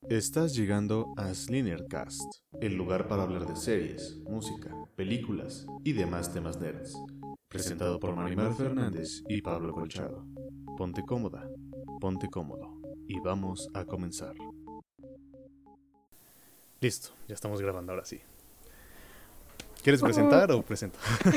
Estás llegando a Slinercast, el lugar para hablar de series, música, películas y demás temas nerds. Presentado por Marimar Fernández y Pablo Colchado. Ponte cómoda, ponte cómodo y vamos a comenzar. Listo, ya estamos grabando ahora sí. ¿Quieres presentar o presento?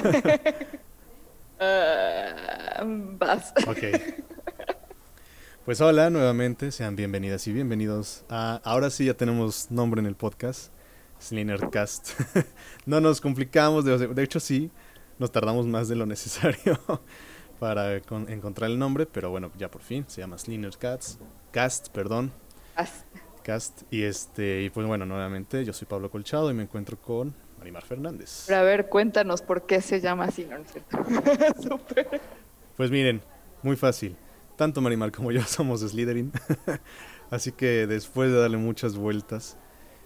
Vas. Ok. Pues hola nuevamente, sean bienvenidas y bienvenidos a... Ahora sí ya tenemos nombre en el podcast, Slinercast. No nos complicamos, de hecho sí, nos tardamos más de lo necesario para encontrar el nombre, pero bueno, ya por fin, se llama Slinercast, perdón, Vas. Cast. Y pues bueno, nuevamente yo soy Pablo Colchado y me encuentro con Marimar Pero Fernández. a ver, cuéntanos por qué se llama así, ¿no es cierto? Súper. Pues miren, muy fácil, tanto Marimar como yo somos Slytherin. Así que después de darle muchas vueltas,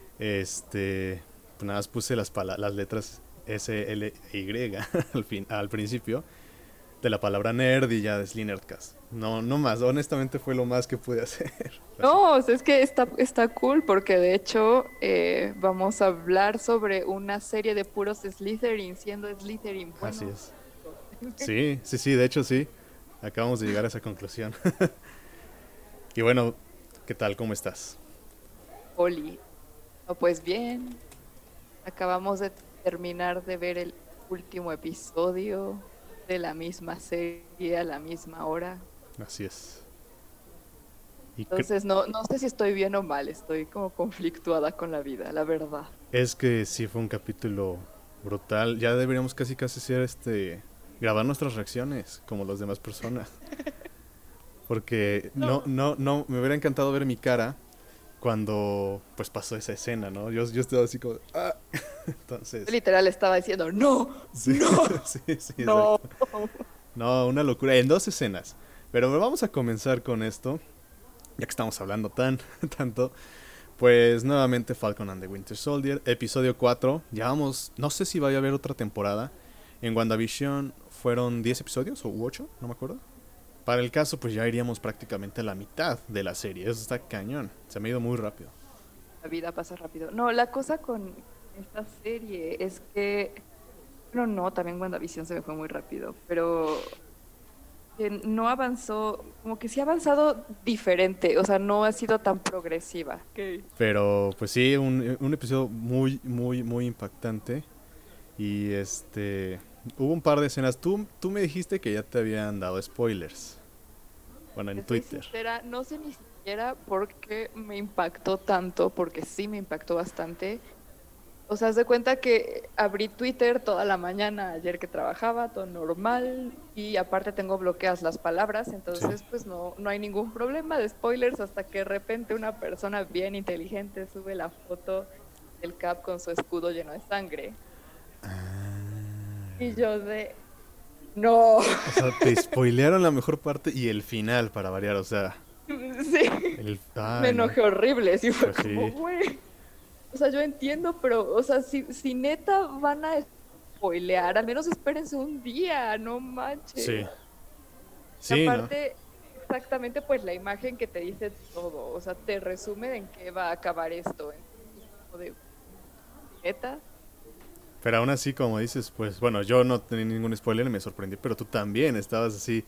pues nada más puse las letras S, L e Y al principio de la palabra nerd y ya de Slinercast. No, no más, honestamente fue lo más que pude hacer. Así, No, o sea, es que está cool porque de hecho vamos a hablar sobre una serie de puros Slytherin, siendo Slytherin así buenos. es. Sí, sí, sí, de hecho sí. Acabamos de llegar a esa conclusión. Y bueno, ¿qué tal? ¿Cómo estás? Oli. No, pues bien, acabamos de terminar de ver el último episodio de la misma serie a la misma hora. Así es. Y Entonces, no sé si estoy bien o mal, estoy como conflictuada con la vida, la verdad. es que sí fue un capítulo brutal. Ya deberíamos casi casi ser grabar nuestras reacciones como las demás personas. Porque no, No. no, no, me hubiera encantado ver mi cara cuando pues pasó esa escena, ¿no? Yo estaba así como, ah. Yo Entonces, literal estaba diciendo, no, sí, no, sí, sí, no. exacto. No, una locura, en dos escenas. Pero vamos a comenzar con esto, ya que estamos hablando tanto. Pues nuevamente Falcon and the Winter Soldier, episodio 4. Ya vamos, no sé si vaya a haber otra temporada. En WandaVision fueron 10 episodios o 8, no me acuerdo. Para el caso, pues ya iríamos prácticamente a la mitad de la serie. Eso está cañón. Se me ha ido muy rápido. La vida pasa rápido. No, la cosa con esta serie es que, bueno, no, también WandaVision se me fue muy rápido, pero que no avanzó, como que sí ha avanzado diferente, o sea, no ha sido tan progresiva. Ok. Pero pues sí, un episodio muy, muy, muy impactante. Y hubo un par de escenas. Tú me dijiste que ya te habían dado spoilers. Bueno, en Te soy Twitter. sincera, no sé ni siquiera por qué me impactó tanto, porque sí me impactó bastante. O sea, haz de cuenta que abrí Twitter toda la mañana ayer que trabajaba, todo normal, y aparte tengo bloqueadas las palabras, Sí. entonces pues no hay ningún problema de spoilers hasta que de repente una persona bien inteligente sube la foto del Cap con su escudo lleno de sangre. Y yo de, no, O sea, te spoilearon la mejor parte y el final para variar. O sea, sí, me Ay, no. enojé horrible, sí fue Pues como, sí. güey. O sea, yo entiendo, pero, o sea, si neta van a spoilear, al menos espérense un día, no Sí. manches. Sí, ¿no? Aparte, exactamente, pues la imagen que te dice todo, o sea, te resume en qué va a acabar esto. Entonces, como de neta. Pero aún así, como dices, pues bueno, yo no tenía ningún spoiler y me sorprendí, pero tú también estabas así,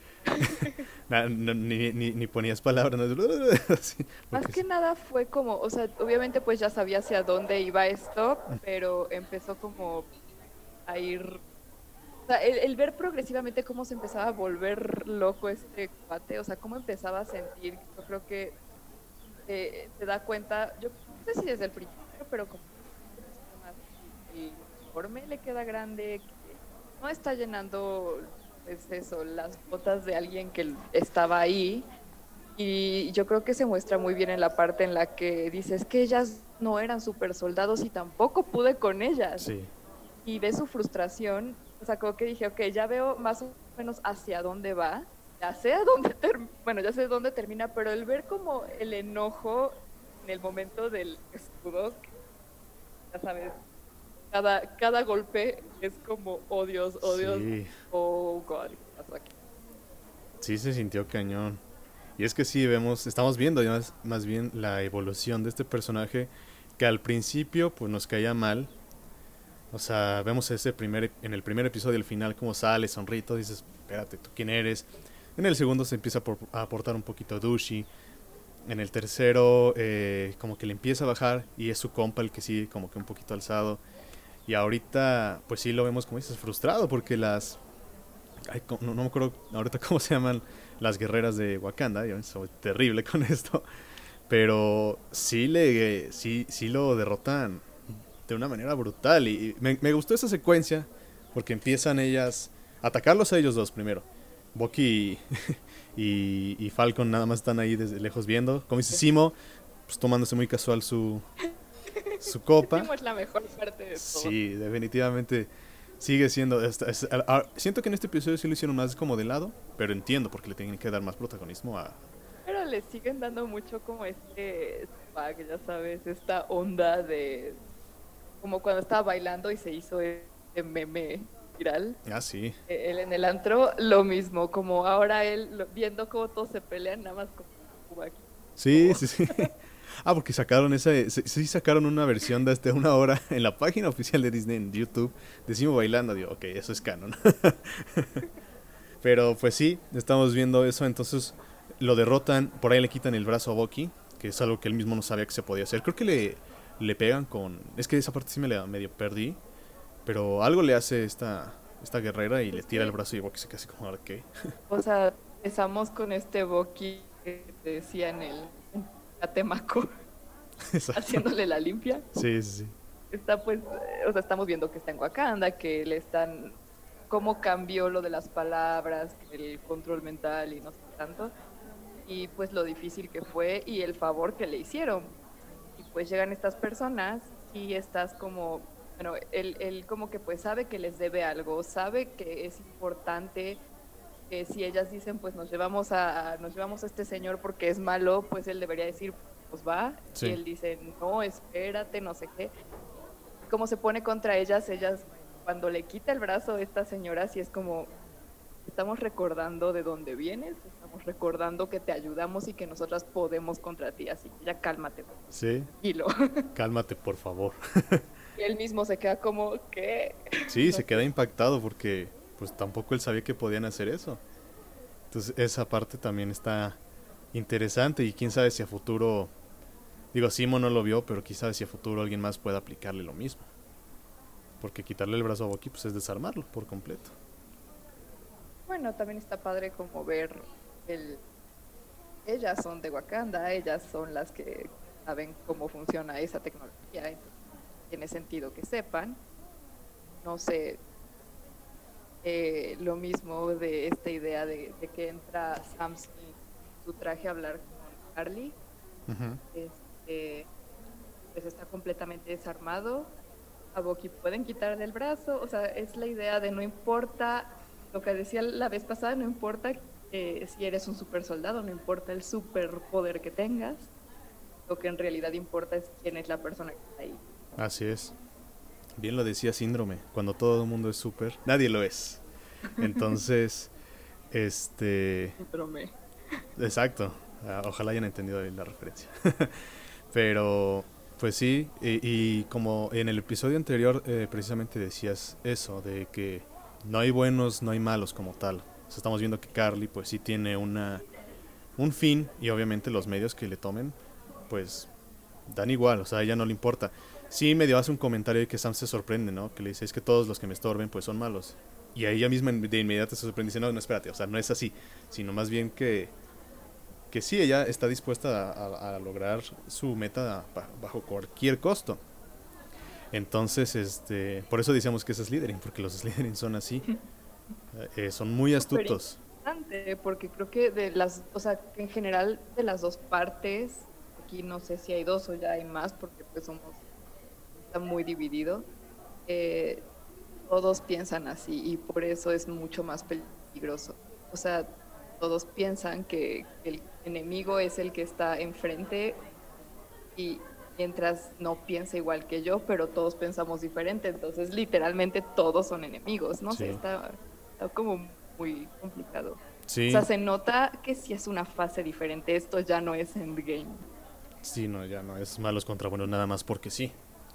ni ponías palabras, ¿no? Así, Más porque que sí. nada fue como, o sea, obviamente pues ya sabía hacia dónde iba esto, pero empezó como a ir, o sea, el ver progresivamente cómo se empezaba a volver loco este cuate, o sea, cómo empezaba a sentir, yo creo que te da cuenta, yo no sé si desde el principio, pero como que más el uniforme le queda grande, que no está llenando, pues eso, las botas de alguien que estaba ahí. Y yo creo que se muestra muy bien en la parte en la que dices que ellas no eran super soldados y tampoco pude con ellas. Sí, Y ves su frustración, o sea, como que dije, ok, ya veo más o menos hacia dónde va, ya sé a dónde bueno, ya sé dónde termina, pero el ver como el enojo en el momento del escudo, que ya sabes, cada golpe es como, oh Dios, sí, oh God, ¿qué pasó aquí? sí se sintió cañón. Y es que sí, estamos viendo ya más bien la evolución de este personaje que al principio pues nos caía mal. O sea, vemos en el primer episodio, el final, cómo sale, sonríe, todo, dices, espérate, ¿tú quién eres? En el segundo se empieza a aportar un poquito douchey. En el tercero, como que le empieza a bajar y es su compa el que sigue como que un poquito alzado. Y ahorita, pues sí lo vemos, como dices, frustrado porque ay, no me acuerdo ahorita cómo se llaman las guerreras de Wakanda. Yo soy terrible con esto. Pero sí lo derrotan de una manera brutal. Y me gustó esa secuencia porque empiezan ellas a atacarlos a ellos dos primero. Bucky y Falcon nada más están ahí desde lejos viendo. Como dice Simo, pues tomándose muy casual su copa. Simo es la mejor parte de todo. Sí, definitivamente sigue siendo. Siento que en este episodio sí lo hicieron más como de lado, pero entiendo porque le tienen que dar más protagonismo a. Pero le siguen dando mucho como este swag, ya sabes, esta onda de como cuando estaba bailando y se hizo este meme viral. Ah, sí. Él en el antro, lo mismo, como ahora él viendo cómo todos se pelean, nada más como aquí. Sí, sí, sí. Ah, porque sí sacaron una versión de 1 hora en la página oficial de Disney en YouTube. Decimos bailando, digo, ok, eso es canon. Pero pues sí, estamos viendo eso, entonces lo derrotan, por ahí le quitan el brazo a Bucky, que es algo que él mismo no sabía que se podía hacer. Creo que le pegan con. Es que esa parte sí medio perdí. Pero algo le hace esta guerrera y le Es tira el que, brazo y Bucky se queda así como, ¿ahora qué? o sea, empezamos con este Bucky que te decía en Catemaco, Exacto. haciéndole la limpia. Sí, sí, sí. Está pues, o sea, estamos viendo que está en Wakanda, que le están, cómo cambió lo de las palabras, el control mental y no sé qué tanto, y pues lo difícil que fue y el favor que le hicieron. Y pues llegan estas personas y estás como, bueno, él como que pues sabe que les debe algo, sabe que es importante que si ellas dicen pues nos llevamos a este señor porque es malo, pues él debería decir pues va, y Sí. él dice no, espérate, no sé qué. Como se pone contra ellas cuando le quita el brazo a esta señora, sí es como estamos recordando de dónde vienes, estamos recordando que te ayudamos y que nosotras podemos contra ti, así que ya cálmate, Sí. tranquilo. Cálmate, por favor. Y él mismo se queda como, ¿qué? Sí, No se queda sé. impactado porque pues tampoco él sabía que podían hacer eso. Entonces esa parte también está interesante y quién sabe si a futuro, digo, Simo no lo vio, pero quizás si a futuro alguien más pueda aplicarle lo mismo. Porque quitarle el brazo a Bucky pues es desarmarlo por completo. Bueno, también está padre como ver el... Ellas son de Wakanda, ellas son las que saben cómo funciona esa tecnología, entonces tiene sentido que sepan. No sé, lo mismo de esta idea de que entra Sam Smith, su traje a hablar con Carly, Ujú. este, pues está completamente desarmado. A Bucky pueden quitarle el brazo, o sea, es la idea de no importa lo que decía la vez pasada, no importa si eres un super soldado, no importa el superpoder que tengas, lo que en realidad importa es quién es la persona que está ahí. Así es. Bien lo decía Síndrome, cuando todo el mundo es súper, nadie lo es. Entonces, Pero me... exacto. Ojalá hayan entendido bien la referencia. Pero, pues sí, y como en el episodio anterior precisamente decías eso, de que no hay buenos, no hay malos como tal. O sea, estamos viendo que Carly pues sí tiene un fin y obviamente los medios que le tomen pues dan igual, o sea, a ella no le importa. Sí, medio hace un comentario de que Sam se sorprende, ¿no? Que le dice, es que todos los que me estorben pues son malos. Y a ella misma de inmediato se sorprende y dice, no, no, espérate, o sea, no es así, sino más bien que sí, ella está dispuesta a lograr su meta bajo cualquier costo. Entonces, por eso decíamos que es Slytherin, porque los Slytherin son así, son muy Súper astutos. interesante, porque creo que de las, o sea, que en general de las dos partes, aquí no sé si hay dos o ya hay más, porque pues somos, está muy dividido, eh, todos piensan así y por eso es mucho más peligroso. O sea, todos piensan que el enemigo es el que está enfrente y mientras no piensa igual que yo, pero todos pensamos diferente, entonces literalmente todos son enemigos, no sé, Sí, está como muy complicado. O sea, Sí, se nota que sí es una fase diferente. Esto ya no es Endgame. sí, no, ya no es malos contra buenos nada más porque sí.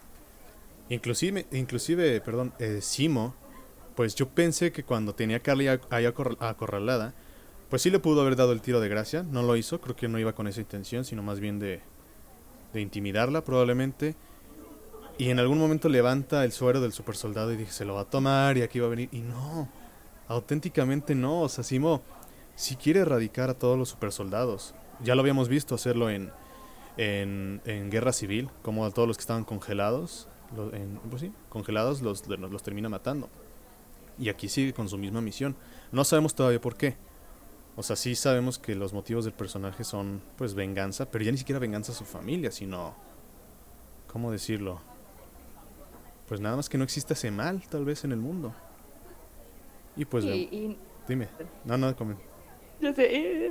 Inclusive, perdón, Simo, pues yo pensé que cuando tenía a Carly ahí acorralada, pues sí le pudo haber dado el tiro de gracia, no lo hizo, creo que no iba con esa intención, sino más bien de intimidarla probablemente. Y en algún momento levanta el suero del super soldado y dije, se lo va a tomar y aquí va a venir. Y no, auténticamente no, o sea, Simo si quiere erradicar a todos los super soldados. Ya lo habíamos visto hacerlo en Guerra Civil, como a todos los que estaban congelados, pues sí, congelados los termina matando. Y aquí sigue con su misma misión. No sabemos todavía por qué. O sea, sí sabemos que los motivos del personaje son, pues, venganza, pero ya ni siquiera venganza a su familia, sino, ¿cómo decirlo? Pues nada más que no exista ese mal, tal vez, en el mundo. Y pues, Y dime. No, no, comen. yo sé,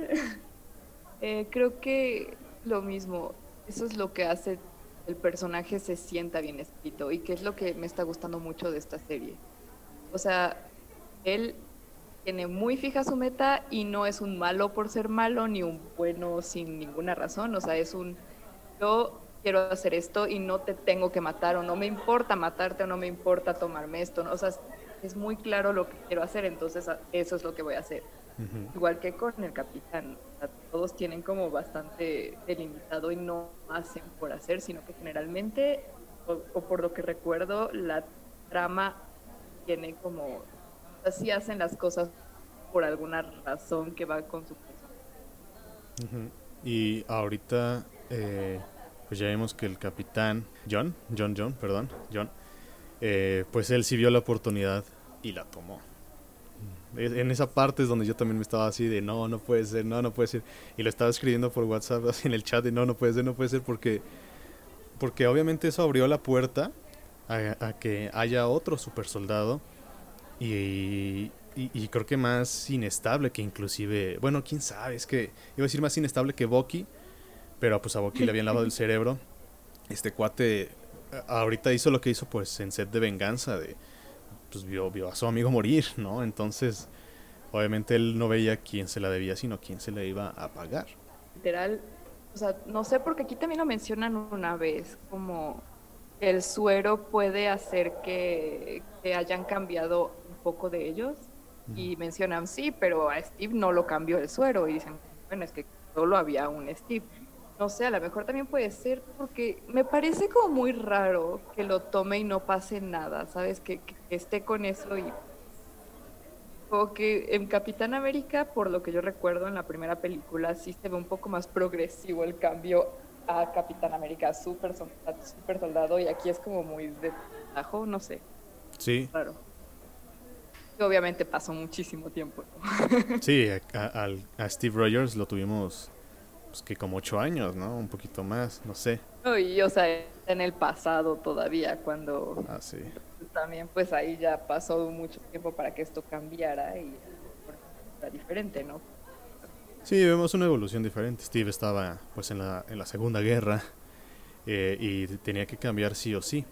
creo que lo mismo, eso es lo que hace el personaje se sienta bien escrito y que es lo que me está gustando mucho de esta serie. O sea, él tiene muy fija su meta y no es un malo por ser malo ni un bueno sin ninguna razón. O sea, es un yo quiero hacer esto y no te tengo que matar o no me importa matarte o no me importa tomarme esto, ¿no? O sea, es muy claro lo que quiero hacer, entonces eso es lo que voy a hacer. Igual que con el capitán, o sea, todos tienen como bastante delimitado y no hacen por hacer, sino que generalmente, o por lo que recuerdo, la trama tiene como, así hacen las cosas por alguna razón que va con su personaje. Y ahorita, pues ya vimos que el capitán John, perdón, John, pues él sí vio la oportunidad y la tomó. En esa parte es donde yo también me estaba así de no, no puede ser, no, no puede ser. Y lo estaba escribiendo por WhatsApp así en el chat de no, no puede ser, no puede ser, porque obviamente eso abrió la puerta a que haya otro super soldado y creo que más inestable que inclusive, bueno, quién sabe, es que iba a decir más inestable que Bucky, pero pues a Bucky le habían lavado el cerebro. Este cuate ahorita hizo lo que hizo pues en set de venganza, pues vio a su amigo morir, ¿no? Entonces, obviamente él no veía quién se la debía, sino quién se la iba a pagar. Literal, o sea, no sé, porque aquí también lo mencionan una vez, como el suero puede hacer que hayan cambiado un poco de ellos. Y mencionan, sí, pero a Steve no lo cambió el suero. Y dicen, bueno, es que solo había un Steve. No sé, a lo mejor también puede ser porque me parece como muy raro que lo tome y no pase nada, ¿sabes? Que esté con eso y como que en Capitán América, por lo que yo recuerdo en la primera película, sí se ve un poco más progresivo el cambio a Capitán América, super soldado, y aquí es como muy de tajo, no sé, Sí, raro. Y obviamente pasó muchísimo tiempo, ¿no? sí, a Steve Rogers lo tuvimos pues que como 8 años, ¿no? Un poquito más, no sé. No, y o sea, en el pasado todavía, cuando Ah, sí. entonces, también pues ahí ya pasó mucho tiempo para que esto cambiara y a lo mejor era diferente, ¿no? Sí, vemos una evolución diferente. Steve estaba pues en la Segunda Guerra y tenía que cambiar sí o sí.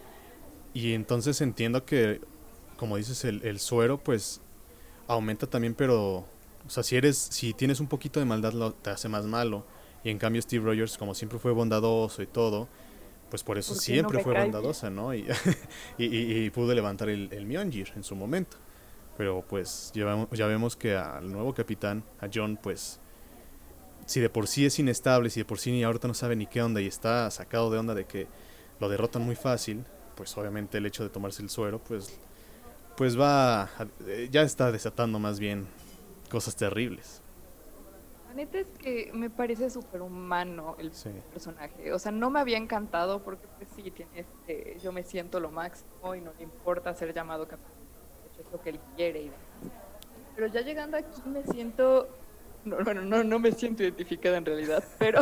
Y entonces entiendo que, como dices, el suero pues aumenta también, pero, o sea, si tienes un poquito de maldad te hace más malo. Y en cambio Steve Rogers, como siempre fue bondadoso y todo, pues por eso ¿Por qué no siempre me fue cae bien? bondadosa, ¿no? Y pudo levantar el Mjolnir en su momento. Pero pues ya vemos que al nuevo capitán, a John, pues si de por sí es inestable, si de por sí ni ahorita no sabe ni qué onda y está sacado de onda de que lo derrotan muy fácil, pues obviamente el hecho de tomarse el suero, pues ya está desatando más bien cosas terribles. La neta es que me parece súper humano el Sí. personaje. O sea, no me había encantado porque pues sí, tiene yo me siento lo máximo y no le importa ser llamado capitán. De hecho, es lo que él quiere y demás. Pero ya llegando aquí me siento, no, bueno, no me siento identificada en realidad, pero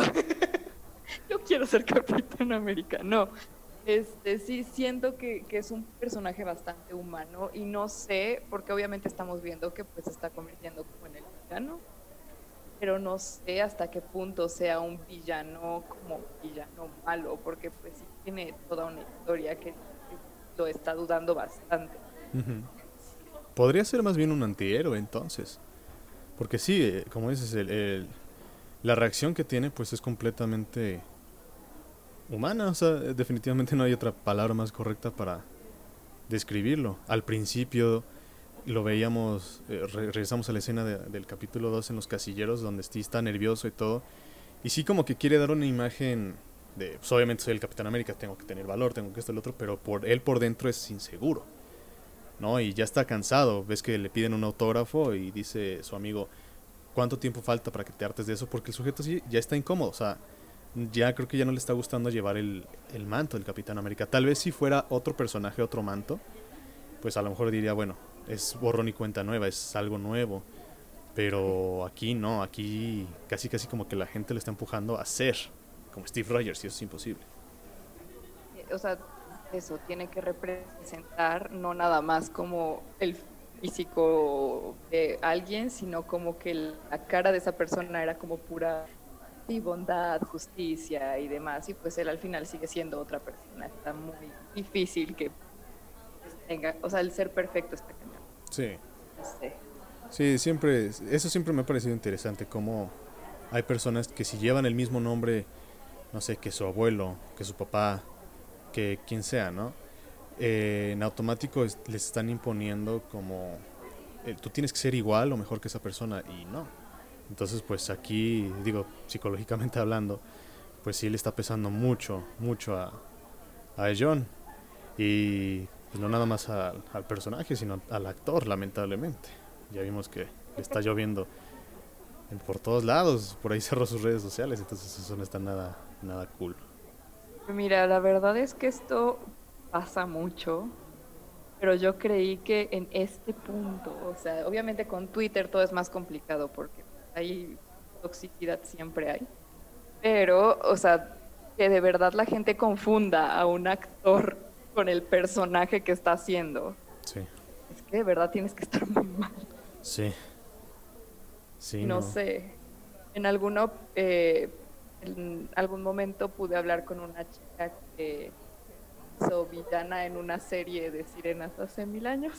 yo quiero ser Capitán América. No, sí siento que es un personaje bastante humano y no sé, porque obviamente estamos viendo que pues se está convirtiendo como en el villano, pero no sé hasta qué punto sea un villano como villano malo, porque pues sí tiene toda una historia que lo está dudando bastante. Podría ser más bien un antihéroe entonces. Porque sí, como dices, la reacción que tiene pues es completamente humana, o sea, definitivamente no hay otra palabra más correcta para describirlo. Al principio lo veíamos, regresamos a la escena del capítulo 2 en los casilleros donde Steve está nervioso y todo, y sí como que quiere dar una imagen de, pues obviamente soy el Capitán América, tengo que tener valor, tengo que esto y lo otro, pero él por dentro es inseguro, ¿no? Y ya está cansado, ves que le piden un autógrafo y dice su amigo, ¿cuánto tiempo falta para que te hartes de eso? Porque el sujeto sí ya está incómodo, o sea, ya creo que ya no le está gustando llevar el manto del Capitán América. Tal vez si fuera otro personaje, otro manto, pues a lo mejor diría, bueno, es borrón y cuenta nueva, es algo nuevo. Pero aquí no, aquí casi casi como que la gente le está empujando a ser como Steve Rogers y eso es imposible. O sea, eso tiene que representar no nada más como el físico de alguien, sino como que la cara de esa persona era como pura y bondad, justicia y demás, y pues él al final sigue siendo otra persona. Está muy difícil que tenga, o sea, el ser perfecto está cañón. Sí, No sé. sí, siempre, eso siempre me ha parecido interesante, como hay personas que si llevan el mismo nombre, no sé, que su abuelo, que su papá, que quien sea, ¿no? En automático les están imponiendo como tú tienes que ser igual o mejor que esa persona y no. Entonces pues aquí, digo, psicológicamente hablando, pues sí le está pesando mucho, mucho a John. Y pues no nada más al personaje, sino al actor, lamentablemente. Ya vimos que le está lloviendo por todos lados, por ahí cerró sus redes sociales, entonces eso no está nada, nada cool. Mira, la verdad es que esto pasa mucho, pero yo creí que en este punto, o sea, obviamente con Twitter todo es más complicado porque hay toxicidad, siempre hay, pero, o sea, que de verdad la gente confunda a un actor con el personaje que está haciendo. Sí, Es que de verdad tienes que estar muy mal. sí, sí, No no. sé, en algún momento pude hablar con una chica que hizo villana en una serie de sirenas hace 1000 años.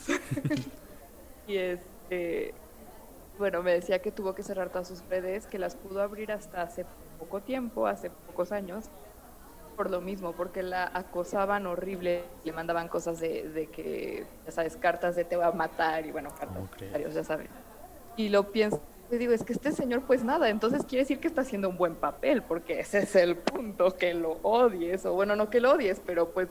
Y bueno, me decía que tuvo que cerrar todas sus redes, que las pudo abrir hasta hace poco tiempo, hace pocos años, por lo mismo, porque la acosaban horrible, le mandaban cosas de que, ya sabes, cartas de te va a matar y bueno, cartas ¿Cómo de crees? comentarios, ya sabes. Y lo pienso y digo, es que este señor pues nada, entonces quiere decir que está haciendo un buen papel, porque ese es el punto, que lo odies, o bueno, no que lo odies, pero pues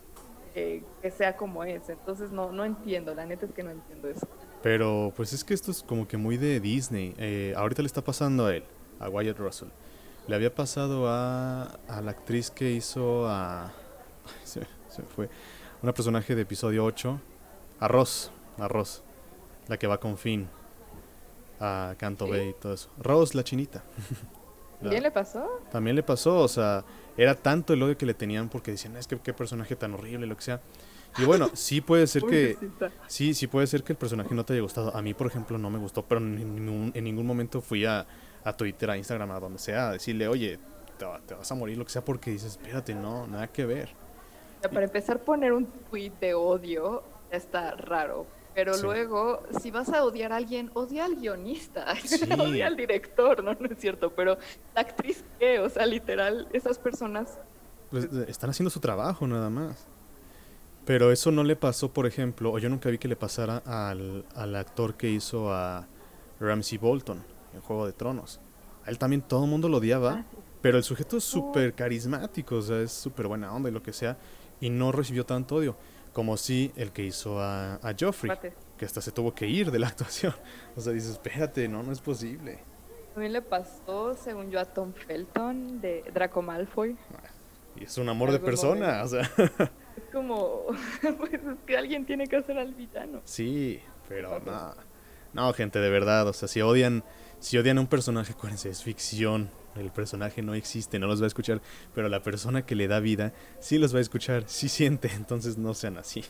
que sea como es. Entonces no entiendo, la neta es que no entiendo eso. Pero pues es que esto es como que muy de Disney. Ahorita le está pasando a él, a Wyatt Russell. Le había pasado a la actriz que hizo a... se me fue. Una personaje de episodio 8. A Ross. La que va con Finn. A Canto ¿Sí? Bay y todo eso. Rose, la chinita. La- ¿Bien le pasó? también le pasó, o sea, era tanto el odio que le tenían porque decían, es que qué personaje tan horrible, lo que sea. Y bueno, sí puede ser que, Pobrecita. sí puede ser que el personaje no te haya gustado. A mí, por ejemplo, no me gustó, pero en ningún momento fui a Twitter, a Instagram, a donde sea, a decirle, oye, te vas a morir, lo que sea, porque dices, espérate, no, nada que ver. Ya, Y- para empezar, poner un tweet de odio ya está raro. Pero sí, luego, si vas a odiar a alguien, odia al guionista, odia sí, al director, no es cierto, pero la actriz qué, o sea, literal, esas personas, pues pues, están haciendo su trabajo nada más. Pero eso no le pasó, por ejemplo, o yo nunca vi que le pasara al actor que hizo a Ramsay Bolton en Juego de Tronos. A él también todo el mundo lo odiaba, ah, sí, pero el sujeto es no, súper carismático, o sea, es súper buena onda y lo que sea, y no recibió tanto odio, como si el que hizo a Joffrey, cuate. que hasta se tuvo que ir de la actuación. O sea, dices, espérate, no, no es posible. También le pasó, según yo, a Tom Felton de Draco Malfoy Y es un en amor de algún persona, momento. o sea, Es como, pues es que alguien tiene que hacer al villano. sí, Qué pero pato. no. No, gente, de verdad, o sea, si odian a un personaje, acuérdense, es ficción. El personaje no existe, no los va a escuchar, pero la persona que le da vida sí los va a escuchar, sí siente, entonces no sean así.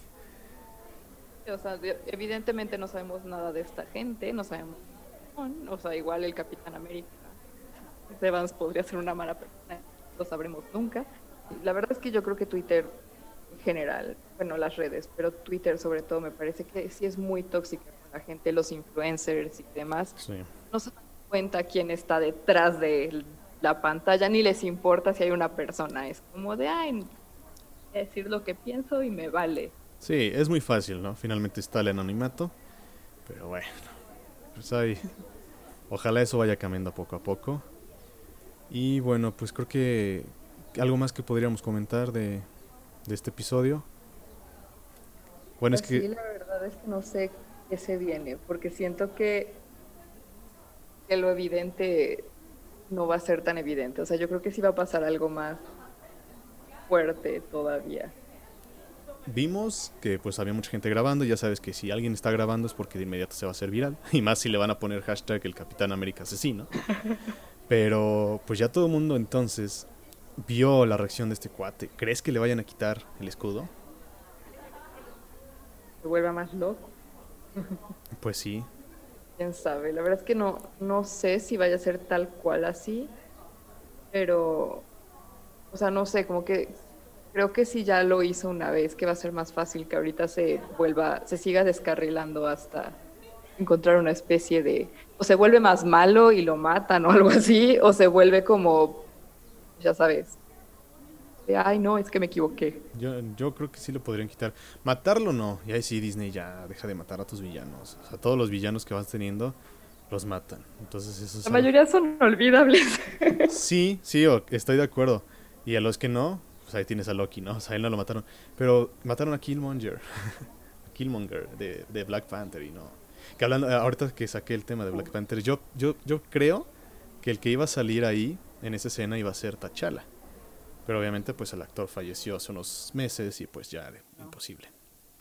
O sea, evidentemente no sabemos nada de esta gente, no sabemos. O sea, igual el Capitán América, Evans podría ser una mala persona, no lo sabremos nunca. La verdad es que yo creo que Twitter en general, bueno, las redes, pero Twitter sobre todo me parece que sí es muy tóxica con la gente, los influencers y demás. Sí. no se dan cuenta quién está detrás de la pantalla, ni les importa si hay una persona. Es como de, ay, voy a decir lo que pienso y me vale. Sí, es muy fácil, ¿no? Finalmente está el anonimato, pero bueno, pues ahí, ojalá eso vaya cambiando poco a poco. Y bueno, pues creo que algo más que podríamos comentar de este episodio. Bueno, es Así que la verdad es que no sé qué se viene, porque siento que lo evidente no va a ser tan evidente. O sea, yo creo que sí va a pasar algo más fuerte todavía. vimos que pues había mucha gente grabando, ya sabes que si alguien está grabando es porque de inmediato se va a hacer viral, y más si le van a poner hashtag el Capitán América asesino. Pero pues ya todo el mundo entonces vio la reacción de este cuate. ¿Crees que le vayan a quitar el escudo? Se vuelva más loco. Pues sí. Quién sabe. La verdad es que no sé si vaya a ser tal cual así, pero, o sea, no sé, como que creo que si ya lo hizo una vez, que va a ser más fácil que ahorita se siga descarrilando hasta encontrar una especie de, o se vuelve más malo y lo matan o algo así, o se vuelve como, ya sabes, de, ay, no, es que me equivoqué. Yo creo que sí lo podrían quitar. Matarlo no. Y ahí sí Disney ya deja de matar a tus villanos. O sea, todos los villanos que vas teniendo los matan. Entonces eso es La algo. mayoría son olvidables. Sí, sí, estoy de acuerdo. Y a los que no, pues ahí tienes a Loki, ¿no? O sea, a él no lo mataron. Pero mataron a Killmonger. Killmonger de Black Panther y no. Que hablando, ahorita que saqué el tema de Black Panther, yo creo que el que iba a salir ahí en esa escena iba a ser T'Challa. Pero obviamente pues el actor falleció hace unos meses y pues ya imposible.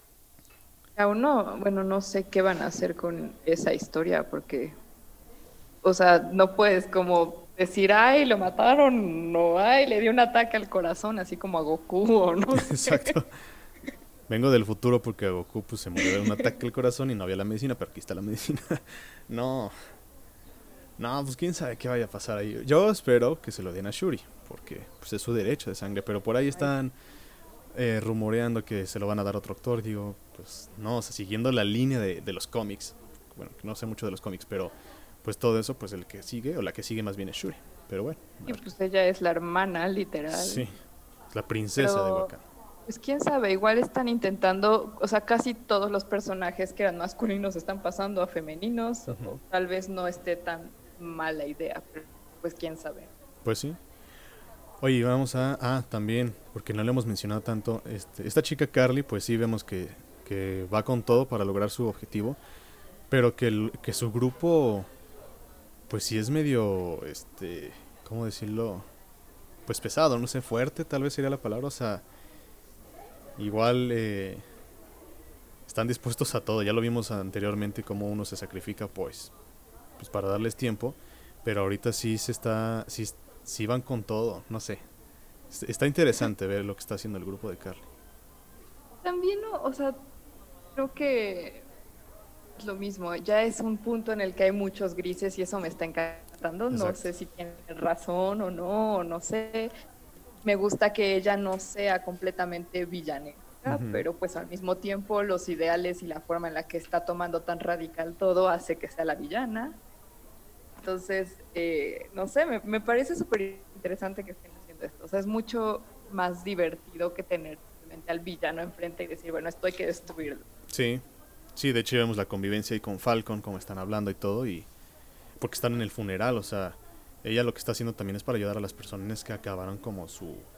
Aún no, bueno, no sé qué van a hacer con esa historia, porque, o sea, no puedes como decir, ay, lo mataron, no, ay, le dio un ataque al corazón, así como a Goku, o no sé. Exacto. Vengo del futuro porque a Goku pues, se murió de un ataque al corazón y no había la medicina, pero aquí está la medicina. No, no, pues quién sabe qué vaya a pasar ahí. Yo espero que se lo den a Shuri, porque pues, es su derecho de sangre, pero por ahí Ay, están rumoreando que se lo van a dar a otro actor. Digo, pues no, o sea, siguiendo la línea de los cómics. Bueno, que no sé mucho de los cómics, pero pues todo eso, pues el que sigue, o la que sigue más bien es Shuri. Pero bueno, a y ver. pues ella es la hermana, literal. Sí, es la princesa de Pero, Wakanda. pues quién sabe, igual están intentando, o sea, casi todos los personajes que eran masculinos están pasando a femeninos, Ujú. o tal vez no esté tan mala idea, pero pues quién sabe. Pues sí. Oye, vamos a... Ah, también, porque no le hemos mencionado tanto, esta chica Carly, pues sí vemos que va con todo para lograr su objetivo, pero que su grupo, pues sí es medio, ¿cómo decirlo? Pues pesado, no sé, fuerte tal vez sería la palabra, o sea, igual están dispuestos a todo, ya lo vimos anteriormente como uno se sacrifica pues para darles tiempo, pero ahorita sí van con todo, no sé. Está interesante ver lo que está haciendo el grupo de Carly. También, ¿no? O sea, creo que es lo mismo, ya es un punto en el que hay muchos grises y eso me está encantando. No Exacto. sé si tiene razón o no, no sé. Me gusta que ella no sea completamente villanesca, Ujú. pero pues al mismo tiempo los ideales y la forma en la que está tomando tan radical todo hace que sea la villana. Entonces, no sé, me parece súper interesante que estén haciendo esto. O sea, es mucho más divertido que tener simplemente al villano enfrente y decir, bueno, esto hay que destruirlo. Sí, sí, de hecho vemos la convivencia ahí con Falcon, como están hablando y todo, y porque están en el funeral, o sea, ella lo que está haciendo también es para ayudar a las personas que acabaron como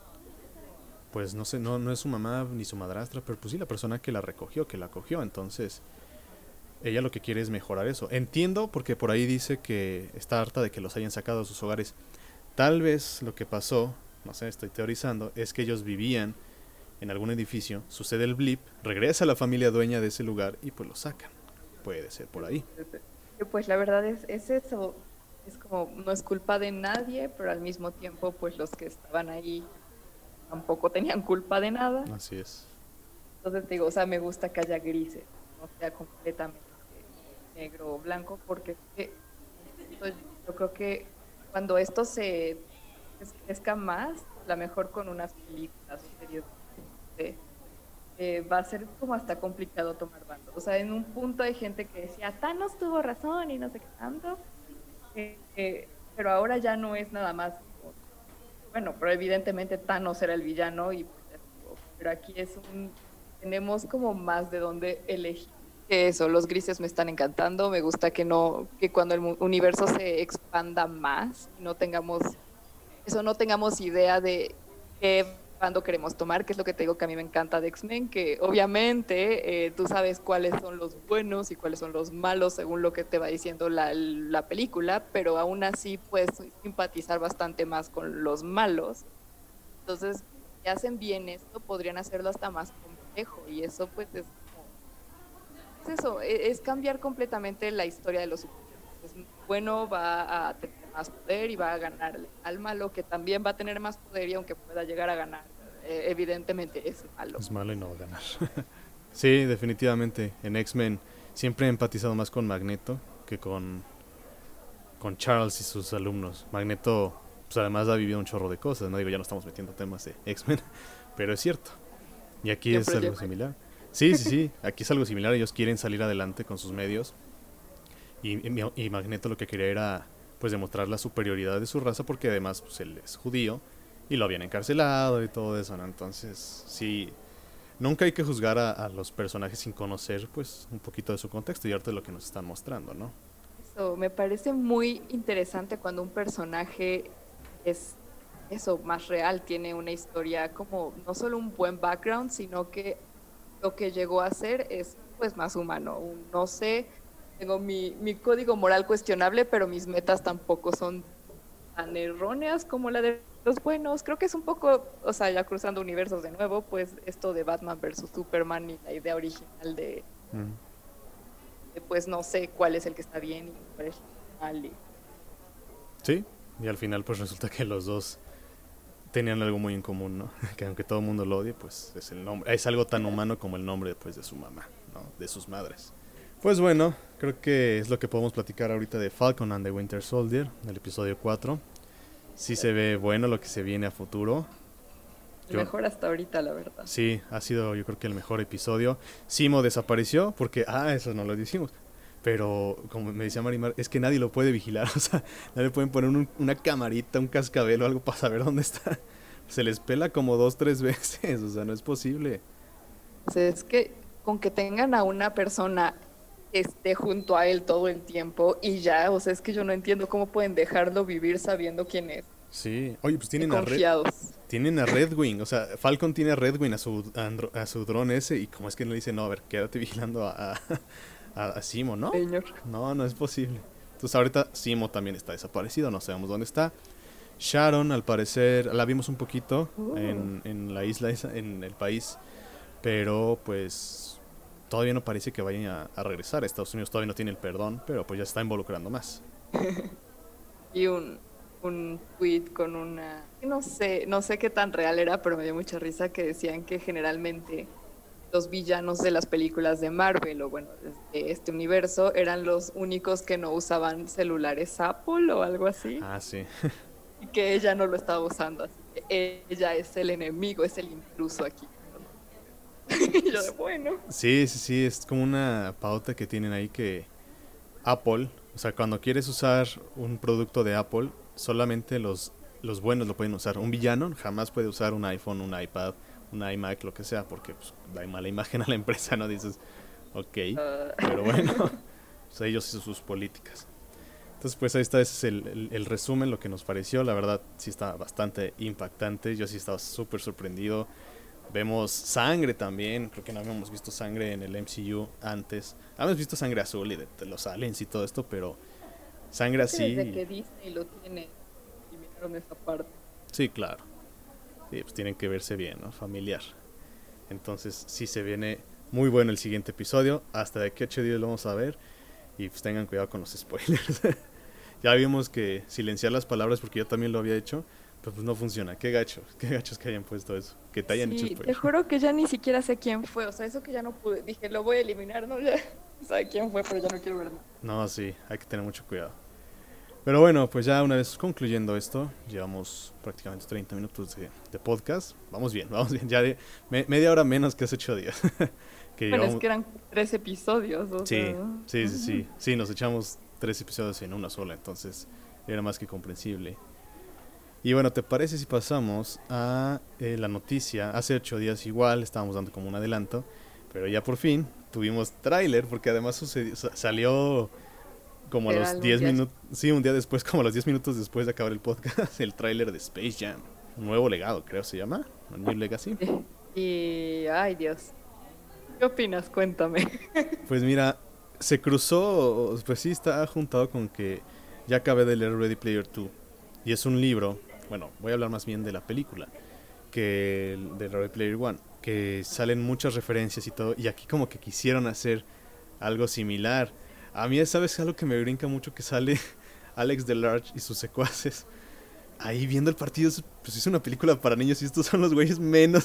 pues no sé, no es su mamá ni su madrastra, pero pues sí, la persona que la recogió, que la acogió, entonces ella lo que quiere es mejorar eso. Entiendo porque por ahí dice que está harta de que los hayan sacado de sus hogares. Tal vez lo que pasó, no sé, estoy teorizando, es que ellos vivían en algún edificio, sucede el blip, regresa la familia dueña de ese lugar y pues lo sacan. Puede ser por ahí. Que, pues la verdad es eso, es como, no es culpa de nadie, pero al mismo tiempo, pues los que estaban ahí tampoco tenían culpa de nada. Así es. Entonces te digo, o sea, me gusta que haya grises, no sea completamente negro o blanco, porque yo creo que cuando esto se crezca más, a lo mejor con unas películas o series, va a ser como hasta complicado tomar bando. O sea, en un punto hay gente que decía, Thanos tuvo razón y no sé qué tanto, pero ahora ya no es nada más. Bueno, pero evidentemente Thanos era el villano y pues, pero aquí tenemos como más de dónde elegir. Eso, los grises me están encantando, me gusta que cuando el universo se expanda más, no tengamos idea de qué bando queremos tomar, que es lo que te digo que a mí me encanta de X-Men, que obviamente tú sabes cuáles son los buenos y cuáles son los malos según lo que te va diciendo la película, pero aún así puedes simpatizar bastante más con los malos. Entonces, si hacen bien esto, podrían hacerlo hasta más complejo y eso pues es eso, es cambiar completamente la historia de los superhéroes. Bueno, va a tener más poder y va a ganarle al malo, que también va a tener más poder y aunque pueda llegar a ganar, evidentemente es malo. Es malo y no va a ganar. Sí, definitivamente. En X-Men siempre he empatizado más con Magneto que con Charles y sus alumnos. Magneto, pues además ha vivido un chorro de cosas, no digo, ya no estamos metiendo temas de X-Men, pero es cierto. Y aquí Siempre es algo similar. Sí, sí, sí, aquí es algo similar, ellos quieren salir adelante con sus medios y Magneto lo que quería era pues demostrar la superioridad de su raza porque además pues él es judío y lo habían encarcelado y todo eso, ¿no? Entonces, sí, nunca hay que juzgar a los personajes sin conocer pues un poquito de su contexto y arte de lo que nos están mostrando, ¿no? Eso, me parece muy interesante cuando un personaje es eso, más real, tiene una historia como no solo un buen background, sino que lo que llegó a ser es pues más humano. No sé, tengo mi código moral cuestionable, pero mis metas tampoco son tan erróneas como la de los buenos. Creo que es un poco, o sea, ya cruzando universos de nuevo, pues esto de Batman versus Superman y la idea original Mm. de pues no sé cuál es el que está bien y cuál es el que está mal. Sí, y al final pues resulta que los dos tenían algo muy en común, ¿no? Que aunque todo el mundo lo odie, pues es el nombre, es algo tan humano como el nombre pues de su mamá, ¿no? De sus madres. Pues bueno, creo que es lo que podemos platicar ahorita de Falcon and the Winter Soldier, el episodio 4. Sí se ve bueno lo que se viene a futuro. El mejor hasta ahorita, la verdad. Sí, ha sido yo creo que el mejor episodio. Simo desapareció porque, eso no lo decimos. Pero como me decía Marimar, es que nadie lo puede vigilar. O sea, nadie pueden poner una camarita, un cascabel o algo para saber dónde está. Se les pela como 2, 3 veces. O sea, no es posible. O sea, es que con que tengan a una persona que esté junto a él todo el tiempo y ya, o sea, es que yo no entiendo cómo pueden dejarlo vivir sabiendo quién es. Sí. Oye, pues Qué confiados. tienen a Redwing. O sea, Falcon tiene a Redwing, a su dron ese. Y como es que no le dice, no, a ver, quédate vigilando a Simo, ¿no? Señor. No, no es posible. Entonces ahorita Simo también está desaparecido, no sabemos dónde está. Sharon, al parecer, la vimos un poquito en la isla, en el país, pero pues todavía no parece que vayan a regresar. Estados Unidos todavía no tiene el perdón, pero pues ya está involucrando más. Y un tweet con una, no sé qué tan real era, pero me dio mucha risa que decían que generalmente los villanos de las películas de Marvel o bueno, de este universo eran los únicos que no usaban celulares Apple o algo así, Ah, sí. y que ella no lo estaba usando, así que ella es el enemigo, es el intruso aquí. Y yo de bueno. Sí, sí, sí, es como una pauta que tienen ahí que Apple, o sea, cuando quieres usar un producto de Apple, solamente los buenos lo pueden usar. Un villano jamás puede usar un iPhone, un iPad, un iMac, lo que sea, porque pues, da mala imagen a la empresa, ¿no? Dices, ok, pero bueno, pues ellos y sus políticas. Entonces, pues ahí está, ese es el resumen, lo que nos pareció. La verdad, sí está bastante impactante. Yo sí estaba súper sorprendido. Vemos sangre también. Creo que no habíamos visto sangre en el MCU antes. Habíamos visto sangre azul y de los aliens y todo esto, pero sangre Creo que desde así. que Disney lo tiene, eliminaron esa parte. Sí, claro. Sí, pues tienen que verse bien, ¿no? Familiar. Entonces, sí se viene muy bueno el siguiente episodio. Hasta de aquí a 8 días lo vamos a ver. Y pues tengan cuidado con los spoilers. Ya vimos que silenciar las palabras, porque yo también lo había hecho, pero pues no funciona. Qué gachos que hayan puesto eso, que te hayan hecho Sí, te spoiler. juro que ya ni siquiera sé quién fue, o sea, eso que ya no pude, dije, lo voy a eliminar, ¿no? Ya no sabe quién fue, pero ya no quiero ver nada. No, sí, hay que tener mucho cuidado. Pero bueno, pues ya una vez concluyendo esto, llevamos prácticamente 30 minutos de podcast. Vamos bien, vamos bien. Ya media hora menos que hace 8 días. Que Bueno, es llevamos... que eran 3 episodios, o Sí, sea. sí, sí, sí. Sí, nos echamos 3 episodios en una sola, entonces era más que comprensible. Y bueno, ¿te parece si pasamos a la noticia? Hace 8 días igual estábamos dando como un adelanto, pero ya por fin tuvimos tráiler, porque además salió como a los Literal, un 10 día. minutos, sí, un día después, como a los 10 minutos después de acabar el podcast, el tráiler de Space Jam, un nuevo legado, creo se llama, un New Legacy. Y, ay Dios, ¿qué opinas? Cuéntame. Pues mira, se cruzó, pues sí, está juntado con que ya acabé de leer Ready Player 2, y es un libro, bueno, voy a hablar más bien de la película, que el de Ready Player 1, que salen muchas referencias y todo, y aquí como que quisieron hacer algo similar. A mí, ¿sabes algo que me brinca mucho? Que sale Alex Delarge y sus secuaces ahí viendo el partido. Pues es una película para niños y estos son los güeyes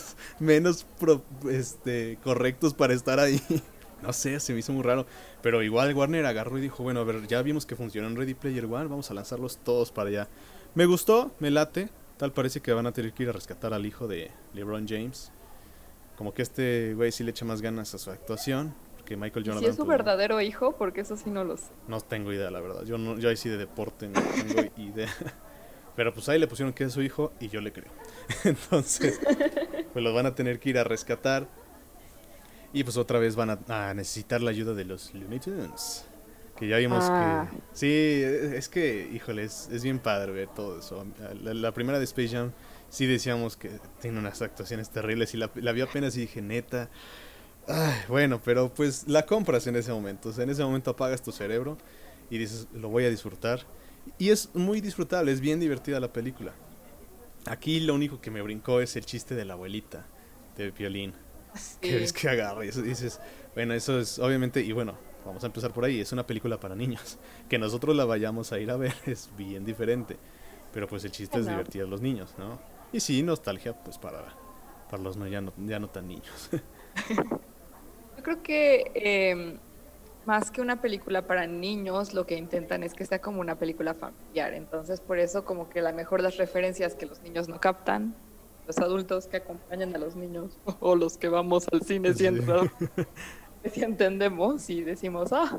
menos correctos para estar ahí. No sé, se me hizo muy raro. Pero igual Warner agarró y dijo, bueno, a ver, ya vimos que funcionó en Ready Player One, vamos a lanzarlos todos para allá. Me gustó, me late. Tal parece que van a tener que ir a rescatar al hijo de LeBron James. Como que este güey sí le echa más ganas a su actuación. Porque Michael ¿Y si Jordan, es su pues no. verdadero hijo? Porque eso sí no lo sé. No tengo idea, la verdad. Yo no, yo ahí sí de deporte no tengo idea. Pero pues ahí le pusieron que es su hijo y yo le creo. Entonces, pues los van a tener que ir a rescatar. Y pues otra vez van a necesitar la ayuda de los Looney Tunes. Que ya vimos que... Ah, Sí, es que, híjole, es bien padre ver todo eso. La primera de Space Jam sí decíamos que tiene unas actuaciones terribles. Y la vi apenas y dije, neta. Ay, bueno, pero pues la compras en ese momento. O sea, en ese momento apagas tu cerebro y dices, lo voy a disfrutar. Y es muy disfrutable, es bien divertida la película. Aquí lo único que me brincó es el chiste de la abuelita de violín. Que ves sí. que agarra y eso dices, bueno, eso es obviamente, y bueno, vamos a empezar por ahí, es una película para niños. Que nosotros la vayamos a ir a ver es bien diferente. Pero pues el chiste es Bueno, divertir a los niños, ¿no? Y sí, nostalgia pues para los no, ya no tan niños. yo creo que más que una película para niños, lo que intentan es que sea como una película familiar. Entonces, por eso como que la mejor las referencias que los niños no captan, los adultos que acompañan a los niños o los que vamos al cine Sí. siendo que sí entendemos y decimos, ah,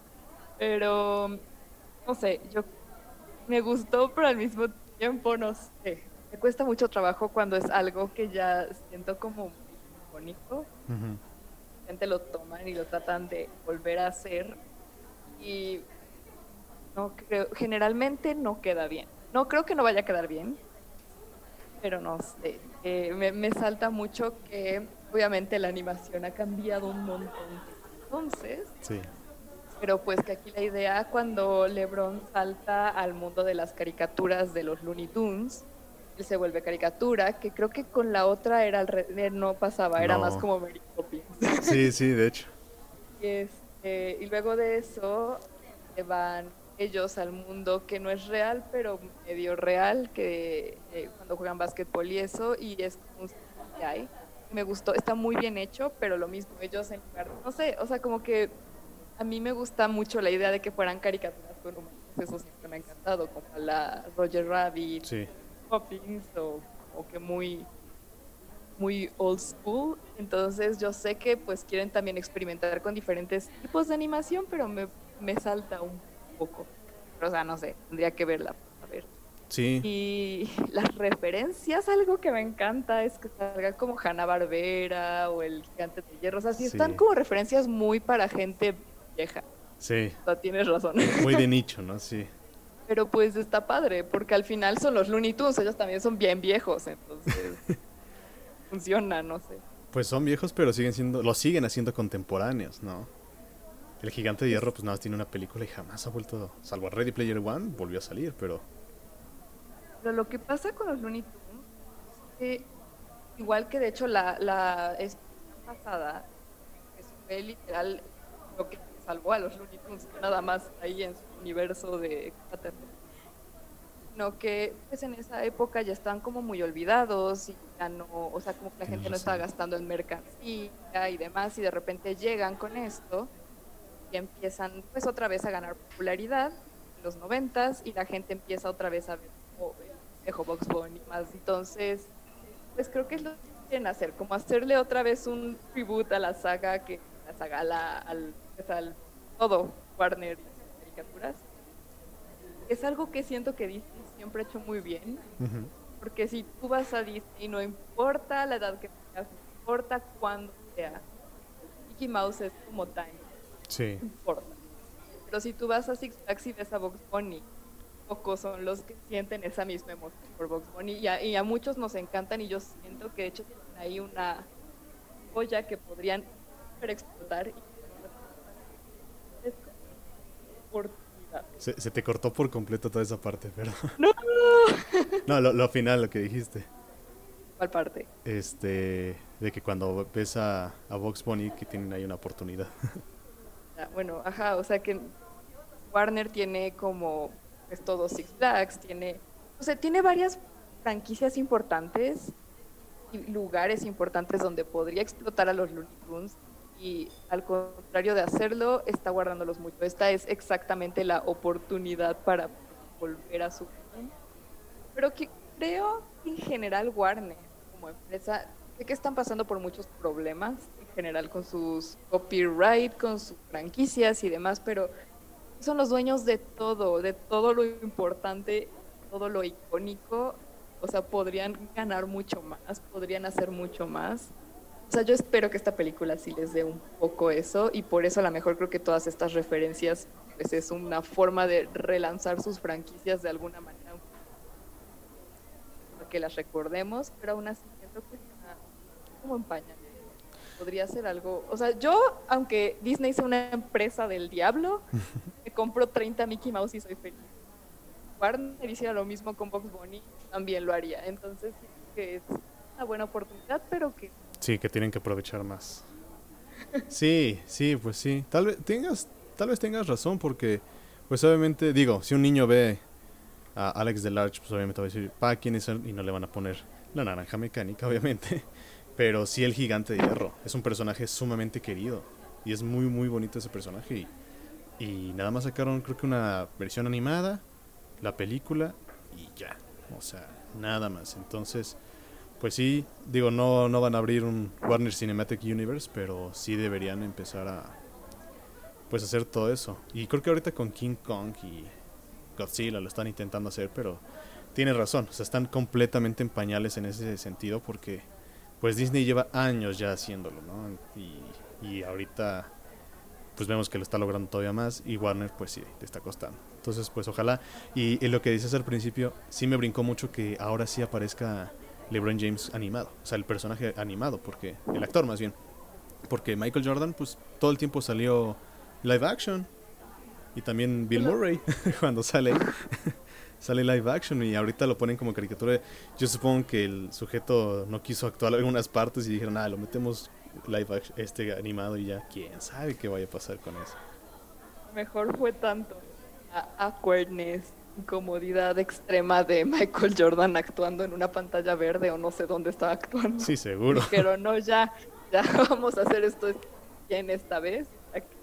pero no sé, yo me gustó, pero al mismo tiempo no sé. Me cuesta mucho trabajo cuando es algo que ya siento como muy bonito. Ujú. La gente lo toman y lo tratan de volver a hacer y no creo, generalmente no queda bien. No creo que no vaya a quedar bien, pero no sé. Me salta mucho que obviamente la animación ha cambiado un montón. Entonces, Sí. pero pues que aquí la idea cuando LeBron salta al mundo de las caricaturas de los Looney Tunes, él se vuelve caricatura, que creo que con la otra era no pasaba, era más No. como Mary Poppins. Sí, sí, de hecho. Y luego de eso se van ellos al mundo que no es real, pero medio real, que cuando juegan básquetbol y eso, y es como un CGI. Me gustó, está muy bien hecho, pero lo mismo, ellos en lugar, no sé, o sea, como que a mí me gusta mucho la idea de que fueran caricaturas con humanos, eso siempre me ha encantado, como la Roger Rabbit, Sí. Poppins, o que muy old school. Entonces yo sé que pues quieren también experimentar con diferentes tipos de animación, pero me salta un poco. Pero, o sea, no sé, tendría que verla. A ver. Sí. Y las referencias, algo que me encanta es que salga como Hanna-Barbera o el Gigante de Hierro. O sea, sí están Sí. como referencias muy para gente vieja. Sí. O sea, tienes razón. Muy de nicho, ¿no? Sí. Pero pues está padre, porque al final son los Looney Tunes, ellos también son bien viejos, entonces funciona, no sé. Pues son viejos, pero lo siguen haciendo contemporáneos, ¿no? El Gigante de Hierro, pues nada más tiene una película y jamás ha vuelto, salvo a Ready Player One, volvió a salir, pero... Pero lo que pasa con los Looney Tunes es que, igual que de hecho la es pasada, que fue literal lo que salvó a los Looney Tunes, no nada más ahí en su universo de extraterrestres, sino que pues en esa época ya estaban como muy olvidados y ya no, o sea, como que la Tienes gente no estaba razón. gastando en mercancía y demás, y de repente llegan con esto y empiezan pues otra vez a ganar popularidad en los noventas y la gente empieza otra vez a ver como el viejo Box Bunny y más. Entonces, pues creo que es lo que quieren hacer, como hacerle otra vez un tribute a la saga, que la saga pues, al todo Warner. caricaturas. Es algo que siento que Disney siempre ha hecho muy bien, Ujú. porque si tú vas a Disney, no importa la edad que tengas, no importa cuándo sea, Mickey Mouse es como time, Sí, no importa. Pero si tú vas a Six Flags y ves a Bugs Bunny, pocos son los que sienten esa misma emoción por Bugs Bunny y a muchos nos encantan y yo siento que de hecho tienen ahí una joya que podrían explotar y es como oportunidad. se te cortó por completo toda esa parte, pero... No, No, lo final, lo que dijiste. ¿cuál parte? De que cuando ves a Box Bunny que tienen ahí una oportunidad. Ah, bueno, ajá, o sea que Warner tiene como pues todo Six Flags, tiene, o sea, tiene varias franquicias importantes y lugares importantes donde podría explotar a los Looney Tunes y al contrario de hacerlo, está guardándolos mucho. Esta es exactamente la oportunidad para volver a su boom. Pero que creo que en general Warner como empresa, sé que están pasando por muchos problemas en general con sus copyright, con sus franquicias y demás, pero son los dueños de todo lo importante, todo lo icónico. O sea, podrían ganar mucho más, podrían hacer mucho más. O sea, yo espero que esta película sí les dé un poco eso y por eso a lo mejor creo que todas estas referencias pues es una forma de relanzar sus franquicias de alguna manera, para que las recordemos, pero aún así siento que está como en pañales. Podría ser algo, o sea, yo, aunque Disney sea una empresa del diablo, me compro 30 Mickey Mouse y soy feliz. Warner hiciera lo mismo con Box Bunny, también lo haría. Entonces, siento que es una buena oportunidad, pero que Sí, que tienen que aprovechar más. Sí, sí, pues sí. Tal vez tengas razón porque, pues obviamente, digo, si un niño ve a Alex Delarge, pues obviamente va a decir, pa, ¿quién es él? Y no le van a poner la naranja mecánica, obviamente. Pero sí el gigante de hierro. Es un personaje sumamente querido. Y es muy, muy bonito ese personaje. Y nada más sacaron, creo que una versión animada, la película, y ya. O sea, nada más. Entonces, pues sí, digo, no van a abrir un Warner Cinematic Universe, pero sí deberían empezar a pues hacer todo eso. Y creo que ahorita con King Kong y Godzilla lo están intentando hacer, pero tienes razón, o sea, están completamente en pañales en ese sentido porque pues Disney lleva años ya haciéndolo, ¿no? Y ahorita pues vemos que lo está logrando todavía más y Warner pues sí, te está costando. Entonces pues ojalá, y lo que dices al principio, sí me brincó mucho que ahora sí aparezca LeBron James animado, o sea, el personaje animado, porque el actor más bien, porque Michael Jordan pues todo el tiempo salió live action y también Bill solo Murray cuando sale live action y ahorita lo ponen como caricatura. Yo supongo que el sujeto no quiso actuar en algunas partes y dijeron, lo metemos live action, animado y ya, quién sabe qué vaya a pasar con eso. mejor fue tanto la awkwardness, incomodidad extrema de Michael Jordan actuando en una pantalla verde o no sé dónde estaba actuando. Sí, seguro. Dijeron, no, ya vamos a hacer esto bien esta vez, para que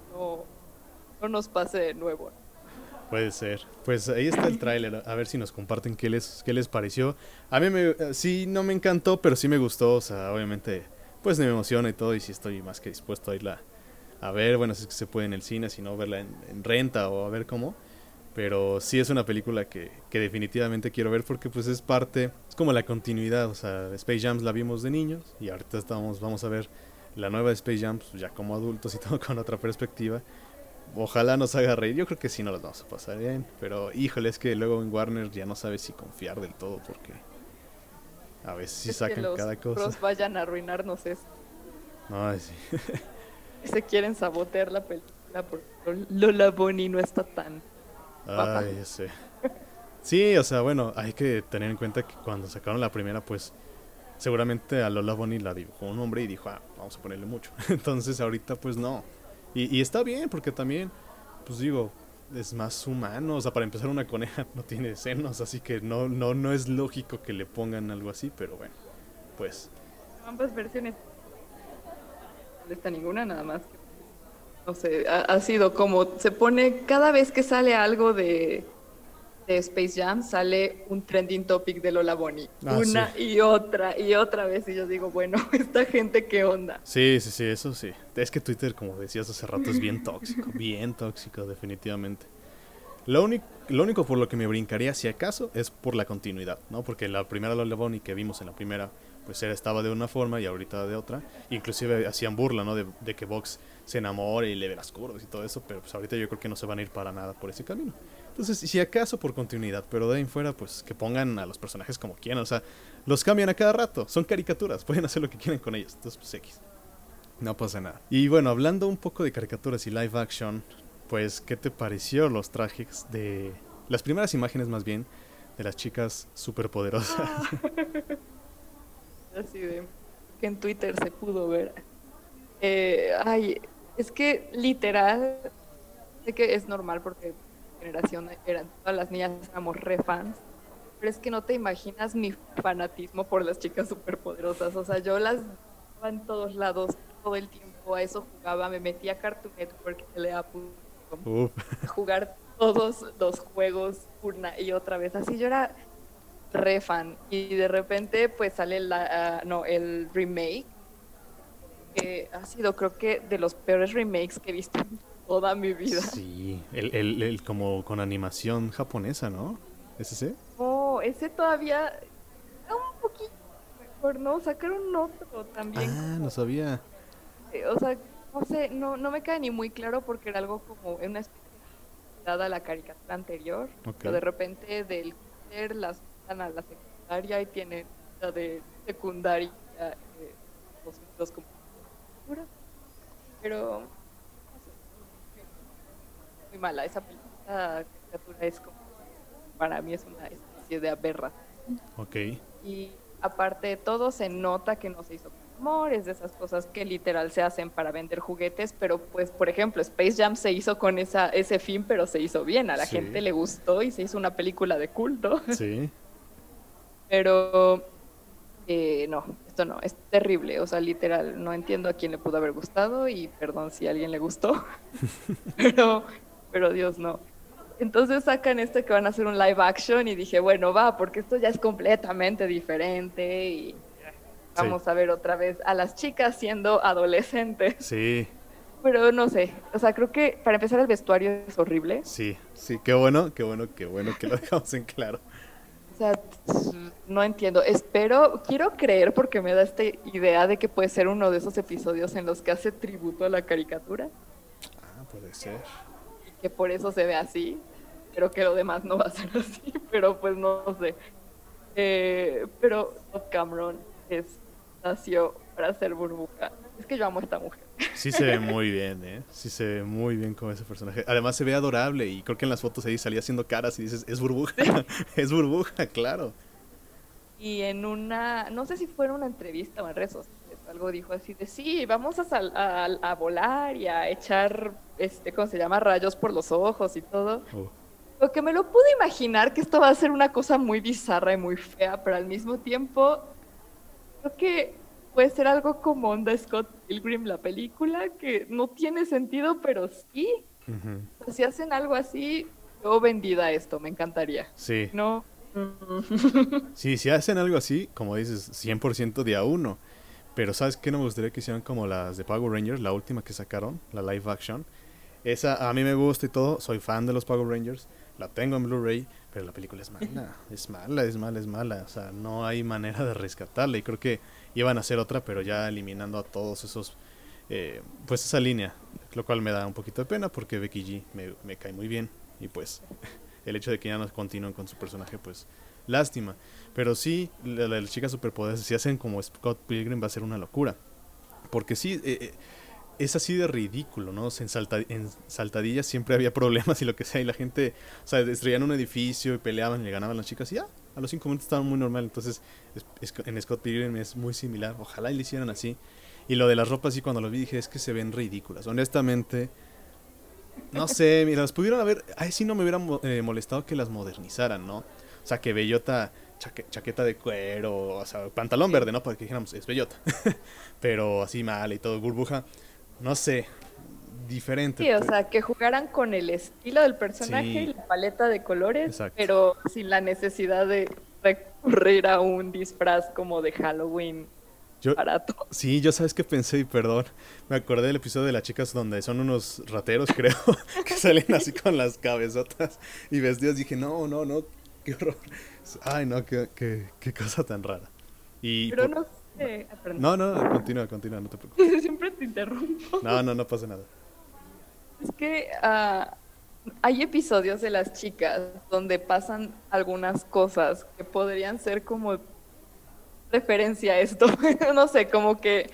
no nos pase de nuevo. Puede ser. Pues ahí está el tráiler, a ver si nos comparten qué les pareció. A mí sí no me encantó, pero sí me gustó, o sea, obviamente pues me emociona y todo y sí estoy más que dispuesto a irla a ver, bueno, si es que se puede en el cine, si no verla en renta o a ver cómo. Pero sí es una película que definitivamente quiero ver porque pues es como la continuidad, o sea, Space Jam la vimos de niños y ahorita vamos a ver la nueva Space Jam pues, ya como adultos y todo con otra perspectiva. Ojalá nos haga reír, yo creo que sí nos las vamos a pasar bien, pero híjole, es que luego en Warner ya no sabes si confiar del todo porque a veces sí Es que sacan los cada cosa. pros vayan a arruinarnos esto. Ay, sí. Se quieren sabotear la película porque Lola Bonnie no está tan guapa. Ay, ya sé. Sí, o sea, bueno, hay que tener en cuenta que cuando sacaron la primera, pues seguramente a Lola Bonnie la dibujó un hombre y dijo, vamos a ponerle mucho. Entonces ahorita pues no. Y está bien porque también, pues digo, es más humano. O sea, para empezar una coneja no tiene senos, así que no es lógico que le pongan algo así, pero bueno, pues Ambas versiones no molesta ninguna, nada más que, no sé, ha sido como se pone cada vez que sale algo de Space Jam, sale un trending topic de Lola Bonnie. sí. Una y otra vez. Y yo digo, bueno, esta gente, ¿qué onda? Sí, eso sí. Es que Twitter, como decías hace rato, es bien tóxico, definitivamente. Lo único por lo que me brincaría, si acaso, es por la continuidad, ¿no? Porque la primera Lola Bunny que vimos en la primera, pues estaba de una forma y ahorita de otra. Inclusive hacían burla, ¿no? De que Vox se enamore y le ve las curvas y todo eso, pero pues ahorita yo creo que no se van a ir para nada por ese camino. Entonces, si acaso por continuidad, pero de ahí en fuera, pues que pongan a los personajes como quieran, o sea, los cambian a cada rato, son caricaturas, pueden hacer lo que quieran con ellos, entonces pues X. No pasa nada. Y bueno, hablando un poco de caricaturas y live action, pues, ¿qué te pareció los trajes de... las primeras imágenes más bien, de las chicas superpoderosas? Ah, así de que en Twitter se pudo ver. Ay, es que literal, sé que es normal porque mi generación eran todas las niñas éramos re fans, pero es que no te imaginas mi fanatismo por las chicas superpoderosas. O sea, yo las veía en todos lados todo el tiempo, a eso jugaba, me metía a Cartoon Network, LA.com, Uf, a jugar todos los juegos una y otra vez. Así yo era re fan y de repente pues sale no, el remake que ha sido creo que de los peores remakes que he visto en toda mi vida. sí, el como con animación japonesa, ¿no? ¿Es ese? Oh, ese todavía era un poquito mejor, ¿no? Sacaron otro también Ah, no como, sabía. o sea, no sé, no me queda ni muy claro porque era algo como una especie de dada la caricatura anterior, Ok. pero de repente del kinder las pasan a la secundaria y tienen la de secundaria los como caricatura, pero no sé, muy mala esa película, esa caricatura es como, para mí es una especie de aberración. Ok. Y aparte de todo, se nota que no se hizo con amor, es de esas cosas que literal se hacen para vender juguetes, pero pues, por ejemplo, Space Jam se hizo con ese fin, pero se hizo bien, a la gente Sí. le gustó y se hizo una película de culto, Sí. pero no, esto no, es terrible, o sea, literal, no entiendo a quién le pudo haber gustado y perdón si a alguien le gustó, pero, pero Dios no. Entonces sacan esto que van a hacer un live action y dije, bueno, va, porque esto ya es completamente diferente y Sí. vamos a ver otra vez a las chicas siendo adolescentes. Sí. Pero no sé, o sea, creo que para empezar el vestuario es horrible. Sí. Sí. Qué bueno, qué bueno, qué bueno que lo dejamos en claro. O sea, no entiendo. Espero, quiero creer porque me da esta idea de que puede ser uno de esos episodios en los que hace tributo a la caricatura Ah, puede ser. y que por eso se ve así, pero que lo demás no va a ser así, pero pues no sé. Pero Todd Cameron nació para ser burbuja. Es que yo amo a esta mujer. Sí se ve muy bien, ¿eh? Sí se ve muy bien con ese personaje. Además se ve adorable y creo que en las fotos ahí salía haciendo caras y dices, es burbuja, es burbuja, claro. Y en una, no sé si fue en una entrevista o en redes sociales, algo dijo así de sí, vamos a volar y a echar, ¿cómo se llama? Rayos por los ojos y todo. Oh, Lo que me lo pude imaginar que esto va a ser una cosa muy bizarra y muy fea, pero al mismo tiempo creo que puede ser algo como Onda Scott Pilgrim, la película, que no tiene sentido, pero sí. ujú. O sea, si hacen algo así, yo vendida a esto, me encantaría. Sí, No. sí, si hacen algo así, como dices, 100% día uno. Pero ¿sabes qué? No me gustaría que hicieran como las de Power Rangers, la última que sacaron, la live action. Esa a mí me gusta y todo, soy fan de los Power Rangers, la tengo en Blu-ray, pero la película es mala, es mala, es mala, es mala. O sea, no hay manera de rescatarla y creo que iban a hacer otra, pero ya eliminando a todos esos, pues esa línea, lo cual me da un poquito de pena porque Becky G me cae muy bien y pues el hecho de que ya no continúen con su personaje, pues lástima. Pero sí, las chicas superpoderosas, si hacen como Scott Pilgrim va a ser una locura. Porque sí, es así de ridículo, ¿no? O sea, en saltadillas siempre había problemas y lo que sea, y la gente, o sea, destruían un edificio y peleaban y le ganaban las chicas y ya, a los 5 minutos estaba muy normal. Entonces, en Scott Pilgrim es muy similar. Ojalá y le hicieran así. Y lo de las ropas, sí, cuando lo vi dije, es que se ven ridículas. Honestamente, no sé, mira, las pudieron haber. Ay, sí, no me hubiera molestado que las modernizaran, ¿no? O sea, que Bellota, chaqueta de cuero, o sea, pantalón Sí. verde, ¿no? Para que dijéramos, es Bellota. Pero así mal y todo, burbuja. No sé, diferente. Sí, o sea, que jugaran con el estilo del personaje y Sí, la paleta de colores, exacto. pero sin la necesidad de recurrir a un disfraz como de Halloween Yo, barato. sí, yo sabes que pensé, y perdón, me acordé del episodio de las chicas donde son unos rateros, creo, que salen así con las cabezotas y vestidos. Dije, no, no, no, qué horror. Ay, no, qué cosa tan rara. Y Pero por... no sé. Ah, perdón. No, no, continúa, continúa, no te preocupes. Siempre te interrumpo. No, no, no pasa nada. Es que hay episodios de las chicas donde pasan algunas cosas que podrían ser como referencia a esto. No sé, como que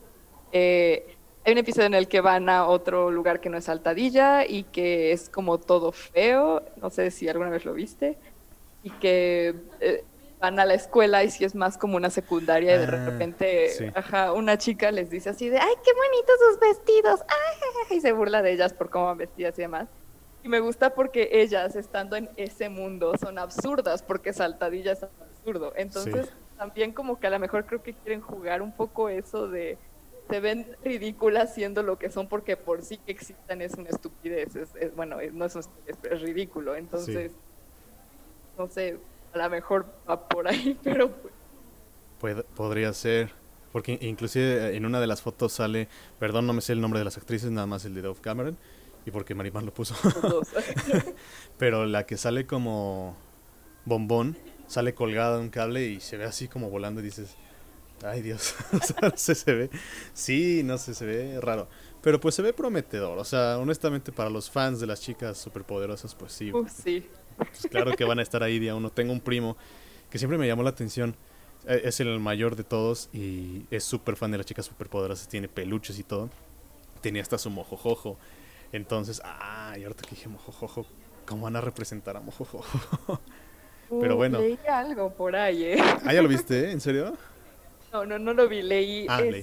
hay un episodio en el que van a otro lugar que no es Altadilla y que es como todo feo. No sé si alguna vez lo viste. Y que van a la escuela y si es más como una secundaria y de Ah, repente, sí, ajá, una chica les dice así de, ay, qué bonitos sus vestidos, ay, y se burla de ellas por cómo van vestidas y demás. Y me gusta porque ellas, estando en ese mundo, son absurdas porque Saltadilla es absurdo. sí, Entonces, también como que a lo mejor creo que quieren jugar un poco eso de se ven ridículas siendo lo que son porque por sí que existan es una estupidez. Bueno, no es una estupidez, pero es ridículo. sí. Entonces, no sé, a lo mejor va por ahí, pero pues Podría ser. Porque inclusive en una de las fotos sale, perdón, no me sé el nombre de las actrices, nada más el de Dove Cameron, y porque Marimar lo puso. los dos. Pero la que sale como bombón, sale colgada de un cable y se ve así como volando y dices, ay Dios, o sea, no sé, se ve, sí, no sé, se ve raro. Pero pues se ve prometedor, o sea, honestamente para los fans de las chicas superpoderosas, pues sí, Sí. pues claro que van a estar ahí día uno. Tengo un primo que siempre me llamó la atención. Es el mayor de todos y es súper fan de las chicas superpoderosas. Tiene peluches y todo. Tenía hasta su mojojojo. Entonces, y ahorita que dije mojojojo, ¿cómo van a representar a mojojojo? Pero bueno, Leí algo por ahí, ¿eh? ¿ya lo viste? ¿En serio? No, no, no lo vi, leí Leí.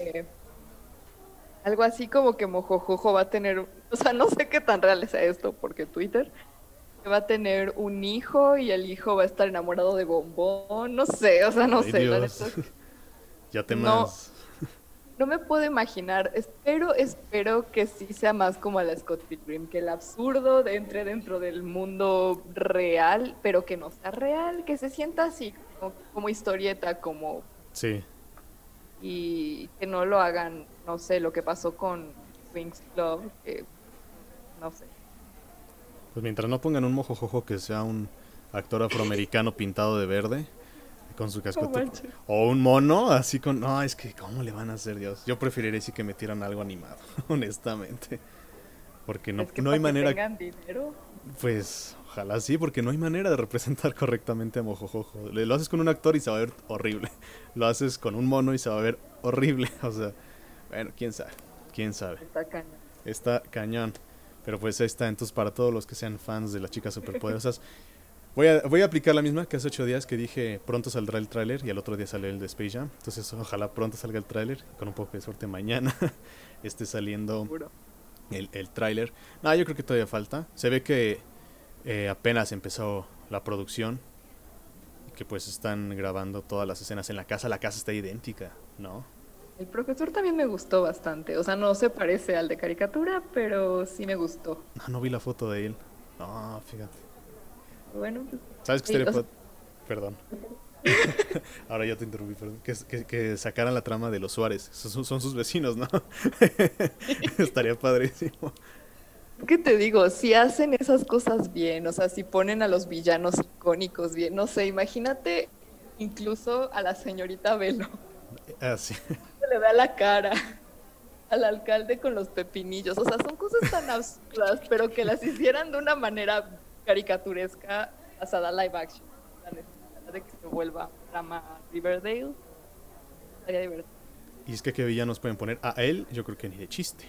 algo así como que Mojojojo va a tener, o sea, no sé qué tan real sea esto, porque Twitter que va a tener un hijo y el hijo va a estar enamorado de Bombón, no sé, o sea, no Ay sé, la Dios. neta es que Ya no, temas. no me puedo imaginar, espero que sí sea más como a la Scott Pilgrim, que el absurdo entre dentro del mundo real, pero que no sea real, que se sienta así, como historieta, como, Sí. y que no lo hagan, no sé, lo que pasó con Wings Club, que no sé. Pues mientras no pongan un mojojojo que sea un actor afroamericano pintado de verde, con su No cascote. manches. O un mono, así con... No, es que ¿cómo le van a hacer, Dios? Yo preferiría sí que metieran algo animado, honestamente. Porque no, Es que no hay para que manera... tengan dinero. Pues ojalá sí, porque no hay manera de representar correctamente a Mojojojo. Lo haces con un actor y se va a ver horrible. Lo haces con un mono y se va a ver horrible. O sea, bueno, quién sabe. Quién sabe. Está cañón. Está cañón. Pero pues ahí está. Entonces, para todos los que sean fans de las chicas superpoderosas, voy a aplicar la misma que hace 8 días que dije pronto saldrá el tráiler y al otro día sale el de Space Jam. Entonces, ojalá pronto salga el tráiler. Con un poco de suerte mañana esté saliendo Seguro. el tráiler. No, yo creo que todavía falta. Se ve que apenas empezó la producción y que pues están grabando todas las escenas en la casa. La casa está idéntica, ¿no? El profesor también me gustó bastante. O sea, no se parece al de caricatura, pero sí me gustó. No, no vi la foto de él. No, fíjate. Bueno, pues, ¿Sabes qué sí, estaría o sea, Perdón. Ahora yo te interrumpí, perdón. Que sacaran la trama de los Suárez. Son sus vecinos, ¿no? Estaría padrísimo. ¿qué te digo? Si hacen esas cosas bien, o sea, si ponen a los villanos icónicos bien, no sé, imagínate incluso a la señorita Velo, Sí. se le da la cara, al alcalde con los pepinillos, o sea, son cosas tan absurdas, pero que las hicieran de una manera caricaturesca, pasada live action, la necesidad de que se vuelva drama Riverdale, estaría divertido. Y es que qué villanos pueden poner a él, yo creo que ni de chiste.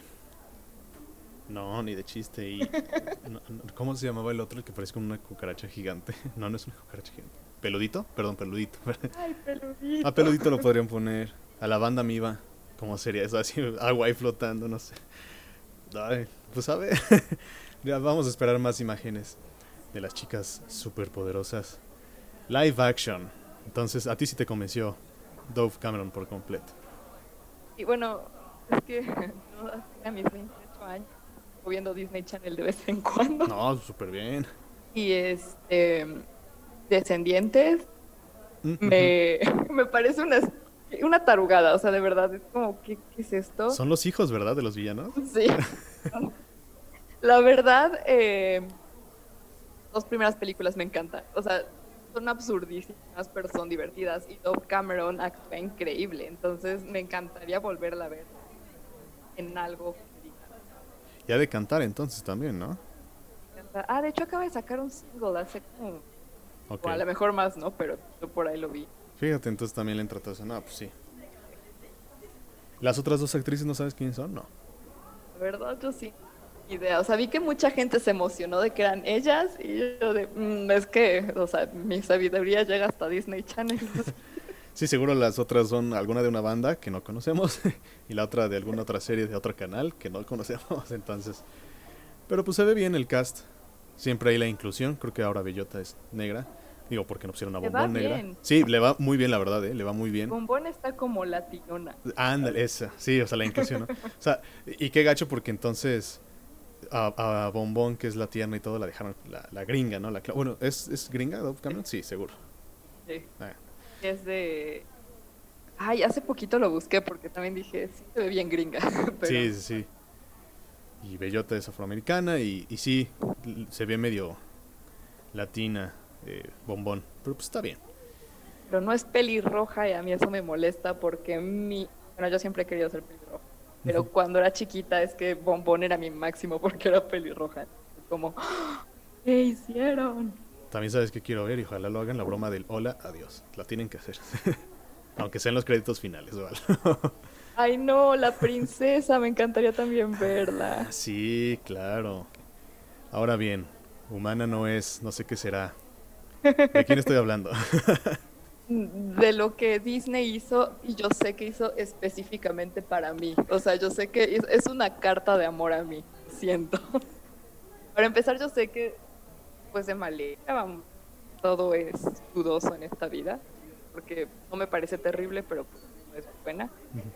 No, ni de chiste. Y ¿cómo se llamaba el otro? El que parece como una cucaracha gigante. No, no es una cucaracha gigante. ¿Peludito? Perdón, peludito. Ay, A peludito. peludito lo podrían poner. A la banda Miva. ¿Cómo sería eso? Así, agua ahí flotando, no sé. Ay, pues a ver. Ya vamos a esperar más imágenes de las chicas superpoderosas. Live action. Entonces, a ti sí te convenció Dove Cameron por completo. Y bueno, es que yo a mis 28 años estoy viendo Disney Channel de vez en cuando. No, súper bien. Y Descendientes me, me parece una una tarugada, o sea, de verdad, es como, ¿qué es esto? Son los hijos, ¿verdad? De los villanos. Sí. La verdad, dos primeras películas me encantan. O sea, son absurdísimas, pero son divertidas. Y Dove Cameron actúa increíble. Entonces me encantaría volverla a ver en algo que diga. Y ha de cantar entonces también, ¿no? Ah, de hecho acaba de sacar un single hace como, Ok. o a lo mejor más, ¿no? Pero yo por ahí lo vi. Fíjate, entonces también le entra todo eso. No, pues sí. ¿Las otras dos actrices no sabes quién son? No. La verdad, yo sí. Idea. O sea, vi que mucha gente se emocionó de que eran ellas y yo de, es que, o sea, mi sabiduría llega hasta Disney Channel. Sí, seguro las otras son alguna de una banda que no conocemos y la otra de alguna otra serie de otro canal que no conocemos, entonces. Pero pues se ve bien el cast. Siempre hay la inclusión, creo que ahora Bellota es negra. Digo, porque no pusieron a Le va Bombón negra. bien. Sí, le va muy bien, la verdad, le va muy bien. Bombón está como latinona, Ándale, ¿sabes? esa, sí, o sea, la inclusión, ¿no? O sea, y qué gacho porque entonces a Bombón, que es la tierna y todo, la dejaron la gringa, ¿no? Bueno, ¿es gringa Dove Cameron? Sí, seguro. Sí. Ah, Es de... Ay, hace poquito lo busqué porque también dije, sí se ve bien gringa, pero sí, sí, sí. Y Bellota es afroamericana y sí, se ve medio latina, Bombón. Pero pues está bien. no es pelirroja y a mí eso me molesta porque bueno, yo siempre he querido ser pelirroja, pero cuando era chiquita es que Bombón era mi máximo porque era pelirroja. Es como, ¡ah! ¿qué hicieron? También sabes que quiero ver y ojalá lo hagan la broma del hola, adiós. La tienen que hacer. Aunque sean los créditos finales o algo. Ay, no, la princesa, me encantaría también verla. Sí, claro. Ahora bien, humana no es, no sé qué será. ¿De quién estoy hablando? De lo que Disney hizo y yo sé que hizo específicamente para mí. O sea, yo sé que es una carta de amor a mí, siento. Para empezar, yo sé que pues de Malena todo es dudoso en esta vida, porque no me parece terrible, pero pues, no es buena.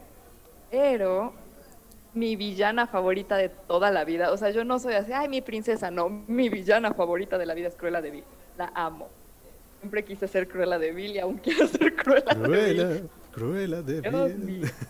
Pero mi villana favorita de toda la vida, o sea, yo no soy así, ay, mi princesa, no, mi villana favorita de la vida es Cruella de Vil. La amo. Siempre quise ser Cruella de Vil y aún quiero ser Cruella de Vil. Cruela, Cruela de Dios Vil. mío.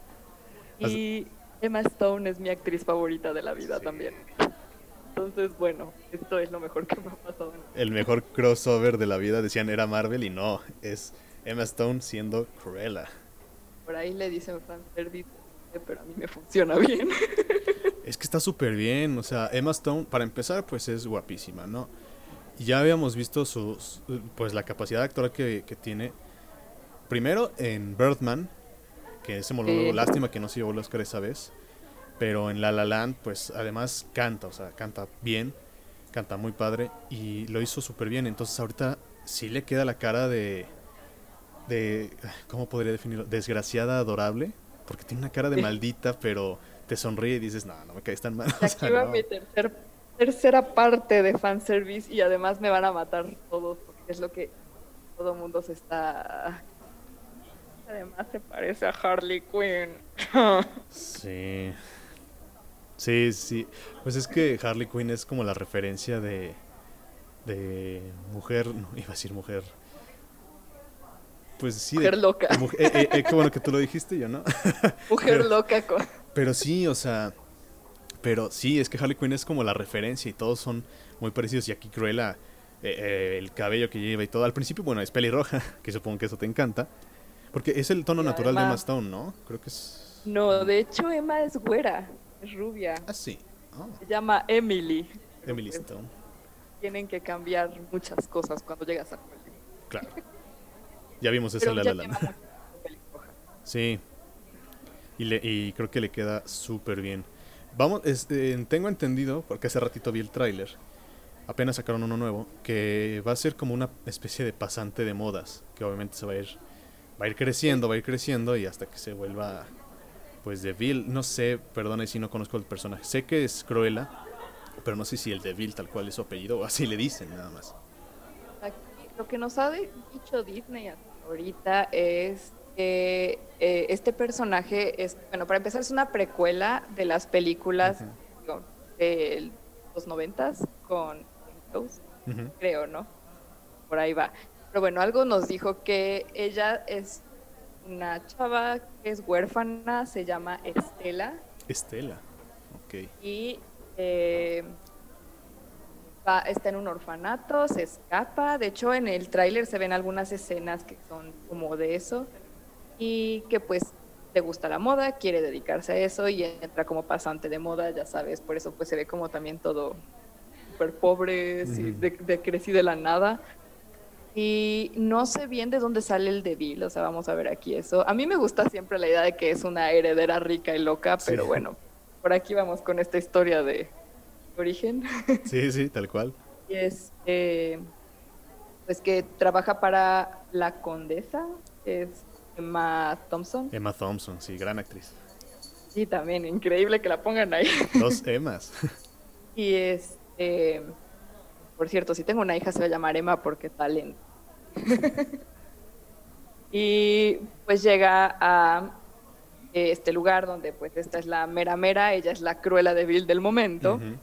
Y Emma Stone es mi actriz favorita de la vida Sí. también. Entonces, bueno, esto es lo mejor que me ha pasado. El mejor crossover de la vida decían era Marvel y no, es Emma Stone siendo Cruella. Por ahí le dicen fanservice, pero a mí me funciona bien. Es que está súper bien, o sea, Emma Stone, para empezar, pues es guapísima, ¿no? Y ya habíamos visto pues la capacidad actoral que tiene. Primero en Birdman, que ese monólogo, Sí. lástima que no se llevó el Oscar esa vez. Pero en La La Land, pues además canta, o sea, canta bien, canta muy padre y lo hizo súper bien. Entonces ahorita sí le queda la cara ¿cómo podría definirlo? Desgraciada, adorable, porque tiene una cara de maldita, pero te sonríe y dices, no, no me caes tan mal, o Aquí sea, va no. mi tercera parte de fanservice y además me van a matar todos porque es lo que todo el mundo se está... Además se parece a Harley Quinn. Sí, sí, sí. Pues es que Harley Quinn es como la referencia de mujer, no, iba a decir mujer. Pues sí, Mujer loca. qué bueno que tú lo dijiste, yo no. Mujer Pero, loca con... pero sí, o sea, pero sí, es que Harley Quinn es como la referencia y todos son muy parecidos. Y aquí Cruella, el cabello que lleva y todo. Al principio, bueno, es pelirroja, que supongo que eso te encanta. Porque es el tono Y natural de Emma además, Stone, ¿no? Creo que es... no, de hecho Emma es güera, es rubia. Ah, sí. Oh, Se llama Emily. Pero Emily pues Stone. tienen que cambiar muchas cosas cuando llegas a Hollywood. Claro. Ya vimos eso Pero en La ya La Land. lleva mucho tiempo pelirroja. Sí, y creo que le queda súper bien. Vamos, tengo entendido, porque hace ratito vi el tráiler, apenas sacaron uno nuevo, que va a ser como una especie de pasante de modas, que obviamente va a ir creciendo, va a ir creciendo y hasta que se vuelva, pues, de Vil. No sé, perdona si no conozco el personaje. Sé que es Cruella, pero no sé si el de Vil tal cual es su apellido o así le dicen nada más. Aquí, lo que nos ha dicho Disney hasta ahorita es que este personaje es, bueno, para empezar es una precuela de las películas Ujú, digo, de los noventas con Glenn Close, ujú. creo, ¿no? Por ahí va. Pero bueno, algo nos dijo que ella es una chava que es huérfana, se llama Estela, Estela. Ok. y está en un orfanato, se escapa. De hecho, en el tráiler se ven algunas escenas que son como de eso, y que pues le gusta la moda, quiere dedicarse a eso y entra como pasante de moda, ya sabes, por eso pues se ve como también todo súper pobre, sí, Ujú. de crecí de la nada. Y no sé bien de dónde sale el débil, o sea, vamos a ver aquí eso. A mí me gusta siempre la idea de que es una heredera rica y loca, Sí. pero bueno, por aquí vamos con esta historia de origen. Sí, sí, tal cual. Y es pues que trabaja para la condesa, que es Emma Thompson. Emma Thompson, sí, gran actriz. Y también increíble que la pongan ahí. Dos Emmas. Y por cierto, si tengo una hija se va a llamar Emma porque talento. Y pues llega a este lugar donde pues esta es la mera mera, ella es la Cruella de Vil del momento. Ujú.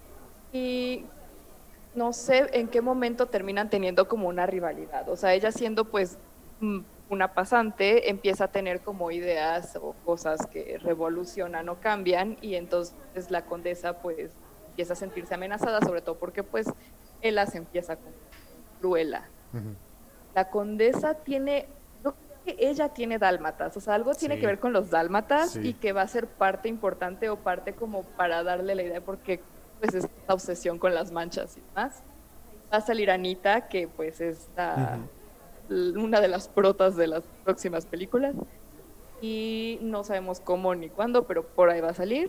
Y no sé en qué momento terminan teniendo como una rivalidad. O sea, ella siendo pues una pasante, empieza a tener como ideas o cosas que revolucionan o cambian, y entonces la condesa pues empieza a sentirse amenazada, sobre todo porque pues ella se empieza con Cruella. Ujú. La condesa tiene, creo que ella tiene dálmatas, o sea, algo tiene que Sí, ver con los dálmatas y sí. que va a ser parte importante o parte como para darle la idea porque pues esta obsesión con las manchas y demás. Va a salir Anita, que pues es Ujú. una de las protas de las próximas películas, y no sabemos cómo ni cuándo, pero por ahí va a salir.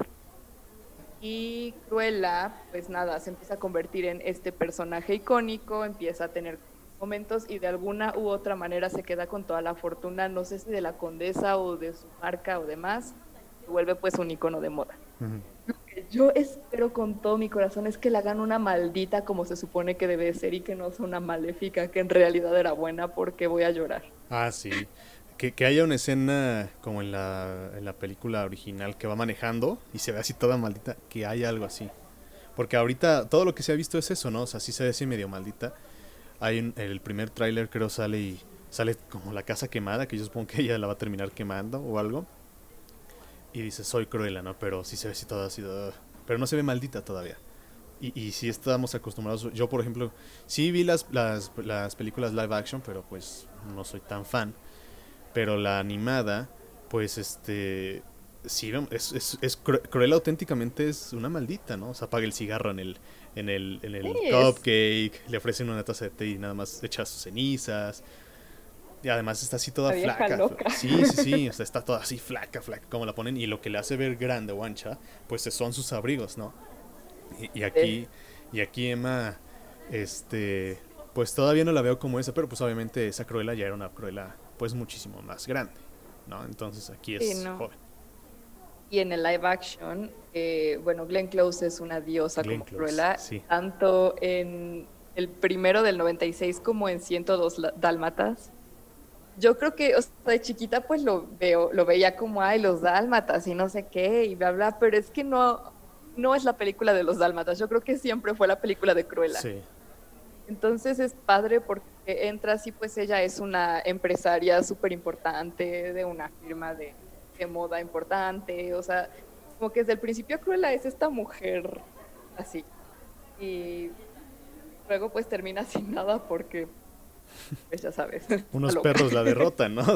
Y Cruella, pues nada, se empieza a convertir en este personaje icónico, empieza a tener momentos y de alguna u otra manera se queda con toda la fortuna, no sé si de la condesa o de su marca o demás, se vuelve pues un icono de moda. Ujú. Lo que yo espero con todo mi corazón es que la hagan una maldita como se supone que debe ser y que no sea una maléfica que en realidad era buena, porque voy a llorar. Ah, sí. Que haya una escena como en la película original que va manejando y se ve así toda maldita, que haya algo así. Porque ahorita todo lo que se ha visto es eso, ¿no? O sea, sí se ve así medio maldita. El primer tráiler creo sale y sale como la casa quemada, que yo supongo que ella la va a terminar quemando o algo. Y dice, soy Cruella, ¿no? Pero sí se ve así toda así, "Ugh". Pero no se ve maldita todavía. Y sí estamos acostumbrados, yo por ejemplo, sí vi las películas live action, pero pues no soy tan fan. Pero la animada, pues sí, Cruella auténticamente es una maldita, ¿no? O sea, apaga el cigarro en Sí, el es cupcake, le ofrecen una taza de té y nada más echa sus cenizas. Y además está así toda una vieja flaca. loca. Sí, sí, sí, o sea, está toda así flaca, flaca, como la ponen. Y lo que le hace ver grande o ancha, pues son sus abrigos, ¿no? Y, y Sí. aquí, y aquí Emma, este, pues todavía no la veo como esa, pero pues obviamente esa Cruella ya era una Cruella, pues muchísimo más grande, ¿no? Entonces aquí Sí, es no. joven. Y en el live action, bueno, Glenn Close es una diosa Glenn como Close, Cruella, sí. tanto en el primero del 96 como en 102 dálmatas. Yo creo que, o sea, de chiquita pues lo veía como, ay, los dálmatas y no sé qué, y bla, bla, pero es que no es la película de los dálmatas, yo creo que siempre fue la película de Cruella. Sí. Entonces es padre porque entras y pues ella es una empresaria súper importante de una firma de moda importante, o sea, como que desde el principio Cruella es esta mujer así, y luego pues termina sin nada porque, pues ya sabes, está Unos loca. perros la derrotan, ¿no?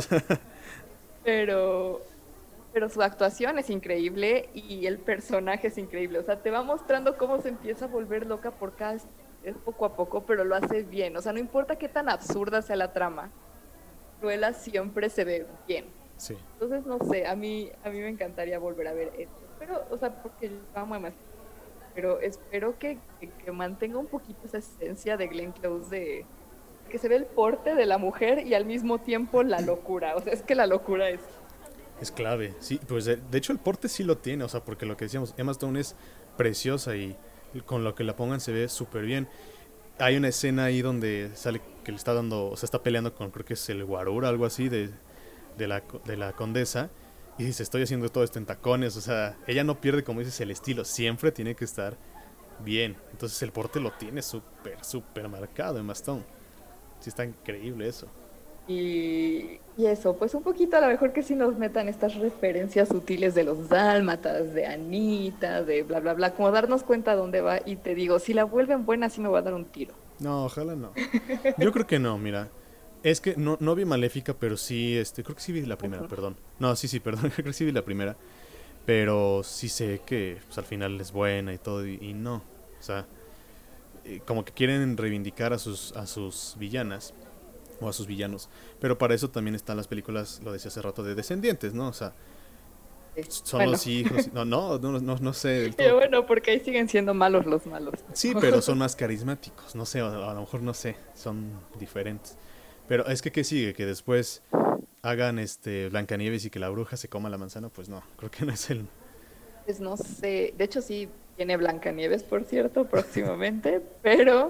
Pero, pero su actuación es increíble y el personaje es increíble. O sea, te va mostrando cómo se empieza a volver loca por cada es poco a poco, pero lo hace bien. O sea, no importa qué tan absurda sea la trama, Cruella siempre se ve bien. Sí. Entonces, no sé, a mí me encantaría volver a ver esto. Pero, o sea, porque yo amo a Emma, pero espero que mantenga un poquito esa esencia de Glenn Close de que se ve el porte de la mujer y al mismo tiempo la locura. O sea, es que la locura es Es clave, sí, pues de hecho el porte sí lo tiene, o sea, porque lo que decíamos, Emma Stone es preciosa y con lo que la pongan se ve súper bien. Hay una escena ahí donde sale que le está dando, o sea, está peleando con, creo que es el guarura, algo así, de la condesa, y dice, estoy haciendo todo esto en tacones, o sea, ella no pierde, como dices, el estilo, siempre tiene que estar bien. Entonces el porte lo tiene súper, súper marcado Emma Stone. Sí está increíble eso. Y eso, pues un poquito a lo mejor que sí nos metan estas referencias sutiles de los dálmatas, de Anita, de bla, bla, bla, como darnos cuenta dónde va. Y te digo, si la vuelven buena, sí me va a dar un tiro. No, ojalá no. Yo creo que no, mira. Es que no vi Maléfica, pero sí, creo que sí vi la primera, Ujú. perdón. No, sí, perdón, creo que sí vi la primera. Pero sí sé que pues, al final es buena y todo, y no. O sea, como que quieren reivindicar a sus villanas o a sus villanos. Pero para eso también están las películas, lo decía hace rato, de descendientes, ¿no? O sea, Sí. son Bueno, los hijos. No sé del pero todo. bueno, porque ahí siguen siendo malos los malos. Sí, pero son más carismáticos. No sé, a lo mejor no sé, son diferentes. Pero es que, ¿qué sigue? Que después hagan Blancanieves y que la bruja se coma la manzana, pues no, creo que no es el... Pues no sé, de hecho sí tiene Blancanieves, por cierto, próximamente, pero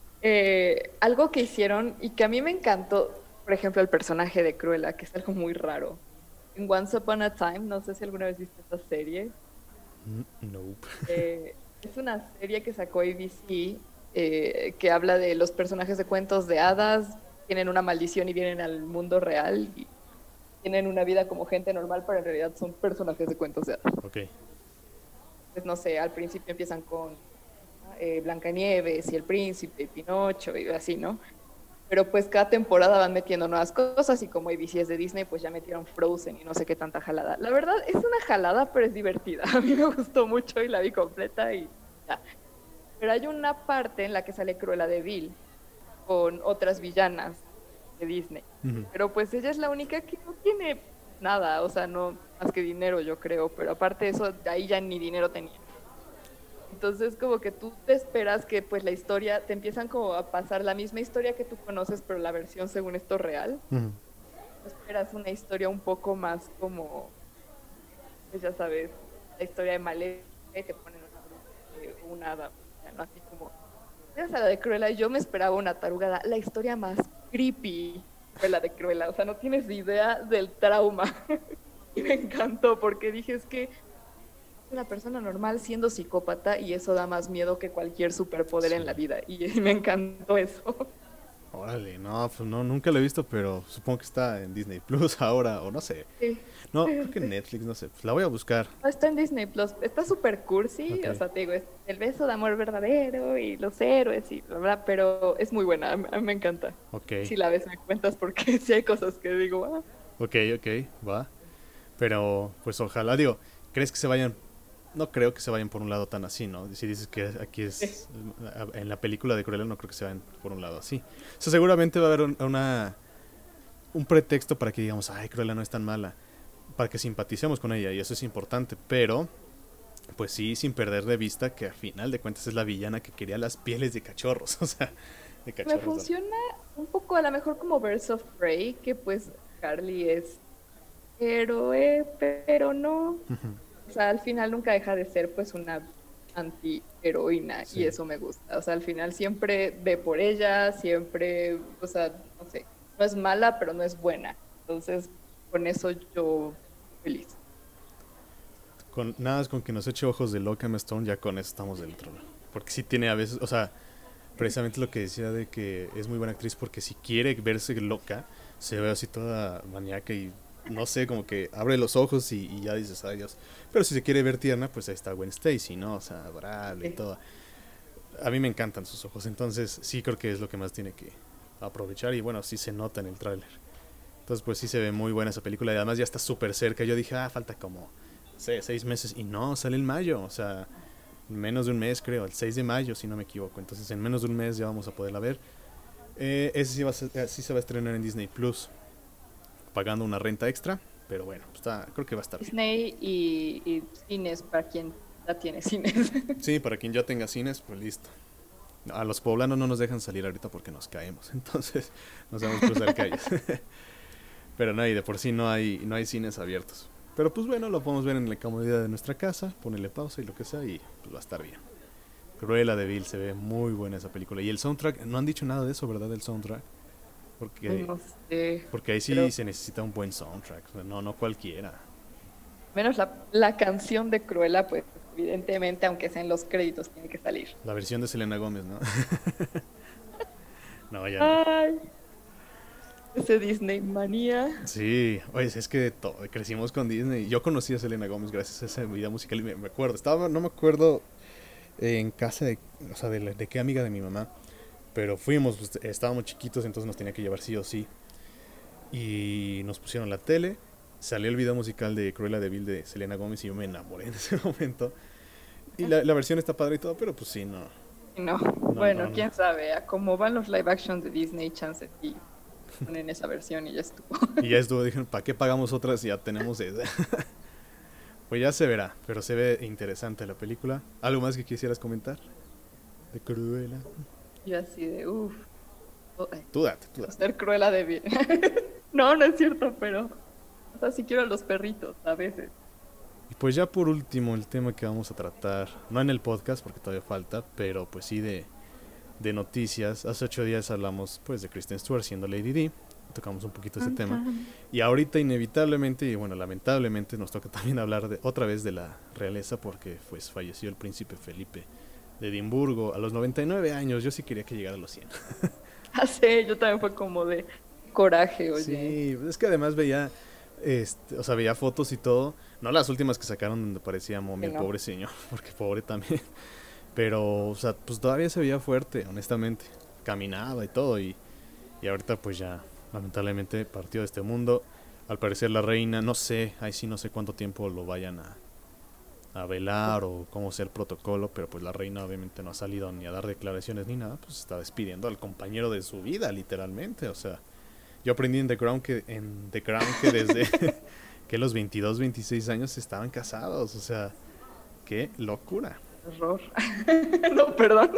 algo que hicieron y que a mí me encantó, por ejemplo, el personaje de Cruella, que es algo muy raro. En Once Upon a Time, no sé si alguna vez viste esta serie, Nope. es una serie que sacó ABC que habla de los personajes de cuentos de hadas, tienen una maldición y vienen al mundo real y tienen una vida como gente normal, pero en realidad son personajes de cuentos de hadas. Ok. Pues no sé, al principio empiezan con Blancanieves y el príncipe y Pinocho y así, ¿no? Pero pues cada temporada van metiendo nuevas cosas y como ABC es de Disney, pues ya metieron Frozen y no sé qué tanta jalada. La verdad es una jalada, pero es divertida. A mí me gustó mucho y la vi completa y ya. Pero hay una parte en la que sale Cruella de Vil con otras villanas de Disney. Ujú. Pero pues ella es la única que no tiene nada, o sea, no más que dinero, yo creo. Pero aparte de eso, de ahí ya ni dinero tenía. Entonces, como que tú te esperas que pues la historia, te empiezan como a pasar la misma historia que tú conoces, pero la versión según esto real. Ujú. Tú esperas una historia un poco más como, pues ya sabes, la historia de Malé, te ponen una bruja, una hada, ¿no? Así como, ya la de Cruella, yo me esperaba una tarugada, la historia más creepy fue la de Cruella, o sea, no tienes idea del trauma. Y me encantó porque dije, es que una persona normal siendo psicópata y eso da más miedo que cualquier superpoder en Sí. la vida. Y me encantó eso. Órale, no, pues no, nunca lo he visto, pero supongo que está en Disney Plus ahora, o no sé. Sí. No, creo que en Netflix, no sé. Pues la voy a buscar. No, está en Disney Plus. Está súper cursi. Ok, O sea, te digo, es el beso de amor verdadero y los héroes y bla, bla, pero es muy buena. A mí me encanta. ok, Si la ves, me cuentas porque sí hay cosas que digo, ah, ok, va. Pero, pues ojalá, digo, ¿crees que se vayan? No creo que se vayan por un lado tan así, ¿no? Si dices que aquí sí. es, en la película de Cruella no creo que se vayan por un lado así. O sea, seguramente va a haber un pretexto para que digamos, ay, Cruella no es tan mala, para que simpaticemos con ella, y eso es importante, pero pues sí, sin perder de vista que a final de cuentas es la villana que quería las pieles de cachorros, o sea, de Me cachorros. funciona un poco a lo mejor como Birds of Prey, que pues Carly es héroe, pero no. O sea, al final nunca deja de ser pues una antiheroína y Sí, eso me gusta. O sea, al final siempre ve por ella, siempre, o sea, no sé, no es mala, pero no es buena. Entonces, con eso yo feliz. nada más con que nos eche ojos de loca Emma Stone, ya con eso estamos del otro lado. Porque sí tiene a veces, o sea, precisamente lo que decía de que es muy buena actriz, porque si quiere verse loca, se ve así toda maníaca y no sé, como que abre los ojos y ya dices adiós. Pero si se quiere ver tierna, pues ahí está Gwen Stacy, ¿no? O sea, adorable y Sí. todo. A mí me encantan sus ojos, entonces sí creo que es lo que más tiene que aprovechar y bueno, sí se nota en el tráiler. Entonces pues sí se ve muy buena esa película y además ya está súper cerca. Yo dije, falta como, no sé, 6 meses y no, sale en mayo, o sea, menos de un mes creo, el 6 de mayo si no me equivoco. Entonces en menos de un mes ya vamos a poderla ver. Ese sí se va a estrenar en Disney Plus, pagando una renta extra, pero bueno, creo que va a estar bien. Disney y cines para quien ya tiene cines. Sí, para quien ya tenga cines, pues listo. A los poblanos no nos dejan salir ahorita porque nos caemos, entonces nos vamos a cruzar calles. Pero no, y de por sí no hay cines abiertos. Pero pues bueno, lo podemos ver en la comodidad de nuestra casa, ponerle pausa y lo que sea y pues va a estar bien. Cruella de Vil se ve muy buena esa película. Y el soundtrack, no han dicho nada de eso, ¿verdad? El soundtrack. Porque, No sé, porque ahí sí pero se necesita un buen soundtrack. O sea, no cualquiera. menos la canción de Cruella, pues evidentemente, aunque sea en los créditos, tiene que salir. La versión de Selena Gómez, ¿no? No, ya no. Ay, Ese Disney manía. Sí, oye, es que crecimos con Disney. Yo conocí a Selena Gómez gracias a ese video musical y me acuerdo. No me acuerdo en casa de, o sea, de qué amiga de mi mamá, pero fuimos, pues, estábamos chiquitos, entonces nos tenía que llevar sí o sí. Y nos pusieron la tele, salió el video musical de Cruella de Vil de Selena Gómez y yo me enamoré en ese momento. Y la versión está padre y todo, pero pues sí, no, No, no, bueno, no, no. quién sabe, a cómo van los live action de Disney, chance y ponen esa versión y ya estuvo. Y ya estuvo, dijeron, ¿para qué pagamos otras si ya tenemos esa? Pues ya se verá, pero se ve interesante la película. ¿Algo más que quisieras comentar? De Cruella. Yo así de, uff, Tú date, tú date. ser cruela de bien. No, no es cierto, pero, o sea, sí quiero a los perritos a veces. Y pues ya por último, el tema que vamos a tratar, no en el podcast porque todavía falta, pero pues sí de noticias. Hace 8 días hablamos pues de Kristen Stewart siendo Lady Di, tocamos un poquito ese tema. Y ahorita inevitablemente, y bueno, lamentablemente nos toca también hablar otra vez de la realeza porque pues falleció el príncipe Felipe de Edimburgo a los 99 años. Yo sí quería que llegara a los 100. Ah, sí, yo también fue como de coraje, oye. Sí, es que además veía, o sea, veía fotos y todo, no las últimas que sacaron donde parecía momia Que el no. pobre señor, porque pobre también, pero, o sea, pues todavía se veía fuerte, honestamente, caminaba y todo, y ahorita pues ya, lamentablemente partió de este mundo. Al parecer la reina, no sé, ahí sí no sé cuánto tiempo lo vayan a velar o cómo sea el protocolo, pero pues la reina obviamente no ha salido ni a dar declaraciones ni nada, pues está despidiendo al compañero de su vida, literalmente, o sea, yo aprendí en The Crown que desde que los 22, 26 años estaban casados, o sea, qué locura. Horror. No, perdón.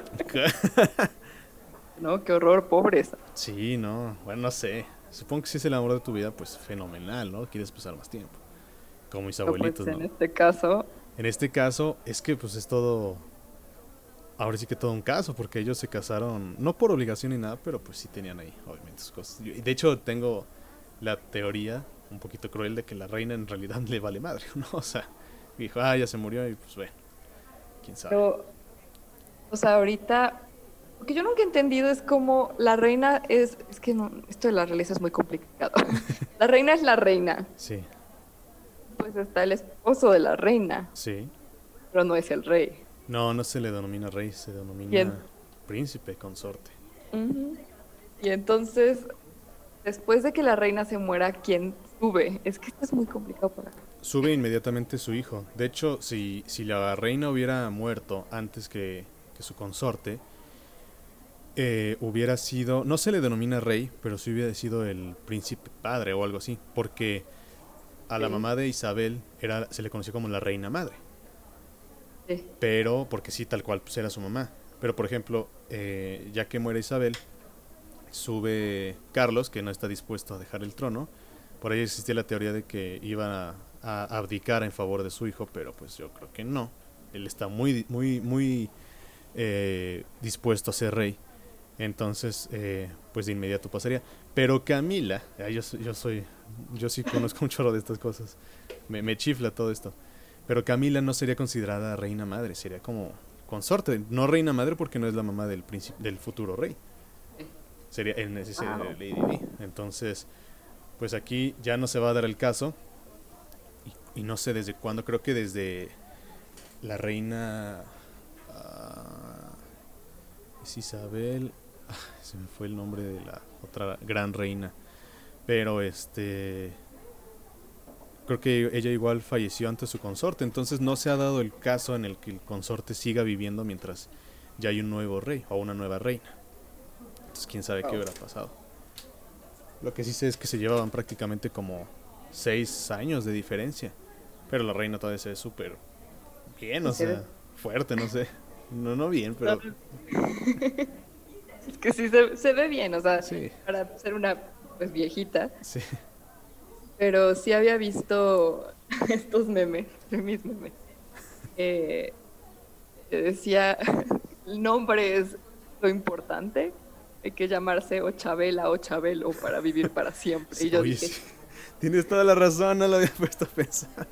No, qué horror, pobres. Sí, no, bueno, no sé, supongo que si es el amor de tu vida, pues fenomenal, ¿no? Quieres pasar más tiempo, como mis No, pues abuelitos, en ¿no? este caso, En este caso, es que pues es todo, ahora sí que todo un caso, porque ellos se casaron, no por obligación ni nada, pero pues sí tenían ahí, obviamente, sus cosas. Y de hecho, tengo la teoría, un poquito cruel, de que la reina en realidad le vale madre, ¿no? O sea, dijo, ah, ya se murió y pues bueno, quién sabe. pero, o sea, ahorita, lo que yo nunca he entendido es cómo la reina es que no, esto de la realeza es muy complicado. La reina es la reina, Sí, pues está el esposo de la reina, sí. pero no es el rey. No, no se le denomina rey, se Y, denomina príncipe, consorte. ujú. Y entonces, después de que la reina se muera, ¿quién sube? Es que esto es muy complicado para mí. Sube inmediatamente su hijo. De hecho, si la reina hubiera muerto antes que su consorte, hubiera sido, no se le denomina rey, pero sí hubiera sido el príncipe padre o algo así, porque a la Sí, mamá de Isabel se le conoció como la reina madre, sí. pero porque sí, tal cual, pues era su mamá. Pero por ejemplo, ya que muere Isabel, sube Carlos, que no está dispuesto a dejar el trono. Por ahí existía la teoría de que iba a abdicar en favor de su hijo, pero pues yo creo que no. Él está muy dispuesto a ser rey. Entonces, pues de inmediato pasaría. Pero Camila, yo sí conozco un chorro de estas cosas. Me chifla todo esto. Pero Camila no sería considerada reina madre, sería como consorte. No reina madre porque no es la mamá del futuro rey. Sería en ese Wow. Lady Di. Entonces, pues aquí ya no se va a dar el caso. Y no sé desde cuándo, creo que desde la reina es Isabel. Se me fue el nombre de la otra gran reina. Pero creo que ella igual falleció ante su consorte. Entonces no se ha dado el caso en el que el consorte siga viviendo mientras ya hay un nuevo rey o una nueva reina. Entonces quién sabe qué Wow. hubiera pasado. Lo que sí sé es que se llevaban prácticamente como 6 años de diferencia. Pero la reina todavía se ve súper bien, Y o se sea, ve- fuerte, no sé. No, no bien, pero Es que sí se ve bien, o sea, sí, para ser una pues viejita, sí. pero sí había visto estos memes, mis memes, eh, que decía, el nombre es lo importante, hay que llamarse o Chabela o Chabelo para vivir para siempre. Sí, Y yo oye, dije, sí. Tienes toda la razón, no lo había puesto a pensar.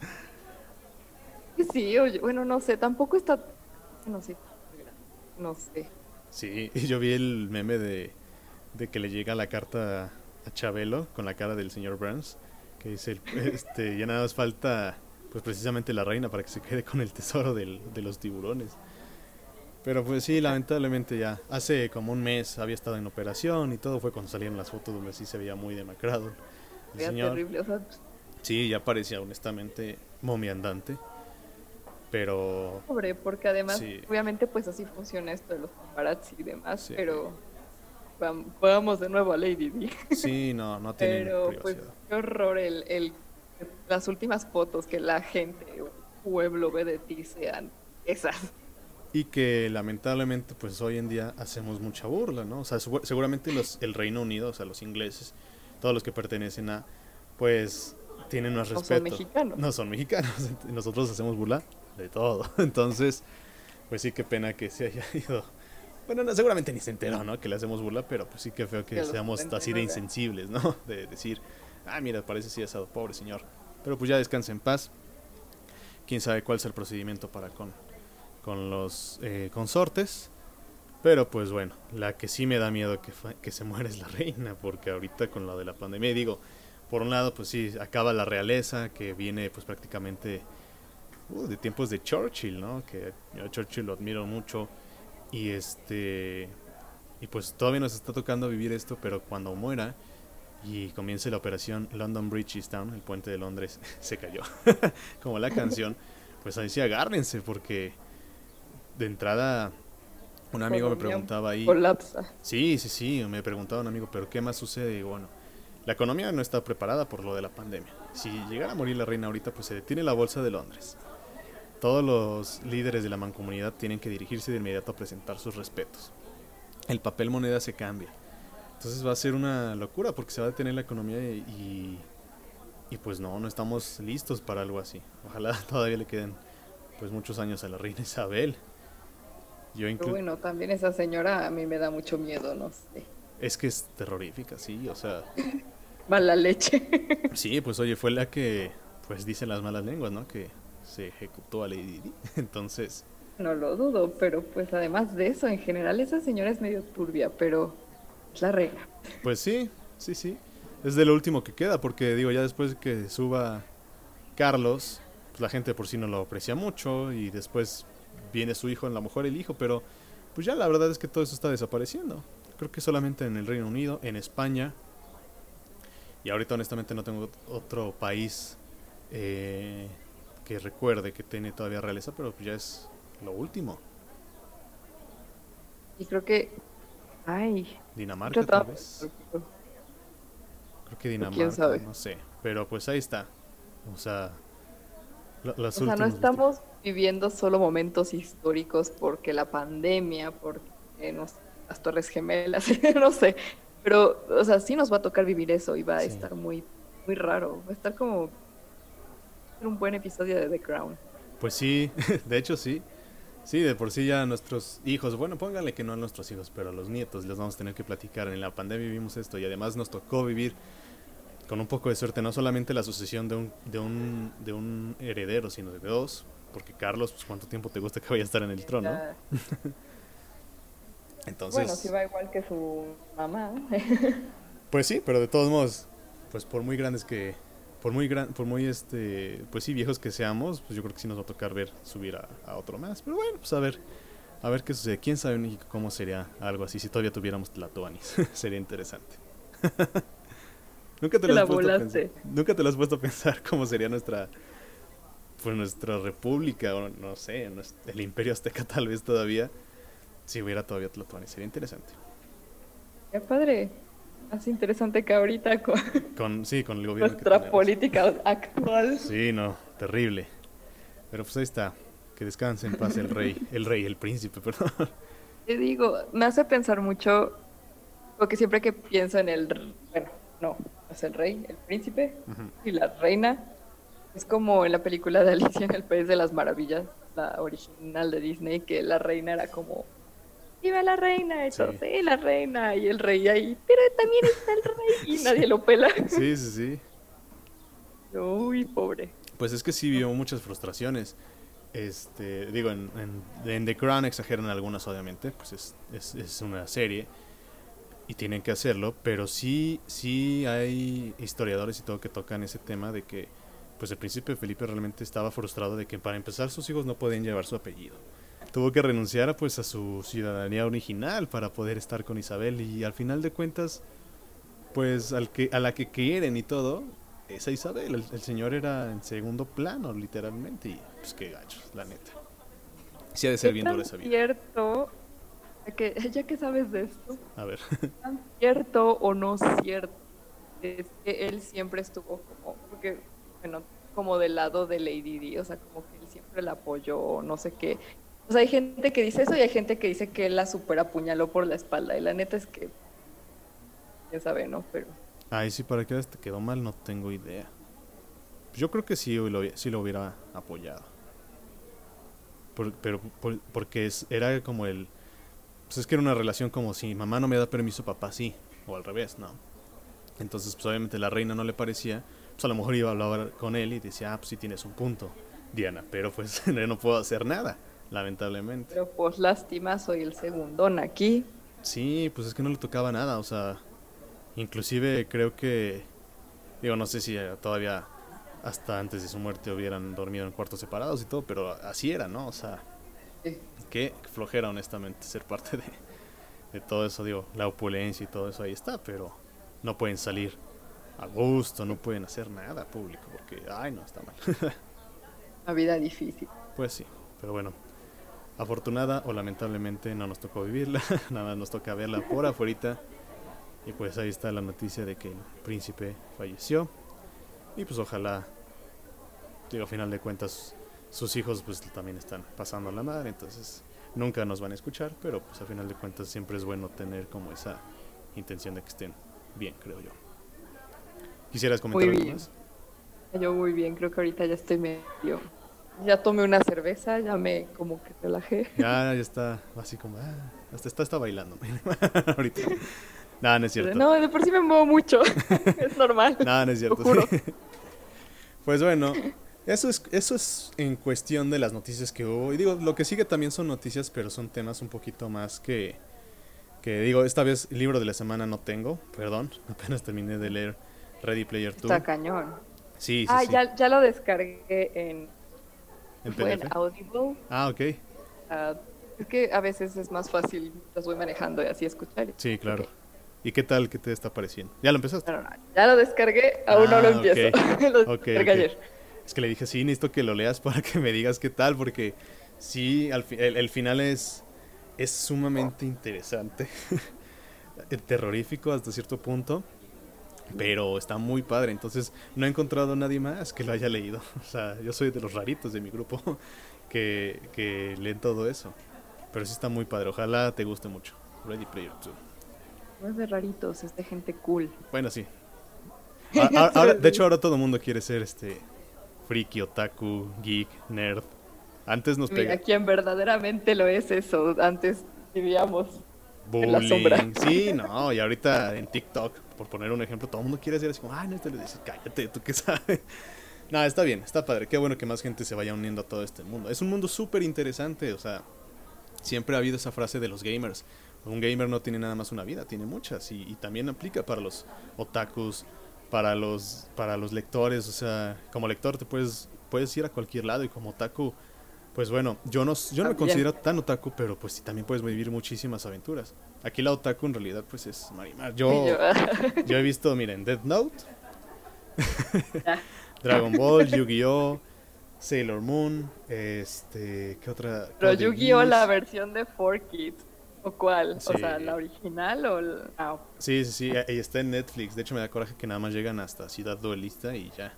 sí, oye, bueno, no sé, tampoco está, no sé, no sé. Sí, y yo vi el meme de que le llega la carta a Chabelo con la cara del señor Burns, que dice, ya nada más falta pues precisamente la reina para que se quede con el tesoro de los tiburones. Pero pues sí, lamentablemente ya hace como un mes había estado en operación y todo, fue cuando salieron las fotos donde sí se veía muy demacrado el Era señor. terrible, o sea, Sí, ya parecía honestamente momia andante, pero pobre, porque además, sí, obviamente, pues así funciona esto de los paparazzi y demás, sí, pero vamos de nuevo a Lady Di. sí, no, no tienen Pero pues privacidad. qué horror las últimas fotos que la gente o el pueblo ve de ti sean esas. Y que lamentablemente pues hoy en día hacemos mucha burla, ¿no? O sea, seguramente el Reino Unido, o sea, los ingleses, todos los que pertenecen a, pues tienen más No son respeto. mexicanos. No son mexicanos, nosotros hacemos burla de todo. Entonces, pues sí, qué pena que se haya ido. Bueno, no, seguramente ni se enteró, ¿no? Que le hacemos burla, pero pues sí que feo Que que los seamos así de 79. insensibles, ¿no? De decir, ah, mira, parece sí asado, pobre señor. Pero pues ya descansa en paz. Quién sabe cuál es el procedimiento para con los consortes. Pero pues bueno, la que sí me da miedo que se muera es la reina, porque ahorita con lo de la pandemia, digo, por un lado pues sí, acaba la realeza, que viene pues prácticamente de tiempos de Churchill, ¿no? Que yo a Churchill lo admiro mucho y y pues todavía nos está tocando vivir esto, pero cuando muera y comience la operación London Bridge is down, el puente de Londres se cayó, como la canción, pues ahí sí agárrense, porque de entrada un amigo me Economía preguntaba ahí, colapsa. sí, sí, sí, me preguntaba un amigo, pero ¿qué más sucede? Y bueno, la economía no está preparada por lo de la pandemia. Si llegara a morir la reina ahorita, pues se detiene la bolsa de Londres. Todos los líderes de la mancomunidad tienen que dirigirse de inmediato a presentar sus respetos. El papel moneda se cambia. Entonces va a ser una locura porque se va a detener la economía y pues no estamos listos para algo así. Ojalá todavía le queden pues muchos años a la reina Isabel. Yo Pero bueno, también esa señora a mí me da mucho miedo, no sé. Es que es terrorífica, sí, o sea, Mala leche. sí, pues oye, fue la que pues dicen las malas lenguas, ¿no? Que se ejecutó a Lady Di. Entonces, No lo dudo, pero pues además de eso, en general esa señora es medio turbia, pero es la reina. pues sí, sí, sí. Es de lo último que queda, porque digo, ya después que suba Carlos, pues la gente por sí no lo aprecia mucho y después viene su hijo, a lo mejor el hijo, pero pues ya la verdad es que todo eso está desapareciendo. Creo que solamente en el Reino Unido, en España, y ahorita honestamente no tengo otro país eh, que recuerde que tiene todavía realeza, pero pues ya es lo último. Y creo que, ay, estoy Dinamarca tal tratando de vez. pensar, Creo que pero quién Dinamarca, sabe. no sé. Pero pues ahí está. O sea, los O sea, no últimos vestigios. estamos viviendo solo momentos históricos porque la pandemia, porque no sé, las Torres Gemelas, no sé. Pero, o sea, sí nos va a tocar vivir eso y va a Sí. estar muy, muy raro. Va a estar como un buen episodio de The Crown. Pues sí, de hecho sí. Sí, de por sí ya nuestros hijos, bueno, pónganle que no a nuestros hijos, pero a los nietos les vamos a tener que platicar. En la pandemia vivimos esto y además nos tocó vivir con un poco de suerte no solamente la sucesión de un heredero, sino de dos. Porque Carlos, pues cuánto tiempo te gusta que vaya a estar en el trono. Ya, bueno, sí Entonces, va igual que su mamá. pues sí, pero de todos modos, pues por muy grandes que, por muy pues sí, viejos que seamos, pues yo creo que sí nos va a tocar ver subir a otro más. Pero bueno, pues a ver qué sucede. Quién sabe en México cómo sería algo así si todavía tuviéramos Tlatoanis. Sería interesante. Nunca te Te lo has la puesto a pensar. volaste. Nunca te lo has puesto a pensar cómo sería pues nuestra república o no sé, el Imperio Azteca tal vez todavía, si hubiera todavía Tlatoanis. Sería interesante. Qué padre. Más interesante que ahorita con Sí, con el gobierno que nuestra tenemos. política actual. Sí, no, terrible. Pero pues ahí está. Que descanse en paz el príncipe, perdón. Te digo, me hace pensar mucho, porque siempre que pienso en bueno, no, es el rey, el príncipe Ujú. y la reina, es como en la película de Alicia en el País de las Maravillas, la original de Disney, que la reina era como, ¡viva la reina! Y todos, Sí, ¡sí, la reina! Y el rey ahí, pero también está el rey, y nadie lo pela. sí, sí, sí. Uy, pobre. Pues es que sí vio muchas frustraciones. Digo, en The Crown exageran algunas, obviamente, pues es una serie. y tienen que hacerlo, pero sí hay historiadores y todo que tocan ese tema de que pues el príncipe Felipe realmente estaba frustrado de que para empezar sus hijos no podían llevar su apellido. Tuvo que renunciar pues a su ciudadanía original para poder estar con Isabel, y al final de cuentas pues a la que quieren y todo es a Isabel. El señor era en segundo plano literalmente, y pues qué gachos, la neta. Sí ha de ser ¿Qué bien dura tan esa vida. cierto, ya que sabes de esto, A ver. tan cierto o no cierto es que él siempre estuvo como, porque, bueno, como del lado de Lady Di, o sea, como que él siempre la apoyó, no sé qué. O sea, hay gente que dice eso y hay gente que dice que él la super apuñaló por la espalda. Y la neta es que, quién sabe, ¿no? Pero Ay, sí, para qué te quedó mal, no tengo idea. Yo creo que sí lo hubiera apoyado. Porque era como el... Pues es que era una relación como si mamá no me da permiso, papá sí. O al revés, ¿no? Entonces, pues obviamente la reina no le parecía. Pues a lo mejor iba a hablar con él y decía, ah, pues sí tienes un punto, Diana. Pero pues yo no puedo hacer nada, lamentablemente. pero pues lástima, soy el segundón aquí. Sí, pues es que no le tocaba nada, o sea... Inclusive creo que... Digo, no sé si todavía hasta antes de su muerte hubieran dormido en cuartos separados y todo, pero así era, ¿no? O sea, Sí. qué flojera honestamente ser parte de todo eso, digo, la opulencia y todo eso ahí está, pero no pueden salir a gusto, no pueden hacer nada público, porque, ay, no, está mal. Una vida difícil. Pues sí, pero bueno, afortunada o lamentablemente no nos tocó vivirla, nada más nos toca verla por afuerita, y pues ahí está la noticia de que el príncipe falleció, y pues ojalá, digo, a final de cuentas, sus hijos pues también están pasando la madre, entonces nunca nos van a escuchar, pero pues a final de cuentas siempre es bueno tener como esa intención de que estén bien, creo yo. ¿Quisieras comentar Muy algo bien. más? Yo muy bien, creo que ahorita ya estoy medio. Ya tomé una cerveza, ya me como que relajé. Ya está así como, hasta está bailando ahorita. Nada, no es cierto. No, de por sí me muevo mucho. Es normal, Nada, no es lo cierto, sí. juro. Pues bueno, eso es en cuestión de las noticias que hubo. Y digo, lo que sigue también son noticias, pero son temas un poquito más que digo, esta vez libro de la semana no tengo, perdón, apenas terminé de leer Ready Player 2. Está cañón. Sí, sí, Ah, sí. ya lo descargué ¿En fue en PDF? Audible. Ah, ok. Ah, es que a veces es más fácil, las voy manejando y así escuchar. Sí, Ok, claro. ¿Y qué tal? ¿Qué te está pareciendo? ¿Ya lo empezaste? no, ya lo descargué, aún no lo Ah, empiezo. ok. Lo Ok, descargué ok. ayer. Es que le dije, sí, necesito que lo leas para que me digas qué tal, porque sí, el final es sumamente interesante. Terrorífico hasta cierto punto, pero está muy padre. Entonces, no he encontrado a nadie más que lo haya leído. O sea, yo soy de los raritos de mi grupo que leen todo eso. Pero sí está muy padre. Ojalá te guste mucho. Ready Player 2. No es de raritos, es de gente cool. Bueno, sí. Ahora, de hecho, ahora todo el mundo quiere ser friki, otaku, geek, nerd. Antes nos Mira, pega quien verdaderamente lo es eso. Antes vivíamos en la sombra. bullying. Sí, no, y ahorita en TikTok, por poner un ejemplo, todo el mundo quiere ser así como, no te lo dices, cállate, tú qué sabes. No, está bien, está padre. Qué bueno que más gente se vaya uniendo a todo este mundo. Es un mundo súper interesante, o sea, siempre ha habido esa frase de los gamers. Un gamer no tiene nada más una vida, tiene muchas. Y también aplica para los otakus, para los lectores. O sea, como lector te puedes ir a cualquier lado, y como otaku, pues bueno, yo no me También. considero tan otaku, pero pues sí, también puedes vivir muchísimas aventuras. Aquí la otaku en realidad pues es Marimar. Y yo, Yo he visto, miren, Death Note, ya. Dragon Ball, Yu-Gi-Oh, Sailor Moon, ¿qué otra? Pero Code Yu-Gi-Oh, la Geass. versión de 4Kids. ¿O cuál? O sea, Sí, ¿la original o sí, sí, sí, y está en Netflix. De hecho me da coraje que nada más llegan hasta Ciudad Duelista y ya.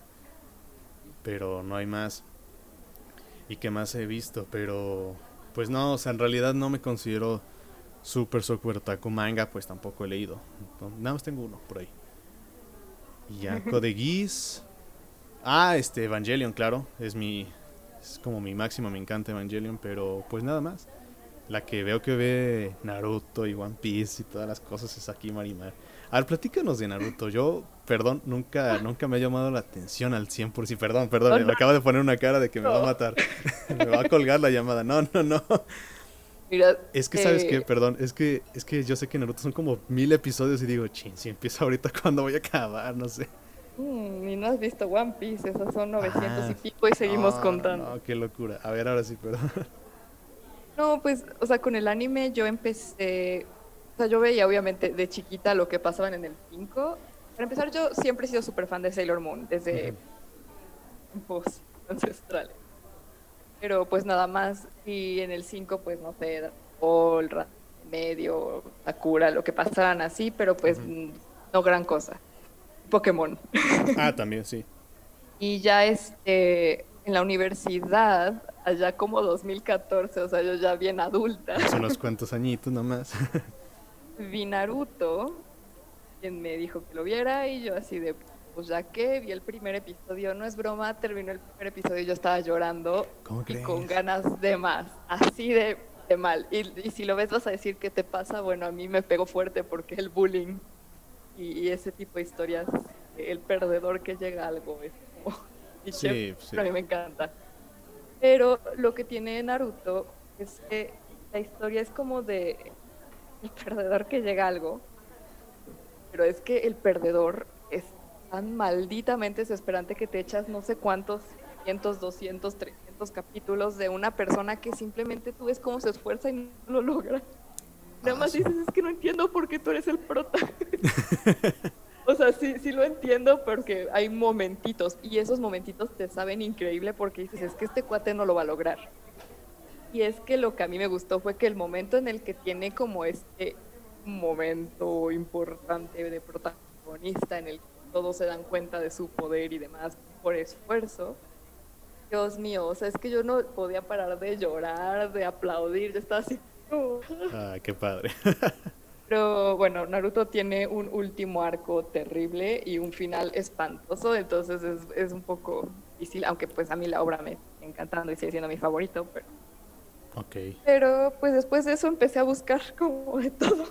Pero no hay más. ¿Y qué más he visto? Pero pues no, o sea, en realidad no me considero super otaku. Manga pues tampoco he leído. Nada más tengo uno por ahí. Y ya, Code Geass. Ah, Evangelion, claro. Es como mi máximo, me encanta Evangelion, pero pues nada más. La que veo que ve Naruto y One Piece y todas las cosas es aquí Marimar. A ver, platícanos de Naruto. Yo, perdón, nunca me ha llamado la atención al 100%. Perdón, Oh, me no, acaba de poner una cara de que me va a matar. Me va a colgar la llamada. No, no, no. Mira, Es que, ¿sabes qué? Perdón, es que yo sé que Naruto son como 1000 episodios y digo, chin, si empiezo ahorita, ¿cuándo voy a acabar? No sé. y no has visto One Piece, esas son 900 y Ah, pico y seguimos no, no, contando. no, qué locura. A ver, ahora sí, perdón. No, pues, o sea, con el anime yo empecé, o sea, yo veía obviamente de chiquita lo que pasaban en el 5. Para empezar, yo siempre he sido súper fan de Sailor Moon, Ujú. desde tiempos ancestrales. Pero pues nada más, y en el 5 pues no sé, Ball, Medio, Sakura, lo que pasaran así, pero pues Ujú. no gran cosa. Pokémon. Ah, también, sí. Y ya en la universidad, allá como 2014, o sea, yo ya bien adulta, Hace unos cuantos añitos nomás. vi Naruto, quien me dijo que lo viera y yo así de, pues ya que vi el primer episodio, no es broma, terminó el primer episodio y yo estaba llorando ¿Cómo y con crees? ganas de más, así de mal. Y si lo ves vas a decir qué te pasa, bueno, a mí me pegó fuerte porque el bullying y ese tipo de historias, el perdedor que llega a algo es como cliché, Sí, sí. pero a mí me encanta. Pero lo que tiene Naruto es que la historia es como de el perdedor que llega a algo, pero es que el perdedor es tan malditamente desesperante que te echas no sé cuántos, 100, 200, 300 capítulos de una persona que simplemente tú ves cómo se esfuerza y no lo logra. Nada Ah, más su- dices, es que no entiendo por qué tú eres el prota. O sea, sí, sí lo entiendo porque hay momentitos y esos momentitos te saben increíble porque dices, es que este cuate no lo va a lograr. Y es que lo que a mí me gustó fue que el momento en el que tiene como este momento importante de protagonista en el que todos se dan cuenta de su poder y demás por esfuerzo, Dios mío, o sea, es que yo no podía parar de llorar, de aplaudir, yo estaba así. "Oh". ah, qué padre. Pero bueno, Naruto tiene un último arco terrible y un final espantoso, entonces es un poco difícil, aunque pues a mí la obra me está encantando y sigue siendo mi favorito, Ok. pero pues después de eso empecé a buscar como de todo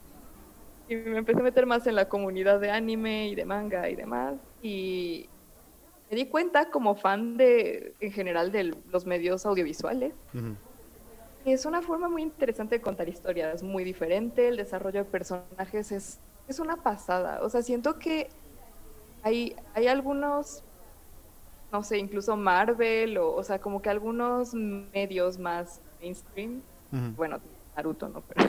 y me empecé a meter más en la comunidad de anime y de manga y demás y me di cuenta como fan de en general de los medios audiovisuales. Ujú. Es una forma muy interesante de contar historias, muy diferente, el desarrollo de personajes es una pasada, o sea, siento que hay algunos, no sé, incluso Marvel o sea, como que algunos medios más mainstream, Ujú. bueno, Naruto, ¿no? Pero,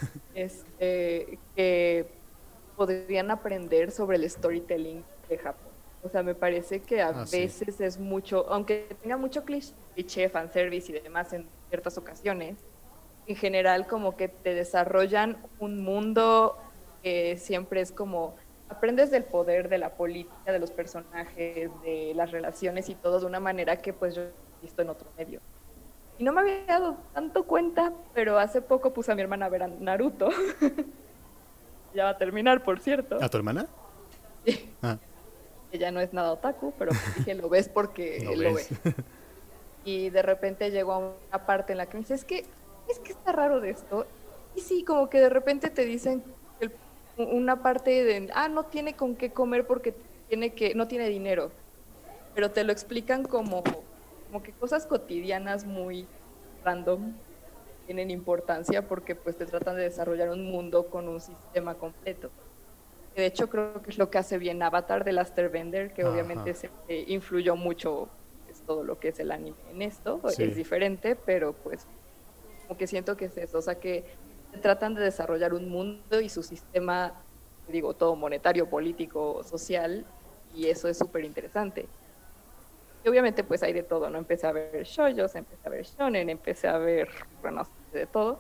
que podrían aprender sobre el storytelling de Japón. O sea, me parece que a Ah, sí. veces es mucho, aunque tenga mucho cliché, fanservice y demás en ciertas ocasiones, en general como que te desarrollan un mundo que siempre es como aprendes del poder, de la política, de los personajes, de las relaciones y todo de una manera que pues yo he visto en otro medio. Y no me había dado tanto cuenta, pero hace poco puse a mi hermana a ver a Naruto. Ya va a terminar, por ¿A cierto. tu hermana? Sí, Ah, ella no es nada otaku, pero pues dije, lo ves porque ¿lo lo ves? ve. Y de repente llegó a una parte en la que me dice, es que está raro de esto. Y sí, como que de repente te dicen una parte de, no tiene con qué comer porque no tiene dinero, pero te lo explican como que cosas cotidianas muy random tienen importancia porque pues te tratan de desarrollar un mundo con un sistema completo. De hecho, creo que es lo que hace bien Avatar de Last Airbender, que Ajá. obviamente se influyó mucho pues, todo lo que es el anime en esto. Es Sí. diferente, pero pues como que siento que es eso. O sea, que se tratan de desarrollar un mundo y su sistema, digo, todo monetario, político, social, y eso es súper interesante. Y obviamente pues hay de todo, ¿no? Empecé a ver shoujos, empecé a ver shonen, empecé a ver, bueno, de todo.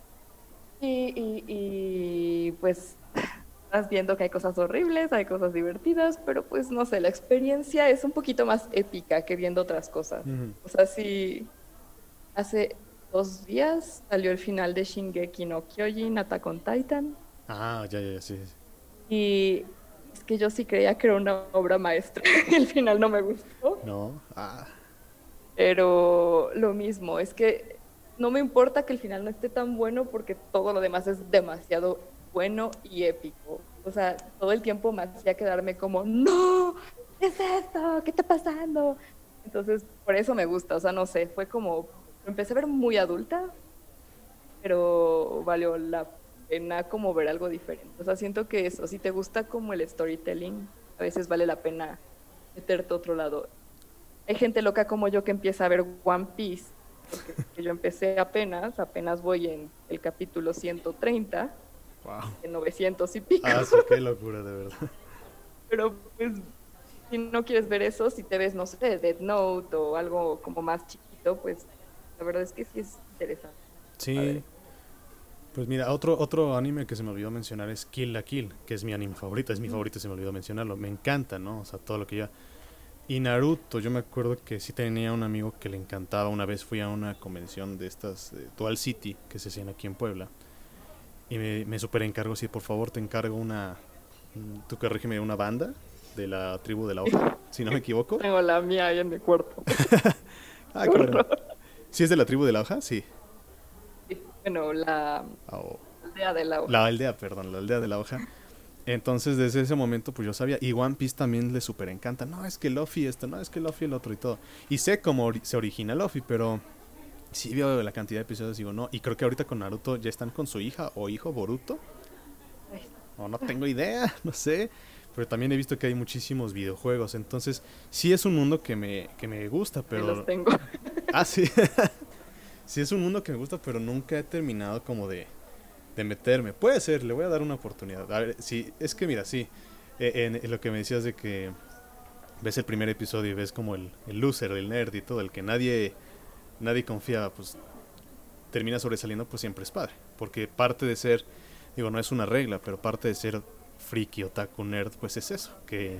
Pues vas viendo que hay cosas horribles, hay cosas divertidas, pero pues no sé, la experiencia es un poquito más épica que viendo otras cosas. Ujú. O sea, sí, hace 2 días salió el final de Shingeki no Kyojin, Attack on Titan, Ah, ya, ya, ya, sí, sí. y es que yo sí creía que era una obra maestra. El final no me gustó, No. Ah. pero lo mismo, es que no me importa que el final no esté tan bueno porque todo lo demás es demasiado bueno y épico. O sea, todo el tiempo me hacía quedarme como, no, ¿qué es esto? ¿Qué está pasando? Entonces, por eso me gusta, o sea, no sé, fue como, lo empecé a ver muy adulta pero valió la pena como ver algo diferente. O sea, siento que eso, si te gusta como el storytelling, a veces vale la pena meterte a otro lado. Hay gente loca como yo que empieza a ver One Piece, porque yo empecé apenas voy en el capítulo 130, Wow. en 900 y pico. Ah, sí, qué locura, de verdad. Pero pues si no quieres ver eso, si te ves, no sé, Death Note o algo como más chiquito, pues la verdad es que sí es interesante. Sí, Padre. pues mira, otro anime que se me olvidó mencionar es Kill la Kill, que es mi anime favorito, es mi favorito, se me olvidó mencionarlo, me encanta, ¿no? O sea, todo lo que ya... Y Naruto, yo me acuerdo que sí tenía un amigo que le encantaba, una vez fui a una convención de estas, Dual City, que se hacían aquí en Puebla, y me super encargo, sí, por favor, te encargo tú corrígeme, una banda de la tribu de la hoja, si no me equivoco. Tengo la mía ahí en mi cuarto. Ah, Qué qué bueno. horror. ¿Sí es de la tribu de la hoja? Sí. Sí, bueno, la Ah, o aldea de la la hoja. aldea, perdón, la aldea de la hoja. Entonces, desde ese momento, pues yo sabía. Y One Piece también le super encanta. No, es que Luffy esto, no, es que Luffy el otro y todo. Y sé cómo se origina Luffy, pero sí veo la cantidad de episodios y digo, no. Y creo que ahorita con Naruto ya están con su hija o hijo Boruto. Ay, O no tengo idea, no sé. Pero también he visto que hay muchísimos videojuegos. Entonces, sí es un mundo que me gusta, ahí los pero... tengo. Ah, sí. Sí es un mundo que me gusta, pero nunca he terminado como de meterme. Puede ser, le voy a dar una oportunidad. A ver, sí, es que mira, sí. En lo que me decías de que ves el primer episodio y ves como el loser, el nerd y todo, el que nadie confía, pues termina sobresaliendo, pues siempre es padre. Porque parte de ser, digo, no es una regla, pero parte de ser friki, otaku, nerd, pues es eso. Que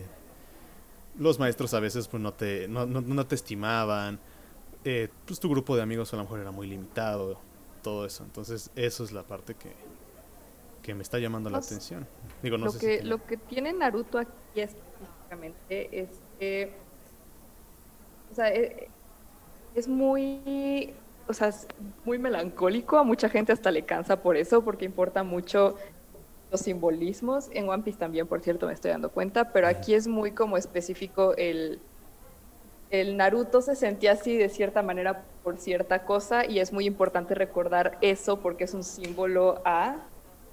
los maestros a veces pues no te estimaban. Pues tu grupo de amigos a lo mejor era muy limitado. Todo eso. Entonces, eso es la parte que me está llamando la No sé, atención. Digo, no sé si tiene... lo que tiene Naruto aquí específicamente es que, o sea, es muy, o sea, es muy melancólico. A mucha gente hasta le cansa por eso, porque importa mucho los simbolismos. En One Piece también, por cierto, me estoy dando cuenta, pero aquí es muy como específico el Naruto se sentía así de cierta manera por cierta cosa y es muy importante recordar eso porque es un símbolo a...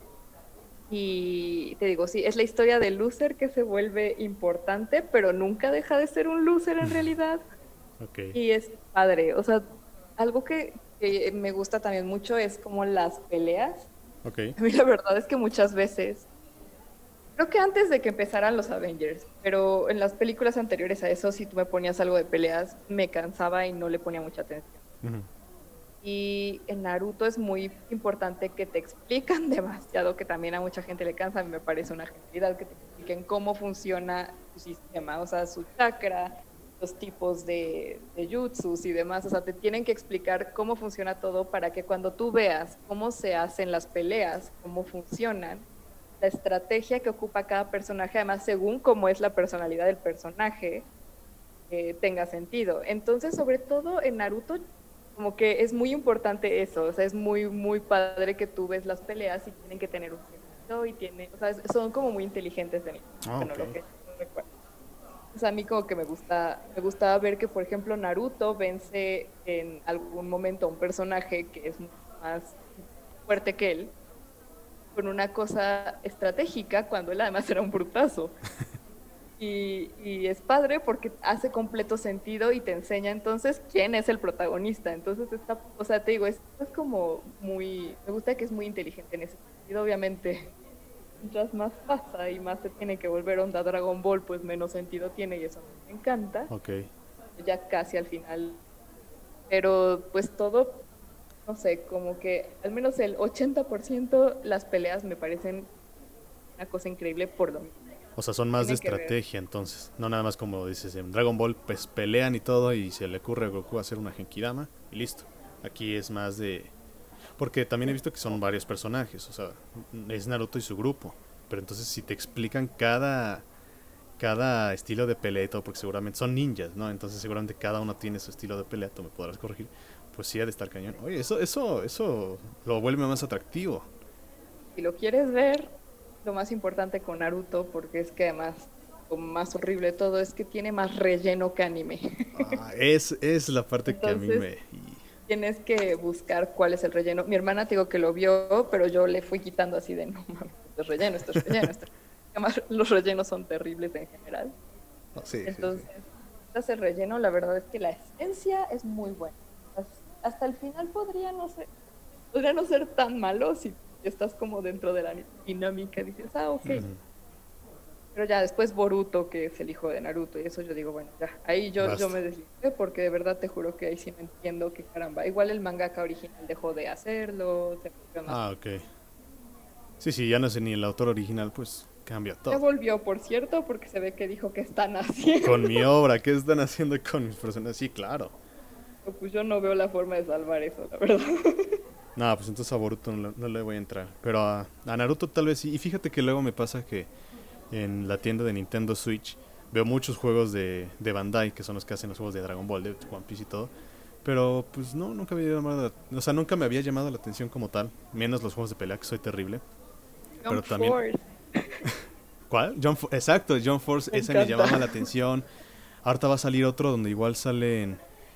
Y te digo, sí, es la historia del loser que se vuelve importante, pero nunca deja de ser un loser en realidad. Ok, Y es padre, o sea, algo que me gusta también mucho es como las peleas. ok. A mí la verdad es que muchas veces, creo que antes de que empezaran los Avengers, pero en las películas anteriores a eso, si tú me ponías algo de peleas, me cansaba y no le ponía mucha atención. Ujú. Y en Naruto es muy importante que te explican demasiado, que también a mucha gente le cansa, a mí me parece una genialidad que te expliquen cómo funciona su sistema, o sea, su chakra, los tipos de jutsus y demás, o sea, te tienen que explicar cómo funciona todo para que cuando tú veas cómo se hacen las peleas, cómo funcionan, la estrategia que ocupa cada personaje, además según cómo es la personalidad del personaje, tenga sentido. Entonces, sobre todo en Naruto, como que es muy importante eso, o sea, es muy, muy padre que tú ves las peleas y tienen que tener un sentido y tiene, o sea, son como muy inteligentes de mí, Ah, bueno, ok. lo que recuerdo. O sea, a mí como que me gustaba ver que, por ejemplo, Naruto vence en algún momento a un personaje que es mucho más fuerte que él, con una cosa estratégica, cuando él además era un brutazo. Y es padre porque hace completo sentido y te enseña entonces quién es el protagonista. Entonces está, o sea, te digo, es como muy, me gusta que es muy inteligente en ese sentido. Obviamente, mientras más pasa y más se tiene que volver onda Dragon Ball, pues menos sentido tiene y eso me encanta. Ok. Ya casi al final. Pero pues todo, no sé, como que al menos el 80% las peleas me parecen una cosa increíble por lo mismo. O sea, son más de Tienen que ver. estrategia entonces. No nada más como dices, en Dragon Ball pues pelean y todo y se le ocurre a Goku hacer una Genkidama y listo. Aquí es más de... Porque también he visto que son varios personajes, o sea, es Naruto y su grupo. Pero entonces si te explican cada estilo de pelea y todo, porque seguramente son ninjas, ¿no? Entonces seguramente cada uno tiene su estilo de pelea, tú me podrás corregir. Pues sí, ha de estar cañón. Oye, eso lo vuelve más atractivo. Si lo quieres ver, lo más importante con Naruto, porque es que además lo más horrible de todo es que tiene más relleno que anime. Es la parte que a mí Entonces, me... tienes que buscar cuál es el relleno. Mi hermana te digo que lo vio, pero yo le fui quitando así de no mames, esto es relleno, esto es relleno, esto es... Además, los rellenos son terribles en general. Oh, sí, sí, sí. Entonces, quitas el relleno, la verdad es que la esencia es muy buena. Hasta el final podría no ser tan malo si estás como dentro de la dinámica y dices, ah, ok. Mm, Pero ya después Boruto, que es el hijo de Naruto, y eso yo digo, bueno, ya, ahí yo basta. me desligué porque de verdad te juro que ahí sí no entiendo que caramba. Igual el mangaka original dejó de hacerlo, se volvió más... Ah, ok. Sí, sí, ya no sé ni el autor original, pues cambia Ya todo. volvió, por cierto, porque se ve que dijo que están haciendo. Con mi obra, ¿qué están haciendo con mis personas? Sí, claro. Pues yo no veo la forma de salvar eso, la verdad. No, pues entonces a Boruto no le voy a entrar. Pero a Naruto tal vez sí. Y fíjate que luego me pasa que en la tienda de Nintendo Switch veo muchos juegos de Bandai, que son los que hacen los juegos de Dragon Ball, de One Piece y todo. Pero pues no, nunca me había llamado o sea, nunca me había llamado la atención como tal. Menos los juegos de pelea, que soy terrible. Pero Jump también... Force, ¿Cuál? Exacto, John Force, me ese me encanta. llamaba la atención. Ahorita va a salir otro donde igual salen...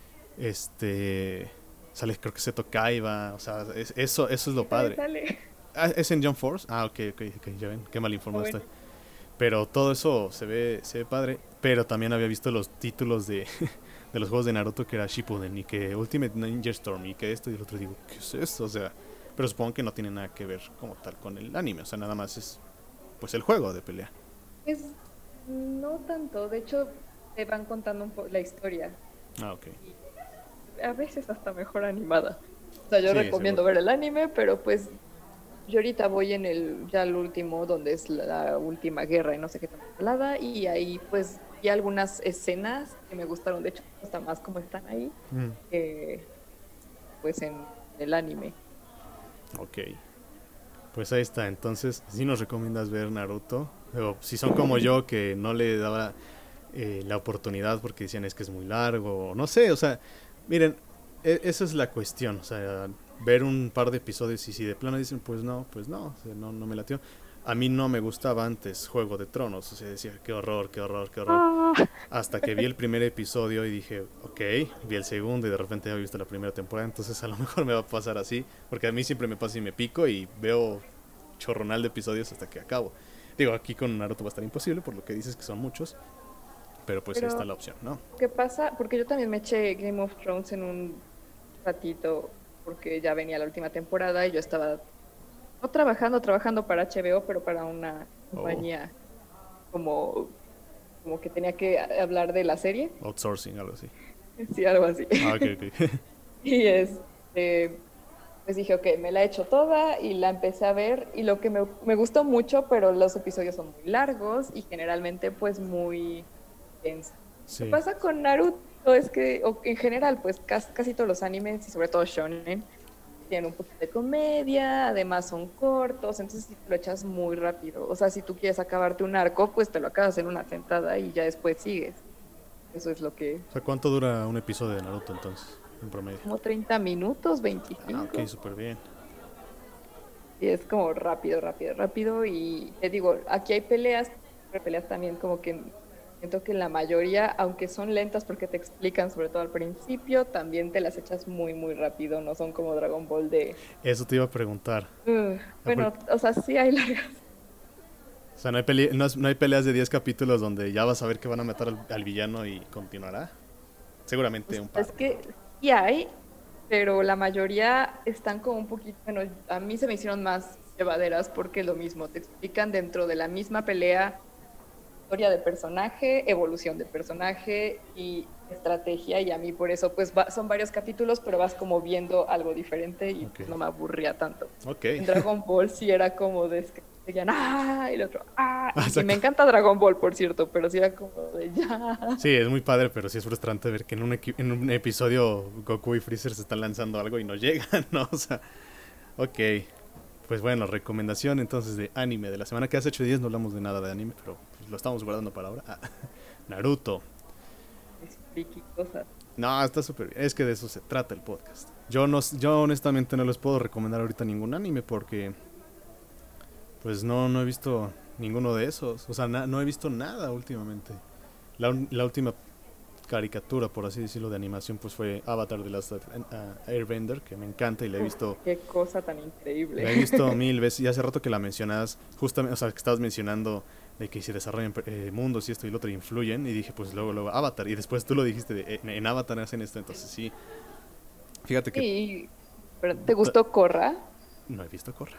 Este... Sale creo que Seto Kaiba. O sea, eso es lo Sale, padre. sale. Ah, ¿es en Jump Force? Ah, ok, ok, ya ven, qué mal Ah, informado estoy. bueno. Pero todo eso se ve padre. Pero también había visto los títulos de los juegos de Naruto que era Shippuden y que Ultimate Ninja Storm y que esto y el otro. Digo, ¿qué es esto? O sea, pero supongo que no tiene nada que ver como tal con el anime. O sea, nada más es pues el juego de pelea. Pues no tanto, de hecho te van contando un poco la historia Ah, ok. y a veces hasta mejor animada. O sea, yo Sí, recomiendo seguro. ver el anime, pero pues yo ahorita voy en ya el último, donde es la última guerra y no sé qué tan hablada, y ahí pues vi algunas escenas que me gustaron, de hecho, hasta más como están ahí, Mm, que pues en el anime. ok. Pues ahí está. Entonces, si nos recomiendas ver Naruto. O si son como yo que no le daba la oportunidad porque decían es que es muy largo. O no sé, o sea, miren, esa es la cuestión. O sea, ver un par de episodios y si de plano dicen pues no, o sea, no me latió. A mí no me gustaba antes Juego de Tronos. O sea, decía, qué horror, qué horror, qué horror. Ah, Hasta que vi el primer episodio y dije, ok, vi el segundo y de repente ya había visto la primera temporada, entonces a lo mejor me va a pasar así, porque a mí siempre me pasa y me pico y veo chorronal de episodios hasta que acabo. Digo, aquí con Naruto va a estar imposible por lo que dices que son muchos, pero pues ahí está pero la opción, ¿no? ¿qué pasa? Porque yo también me eché Game of Thrones en un ratito, porque ya venía la última temporada y yo estaba no trabajando para HBO, pero para una O compañía como, como que tenía que hablar de la serie, outsourcing, algo así. sí, algo así. Ah, ok, ok. Y pues dije, ok, me la he hecho toda y la empecé a ver y lo que me gustó mucho, pero los episodios son muy largos y generalmente pues muy densos. ¿Qué Sí, pasa con Naruto? Es que o en general pues casi todos los animes y sobre todo shonen tienen un poquito de comedia, además son cortos, entonces si te lo echas muy rápido. O sea, si tú quieres acabarte un arco, pues te lo acabas en una sentada y ya después sigues. Eso es lo que... o sea, ¿cuánto dura un episodio de Naruto entonces, en promedio? Como 30 minutos, Ah, ok, 25. súper bien. Y es como rápido, rápido, rápido. Y te digo, aquí hay peleas, pero peleas también como que siento que la mayoría, aunque son lentas porque te explican sobre todo al principio, también te las echas muy, muy rápido. No son como Dragon Ball de... Eso te iba a preguntar. Bueno, o sea, sí hay largas. O sea, no hay peleas de 10 capítulos donde ya vas a ver que van a matar al villano y continuará. Seguramente un par. Es que sí hay, pero la mayoría están como un poquito, bueno, a mí se me hicieron más llevaderas porque es lo mismo, te explican dentro de la misma pelea historia de personaje, evolución de personaje y estrategia y a mí por eso pues son varios capítulos, pero vas como viendo algo diferente y Ok, pues, no me aburría tanto. ok. En Dragon Ball sí era como de que seguían, ¡ah! Y el otro, ¡ah! Ah, Y me exacto. encanta Dragon Ball, por cierto, pero sí era como de ya. Sí, es muy padre, pero sí es frustrante ver que en un episodio Goku y Freezer se están lanzando algo y no llegan, ¿no? O sea, ok. Pues bueno, recomendación entonces de anime de la semana que hace 8 días no hablamos de nada de anime, pero pues, lo estamos guardando para ahora. Ah, Naruto. Expliqué cosas. No, está súper bien. Es que de eso se trata el podcast. Yo honestamente no les puedo recomendar ahorita ningún anime porque pues no he visto ninguno de esos. O sea, no he visto nada últimamente. La última caricatura, por así decirlo, de animación, pues fue Avatar de Last Airbender, que me encanta y la he visto. Qué cosa tan increíble. La he visto mil veces y hace rato que la mencionabas, justamente, o sea, que estabas mencionando de que se desarrollan mundos y esto y lo otro influyen, y dije, pues luego Avatar, y después tú lo dijiste, en Avatar hacen esto, entonces sí, fíjate que Sí, pero ¿te gustó Korra? no he visto Korra.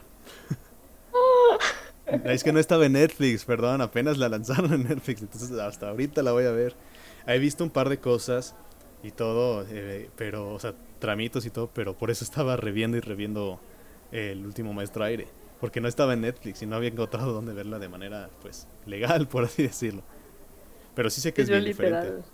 Es que no estaba en Netflix, perdón, apenas la lanzaron en Netflix, entonces hasta ahorita la voy a ver. He visto un par de cosas y todo, pero, o sea, tramitos y todo, pero por eso estaba reviendo y reviendo el último Maestro Aire, porque no estaba en Netflix y no había encontrado dónde verla de manera, pues, legal, por así decirlo. Pero sí sé que es Yo bien diferente. literal,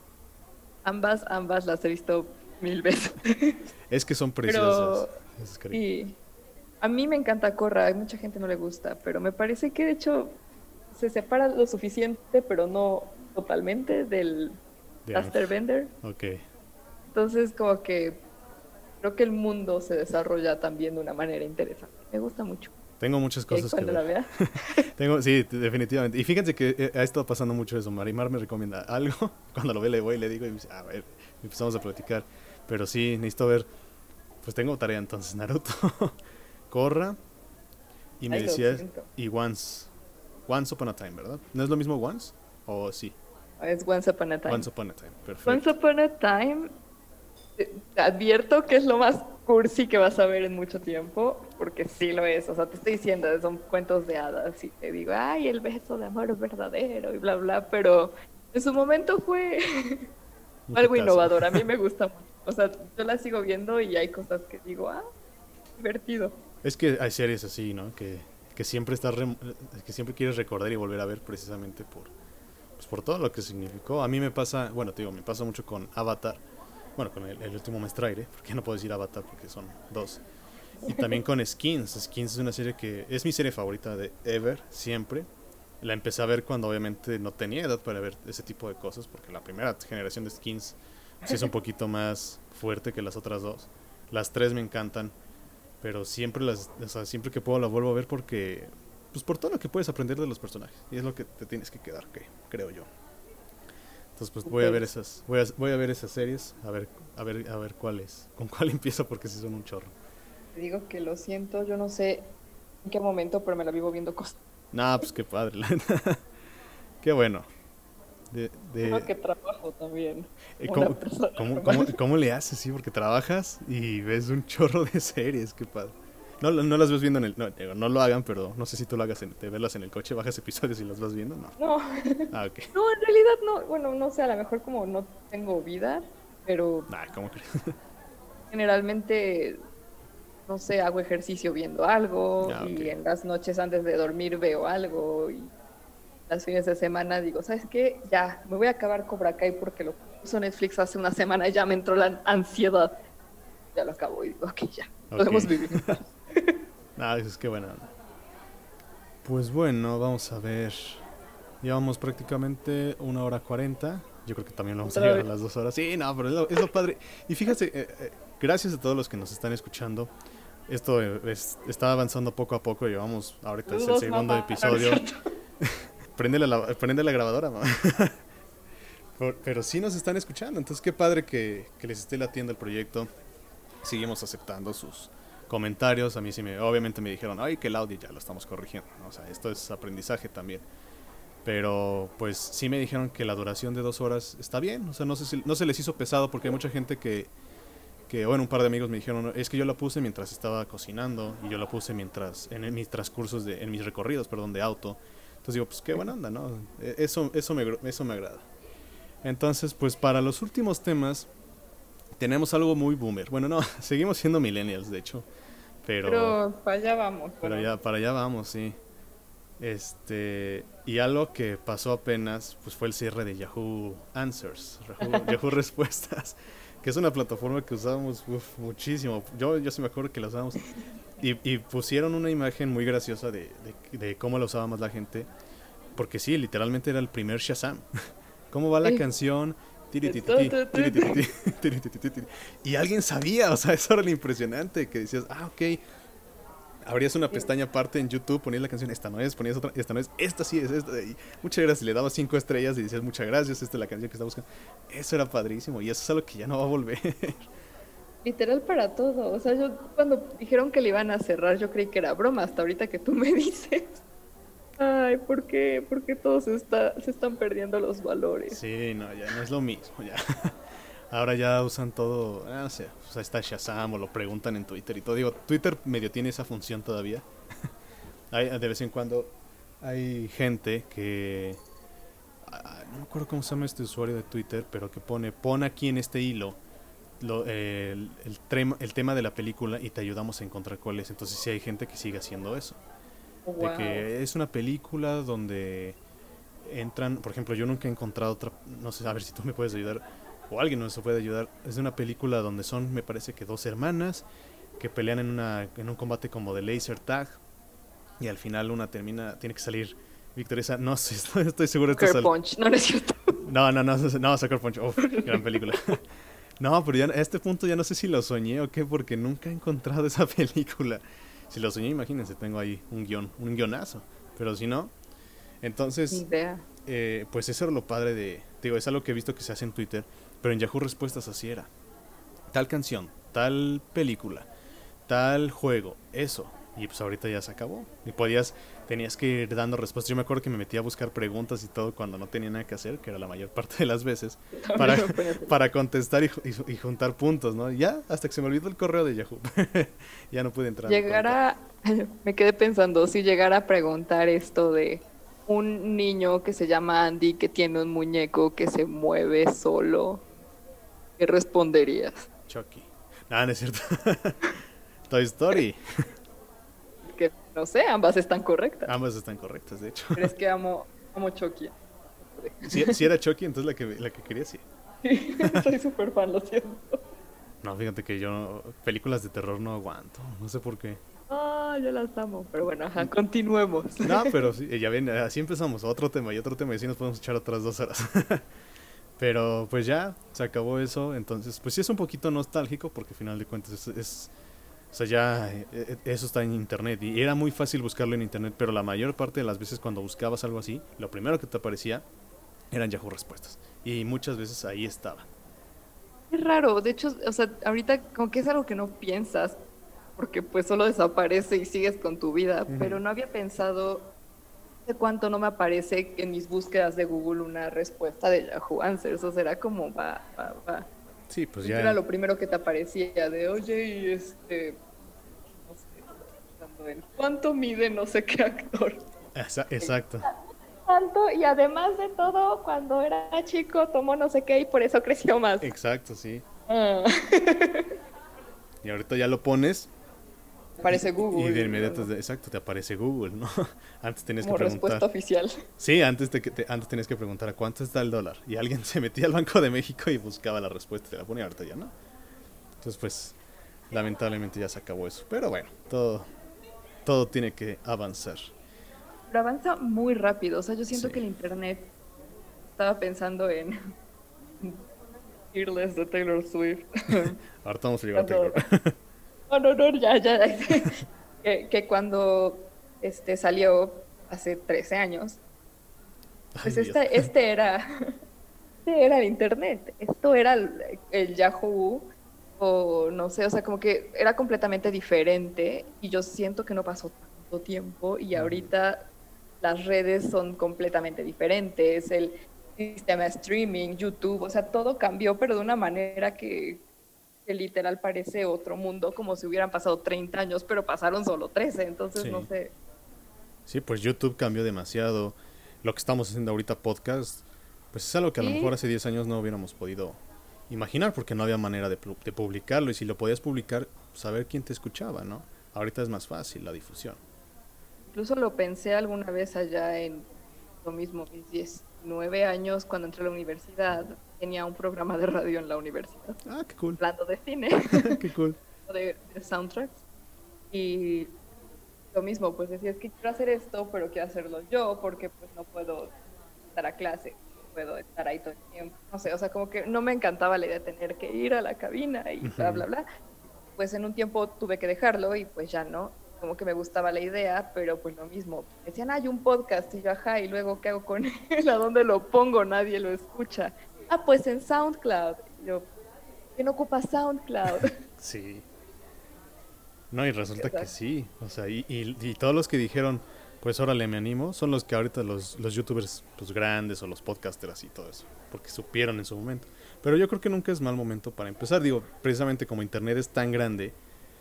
ambas las he visto 1000 veces. Es que son preciosas. Pero Esas sí, a mí me encanta Korra, a mucha gente no le gusta, pero me parece que de hecho se separa lo suficiente, pero no totalmente del de Last Airbender. Ok. Entonces como que creo que el mundo se desarrolla también de una manera interesante. Me gusta mucho. Tengo muchas cosas que Cuando la ver. vea. Sí, definitivamente. Y fíjense que ha estado pasando mucho eso. Marimar me recomienda algo. Cuando lo ve, le voy y le digo, y me dice, a ver, empezamos a platicar. Pero sí, necesito ver. Pues tengo tarea entonces: Naruto, Korra, y me Ay, lo decías, siento. y Once Upon a Time, ¿verdad? ¿No es lo mismo Once? ¿O sí? Es Once Upon a Time. Once Upon a Time, Once perfecto. Upon a Time, te advierto que es lo más cursi que vas a ver en mucho tiempo, porque sí lo es. O sea, te estoy diciendo, son cuentos de hadas y te digo, ay, el beso de amor verdadero y bla, bla, pero en su momento fue Un algo hitazo. innovador. A mí me gusta mucho. O sea, yo la sigo viendo y hay cosas que digo, divertido. Es que hay series así, ¿no? Que siempre que siempre quieres recordar y volver a ver precisamente pues por todo lo que significó. A mí me pasa, bueno, te digo, me pasa mucho con Avatar. Bueno, con el último Maestro Aire, porque no puedo decir Avatar porque son dos. Y también con Skins. Skins es una serie que es mi serie favorita de ever, siempre. La empecé a ver cuando obviamente no tenía edad para ver ese tipo de cosas, porque la primera generación de Skins sí es un poquito más fuerte que las otras dos. Las tres me encantan, pero siempre o sea, siempre que puedo la vuelvo a ver porque pues por todo lo que puedes aprender de los personajes y es lo que te tienes que quedar, creo yo. Entonces pues voy a ver Ok. esas voy a ver esas series, a ver cuáles, con cuál empiezo porque sí son un chorro. Te digo que lo siento, yo no sé en qué momento, pero me la vivo viendo cosas. Nah, pues qué padre, la neta. Qué bueno. De, Uno de, que trabajo también, como una ¿cómo, persona cómo, normal. cómo le haces, sí? Porque trabajas y ves un chorro de series, qué padre. No las ves viendo en el... No, digo, no lo hagan, pero no sé si tú lo hagas, te verlas en el coche, bajas episodios y las vas viendo, no. No, Ah, ok. no, en realidad no, bueno, no sé, a lo mejor como no tengo vida, pero Nah, ¿cómo crees? generalmente, no sé, hago ejercicio viendo algo Ah, ok. y en las noches antes de dormir veo algo y las fines de semana digo, ¿sabes qué? Ya, me voy a acabar Cobra Kai porque lo puso Netflix hace una semana y ya me entró la ansiedad. Ya lo acabo y digo, ok, ya, Ok. podemos vivir en paz. Nah, es que buena onda. Pues bueno, vamos a ver. Llevamos prácticamente 1 hora 40. Yo creo que también vamos a Otra llegar a vez. las 2 horas. Sí, no, pero es lo padre. Y fíjate, gracias a todos los que nos están escuchando. Esto está avanzando poco a poco. Llevamos, ahorita es el Saludos, segundo mamá. No, no es episodio. cierto. Prende la grabadora, mamá. Pero sí nos están escuchando. Entonces, qué padre que les esté latiendo el proyecto. Seguimos aceptando sus comentarios. A mí sí obviamente me dijeron, ay, que el audio ya lo estamos corrigiendo, ¿no? O sea, esto es aprendizaje también. Pero pues sí me dijeron que la duración de 2 horas está bien. O sea, no sé si no se les hizo pesado porque hay mucha gente bueno, un par de amigos me dijeron, "No, es que yo la puse mientras estaba cocinando y yo la puse en mis transcursos, en mis recorridos, perdón, de auto. Entonces digo, pues qué buena onda, ¿no? Eso me agrada. Entonces, pues para los últimos temas tenemos algo muy boomer. Bueno, no, seguimos siendo millennials, de hecho, pero, Pero para allá vamos, pero bueno. ya para allá vamos, sí. Y algo que pasó apenas pues fue el cierre de Yahoo Answers, Yahoo Respuestas, que es una plataforma que usábamos muchísimo. Yo sí me acuerdo que la usábamos y pusieron una imagen muy graciosa de cómo la usaba más la gente, porque sí, literalmente era el primer Shazam. ¿Cómo va la Eh, canción? Tiritititi, tiritititi, tiritititi. Y alguien sabía, o sea, eso era lo impresionante, que decías, ok, Abrías una pestaña aparte en YouTube, ponías la canción, esta no es, ponías otra, esta no es, esta sí es, esta. Y muchas gracias, le dabas 5 estrellas y decías muchas gracias, esta es la canción que está buscando. Eso era padrísimo y eso es algo que ya no va a volver. Literal para todo. O sea, yo cuando dijeron que le iban a cerrar, yo creí que era broma, hasta ahorita que tú me dices. Ay, ¿por qué? ¿Por qué todos se están perdiendo los valores? Sí, no, ya no es lo mismo, ya. Ahora ya usan todo, no sé, o sea, está Shazam o lo preguntan en Twitter y todo. Digo, Twitter medio tiene esa función todavía. De vez en cuando hay gente que... no me acuerdo cómo se llama este usuario de Twitter, pero que pon aquí en este hilo el tema de la película y te ayudamos a encontrar cuál es. Entonces sí hay gente que sigue haciendo eso. De Wow. que es una película donde entran, por ejemplo, yo nunca he encontrado otra, no sé, a ver si tú me puedes ayudar o alguien nos puede ayudar. Es una película donde son, me parece que dos hermanas que pelean en un combate como de laser tag y al final una tiene que salir victoriosa. No sé, estoy seguro de Sucker Punch, no, no es cierto. no, Sucker Punch, gran película. No, pero ya a este punto ya no sé si lo soñé o qué, porque nunca he encontrado esa película. Si lo soñé, imagínense, tengo ahí un guionazo. Pero si no, Ni entonces, idea. pues eso era lo padre digo, es algo que he visto que se hace en Twitter, pero en Yahoo Respuestas así era. Tal canción, tal película, tal juego, eso. Y pues ahorita ya se acabó. Y tenías que ir dando respuestas. Yo me acuerdo que me metía a buscar preguntas y todo cuando no tenía nada que hacer, que era la mayor parte de las veces, para, También me ponía a pensar. para contestar y juntar puntos, ¿no? Ya, hasta que se me olvidó el correo de Yahoo. Ya no pude entrar a Llegar conectar. a, me quedé pensando, si llegara a preguntar esto de un niño que se llama Andy que tiene un muñeco que se mueve solo, ¿qué responderías? Chucky. No, no es cierto. Toy Story. Que no sé, ambas están correctas. Ambas están correctas, de hecho. ¿Crees que amo Chucky? Si era Chucky, entonces la que quería, sí. Soy súper fan, lo siento. No, fíjate que yo películas de terror no aguanto. No sé por qué. Ah, yo las amo. Pero bueno, ajá, continuemos. No, pero sí, ya ven, así empezamos. Otro tema y otro tema. Y así nos podemos echar otras 2 horas. Pero pues ya se acabó eso. Entonces, pues sí es un poquito nostálgico porque al final de cuentas o sea, ya eso está en internet. Y era muy fácil buscarlo en internet. Pero la mayor parte de las veces cuando buscabas algo así, lo primero que te aparecía eran Yahoo Respuestas. Y muchas veces ahí estaba. Es raro, de hecho, o sea, ahorita como que es algo que no piensas, porque pues solo desaparece y sigues con tu vida, pero no había pensado de cuánto no me aparece en mis búsquedas de Google una respuesta de Yahoo Answers, o será como va. Sí, pues Siempre era ya. lo primero que te aparecía de, oye, y no sé, pensando en cuánto mide no sé qué actor. Exacto. Tanto, y además de todo, cuando era chico tomó no sé qué y por eso creció más. Exacto, sí. Ah. Y ahorita ya lo pones Aparece y de Google inmediato, exacto, te aparece Google, ¿no? Antes tenías que como respuesta preguntar. oficial. Sí, antes tenías que preguntar a cuánto está el dólar. Y alguien se metía al Banco de México y buscaba la respuesta y te la ponía, ahorita ya, ¿no? Entonces, pues, lamentablemente ya se acabó eso. Pero bueno, todo tiene que avanzar. Pero avanza muy rápido. O sea, yo Sí. siento que el internet estaba pensando en Fearless de Taylor Swift. Ahorita vamos a llegar a Cuando, Taylor. no, ya. Que cuando salió hace 13 años, Ay, pues Dios. este era el internet. Esto era el Yahoo. O no sé, o sea, como que era completamente diferente. Y yo siento que no pasó tanto tiempo. Y ahorita las redes son completamente diferentes, el sistema de streaming, YouTube, o sea, todo cambió, pero de una manera que literal parece otro mundo, como si hubieran pasado 30 años, pero pasaron solo 13, entonces no Sí. sé. Sí, pues YouTube cambió demasiado. Lo que estamos haciendo ahorita, podcast, pues es algo que a lo mejor Sí, hace 10 años no hubiéramos podido imaginar porque no había manera de publicarlo. Y si lo podías publicar, saber quién te escuchaba, ¿no? Ahorita es más fácil la difusión. incluso lo pensé alguna vez allá en lo mismo, mis 19 años, cuando entré a la universidad, tenía un programa de radio en la universidad, Ah, qué cool. hablando de cine, Qué cool. de soundtracks. Y lo mismo, pues decía, es que quiero hacer esto, pero quiero hacerlo yo, porque pues no puedo estar a clase, no puedo estar ahí todo el tiempo, no sé, o sea, como que no me encantaba la idea de tener que ir a la cabina y bla, Ujú. bla, bla. Pues en un tiempo tuve que dejarlo y pues ya no. como que me gustaba la idea, pero pues lo mismo. Me decían, hay un podcast, y yo, ajá, y luego, ¿qué hago con él? ¿A dónde lo pongo? Nadie lo escucha. Ah, pues en SoundCloud. Y yo, ¿quién ocupa SoundCloud? Sí. No, y resulta que Exacto. sí. O sea, y todos los que dijeron, pues órale, me animo, son los que ahorita los youtubers pues, grandes o los podcasters y todo eso. Porque supieron en su momento. Pero yo creo que nunca es mal momento para empezar. Digo, precisamente como internet es tan grande,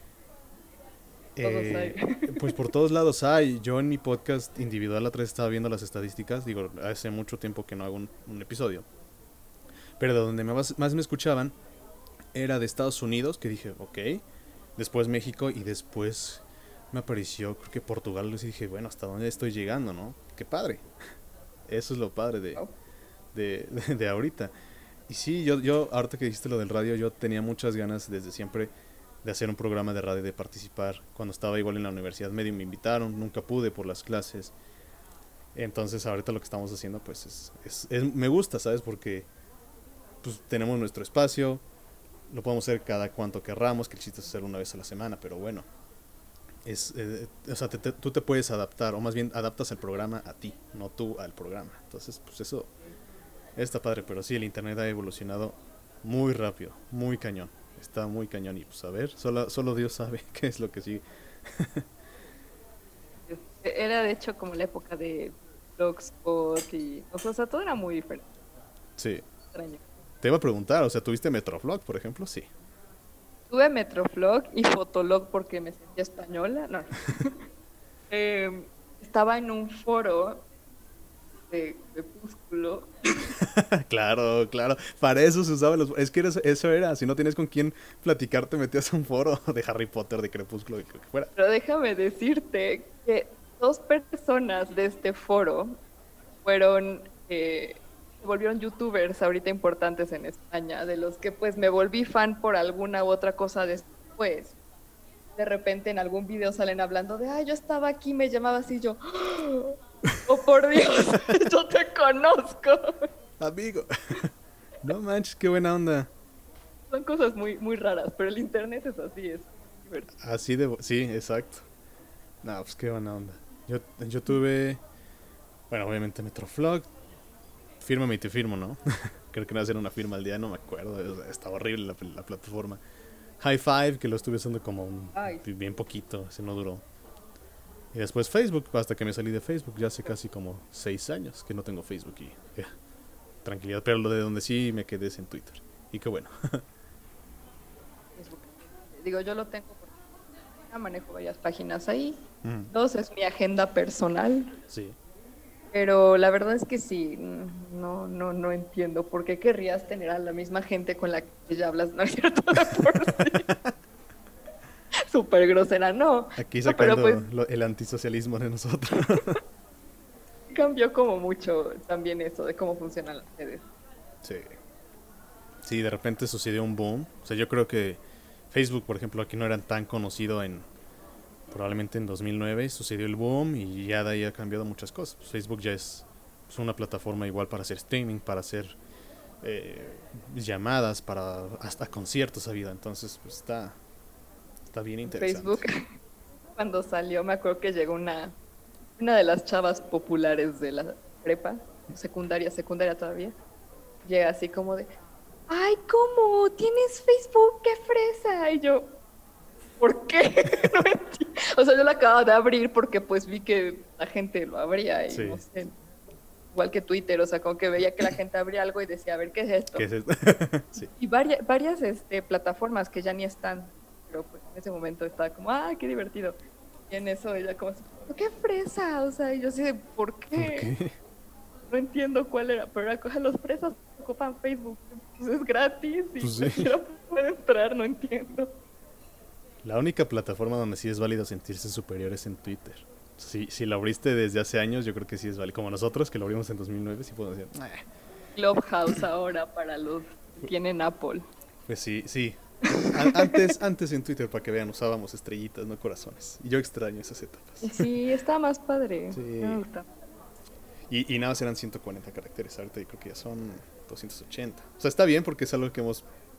Todos hay. eh, pues por todos lados hay. Yo en mi podcast individual la otra vez estaba viendo las estadísticas. Digo, hace mucho tiempo que no hago un episodio. Pero de donde más me escuchaban era de Estados Unidos, que dije, ok. Después México y después me apareció, creo que Portugal. Y dije, bueno, ¿hasta dónde estoy llegando, no? Qué padre. Eso es lo padre de ahorita. Y sí, yo, ahorita que dijiste lo del radio, yo tenía muchas ganas desde siempre de hacer un programa de radio, de participar. Cuando estaba igual en la universidad medio me invitaron, nunca pude por las clases. Entonces ahorita lo que estamos haciendo pues me gusta, ¿sabes? Porque pues tenemos nuestro espacio, lo podemos hacer cada cuanto querramos, que el chiste es hacerlo una vez a la semana, pero bueno, o sea, tú te puedes adaptar, o más bien adaptas el programa a ti, no tú al programa. Entonces, pues eso está padre, pero sí, el internet ha evolucionado muy rápido, muy cañón. Está muy cañón y pues a ver, solo Dios sabe qué es lo que sigue. Era de hecho como la época de Blogspot y, o sea, todo era muy diferente, Sí, extraño. te iba a preguntar, o sea, ¿tuviste Metroflog, por ejemplo? Sí. Tuve Metroflog y Fotolog porque me sentía española. No. Estaba en un foro de Crepúsculo. Claro, claro. Para eso se usaban los... Es que eso era. Si no tienes con quién platicar, te metías a un foro de Harry Potter, de Crepúsculo, de lo que fuera. Pero déjame decirte que dos personas de este foro fueron, se volvieron youtubers ahorita importantes en España, de los que pues me volví fan por alguna u otra cosa después. De repente en algún video salen hablando de, yo estaba aquí, me llamaba así, yo, oh por Dios, yo te conozco. Amigo. No manches, qué buena onda. Son cosas muy, muy raras, pero el internet es así, es divertido. Así de... Sí, exacto. No, pues qué buena onda. Yo tuve... Bueno, obviamente Metroflog. Fírmame y te firmo, ¿no? Creo que no hacer una firma al día, no me acuerdo. O sea, estaba horrible la plataforma. High Five, que lo estuve usando como Ay, bien poquito, ese no duró. Y después Facebook, hasta que me salí de Facebook, ya hace casi como 6 años que no tengo Facebook y tranquilidad. Pero lo de donde sí me quedé es en Twitter. Y qué bueno. Facebook. Digo, yo lo tengo porque manejo varias páginas ahí. Mm, Dos, es mi agenda personal. sí. Pero la verdad es que sí, no entiendo por qué querrías tener a la misma gente con la que ya hablas, ¿no es cierto? De por sí. Súper grosera, no. Aquí No, pero pues sacando el antisocialismo de nosotros. cambió como mucho también eso de cómo funcionan las redes. Sí. Sí, de repente sucedió un boom. O sea, yo creo que Facebook, por ejemplo, aquí no era tan conocido probablemente en 2009 sucedió el boom y ya de ahí ha cambiado muchas cosas. Pues Facebook ya es una plataforma igual para hacer streaming, para hacer eh, llamadas, para hasta conciertos ha habido. Entonces, pues está bien interesante. Facebook, cuando salió, me acuerdo que llegó una de las chavas populares de la prepa, secundaria todavía, llega así como de, ay, ¿cómo? ¿Tienes Facebook? ¡Qué fresa! Y yo, ¿por qué? No entiendo. O sea, yo la acababa de abrir porque pues vi que la gente lo abría y Sí. no sé, igual que Twitter, o sea, como que veía que la gente abría algo y decía, a ver, ¿qué es ¿Qué esto? es esto? Sí. Y varias plataformas que ya ni están, pero pues en ese momento estaba como, qué divertido. Y en eso ella como así, qué fresa, o sea, y yo así de, ¿por ¿Por qué? qué? No entiendo cuál era, pero era, los fresas ocupan Facebook, pues es gratis y Pues sí. cualquiera puede entrar, no entiendo. La única plataforma donde sí es válido sentirse superior es en Twitter. Si la abriste desde hace años, yo creo que sí es válido. Como nosotros, que lo abrimos en 2009, sí podemos decir, Clubhouse ahora para los que tienen Apple. pues sí, sí. Antes en Twitter, para que vean, usábamos estrellitas, no corazones. Y yo extraño esas etapas. Sí, está más padre. Sí. Me gusta. Y nada más eran 140 caracteres. Ahorita yo creo que ya son 280. O sea, está bien porque es algo que hemos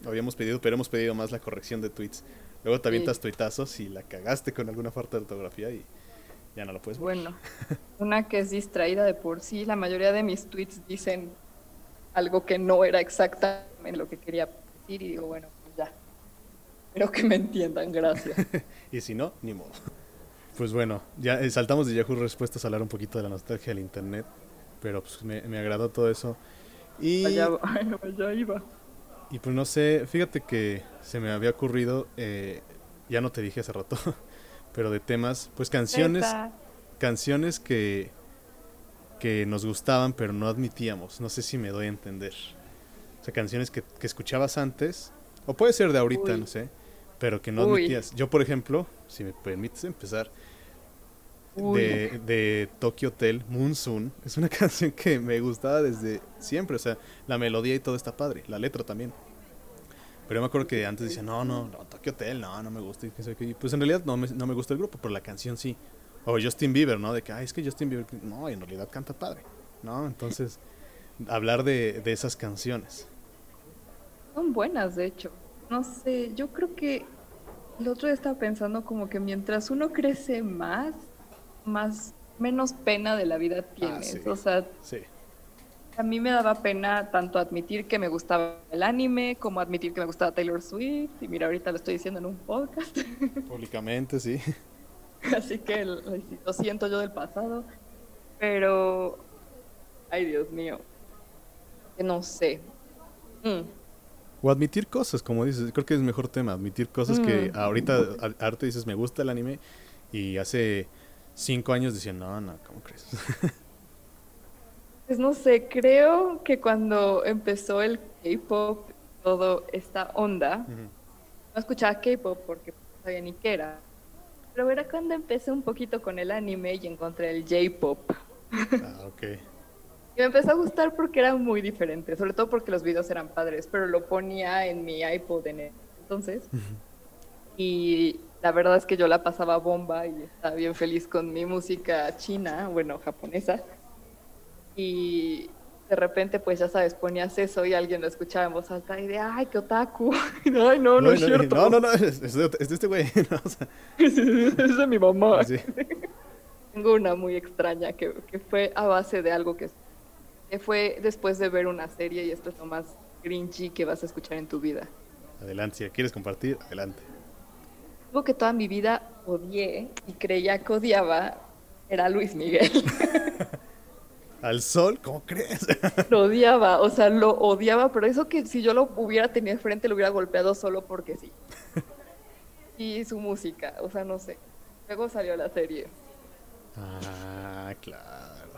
habíamos pedido, pero hemos pedido más la corrección de tweets. Luego te Sí, avientas tuitazos y la cagaste con alguna falta de ortografía y ya no lo puedes borrar. bueno, una que es distraída de por sí, la mayoría de mis tweets dicen algo que no era exactamente lo que quería decir y digo, bueno, pues ya, espero que me entiendan, gracias. Y si no, ni modo. Pues bueno, ya saltamos de Yahoo Respuestas a hablar un poquito de la nostalgia del internet. Pero pues me agradó todo eso. Allá, Y, allá iba. y pues no sé, fíjate que se me había ocurrido, ya no te dije hace rato, pero de temas, pues Neta. canciones que nos gustaban pero no admitíamos. No sé si me doy a entender. O sea, canciones que escuchabas antes, o puede ser de ahorita, no Uy, sé, pero que no uy, admitías. Yo, por ejemplo, si me permites empezar, uy. de Tokyo Hotel, Monsoon, es una canción que me gustaba desde siempre. O sea, la melodía y todo está padre, la letra también. Pero yo me acuerdo que antes decía, no, Tokyo Hotel, no me gusta. Y pues en realidad no me gusta el grupo, pero la canción sí. O Justin Bieber, ¿no? De que, es que Justin Bieber, no, en realidad canta padre, ¿no? Entonces, hablar de esas canciones. Son buenas, de hecho. No sé, yo creo que el otro día estaba pensando como que mientras uno crece menos pena de la vida Ah, sí, tienes. O sea, sí. a mí me daba pena tanto admitir que me gustaba el anime como admitir que me gustaba Taylor Swift. Y mira, ahorita lo estoy diciendo en un podcast. Públicamente, sí. Así que lo siento yo del pasado. Pero, ay Dios mío, que no sé. Mm, O admitir cosas, como dices, creo que es mejor tema, admitir cosas que mm. ahorita arte dices, me gusta el anime, y hace 5 años decían, no, ¿cómo crees? Pues no sé, creo que cuando empezó el K-pop, todo esta onda, Ujú. no escuchaba K-pop porque no sabía ni qué era, pero era cuando empecé un poquito con el anime y encontré el J-pop. Ah, ok. Y me empezó a gustar porque era muy diferente, sobre todo porque los videos eran padres, pero lo ponía en mi iPod en ese entonces y la verdad es que yo la pasaba bomba y estaba bien feliz con mi música china, bueno, japonesa. Y de repente, pues ya sabes, ponías eso y alguien lo escuchaba en voz alta y de, ay, qué otaku. Y de, ay, no, no No, es cierto. no, es de este güey, ¿no? O sea, Es de mi mamá. sí. Tengo una muy extraña que fue a base de algo que fue después de ver una serie y esto es lo más cringy que vas a escuchar en tu vida. Adelante, si quieres compartir, adelante. Algo que toda mi vida odié y creía que odiaba era Luis Miguel. ¿Al sol? ¿Cómo crees? Lo odiaba, o sea, lo odiaba, pero eso que si yo lo hubiera tenido enfrente lo hubiera golpeado solo porque sí. Y su música, o sea, no sé. Luego salió la serie. Ah, claro.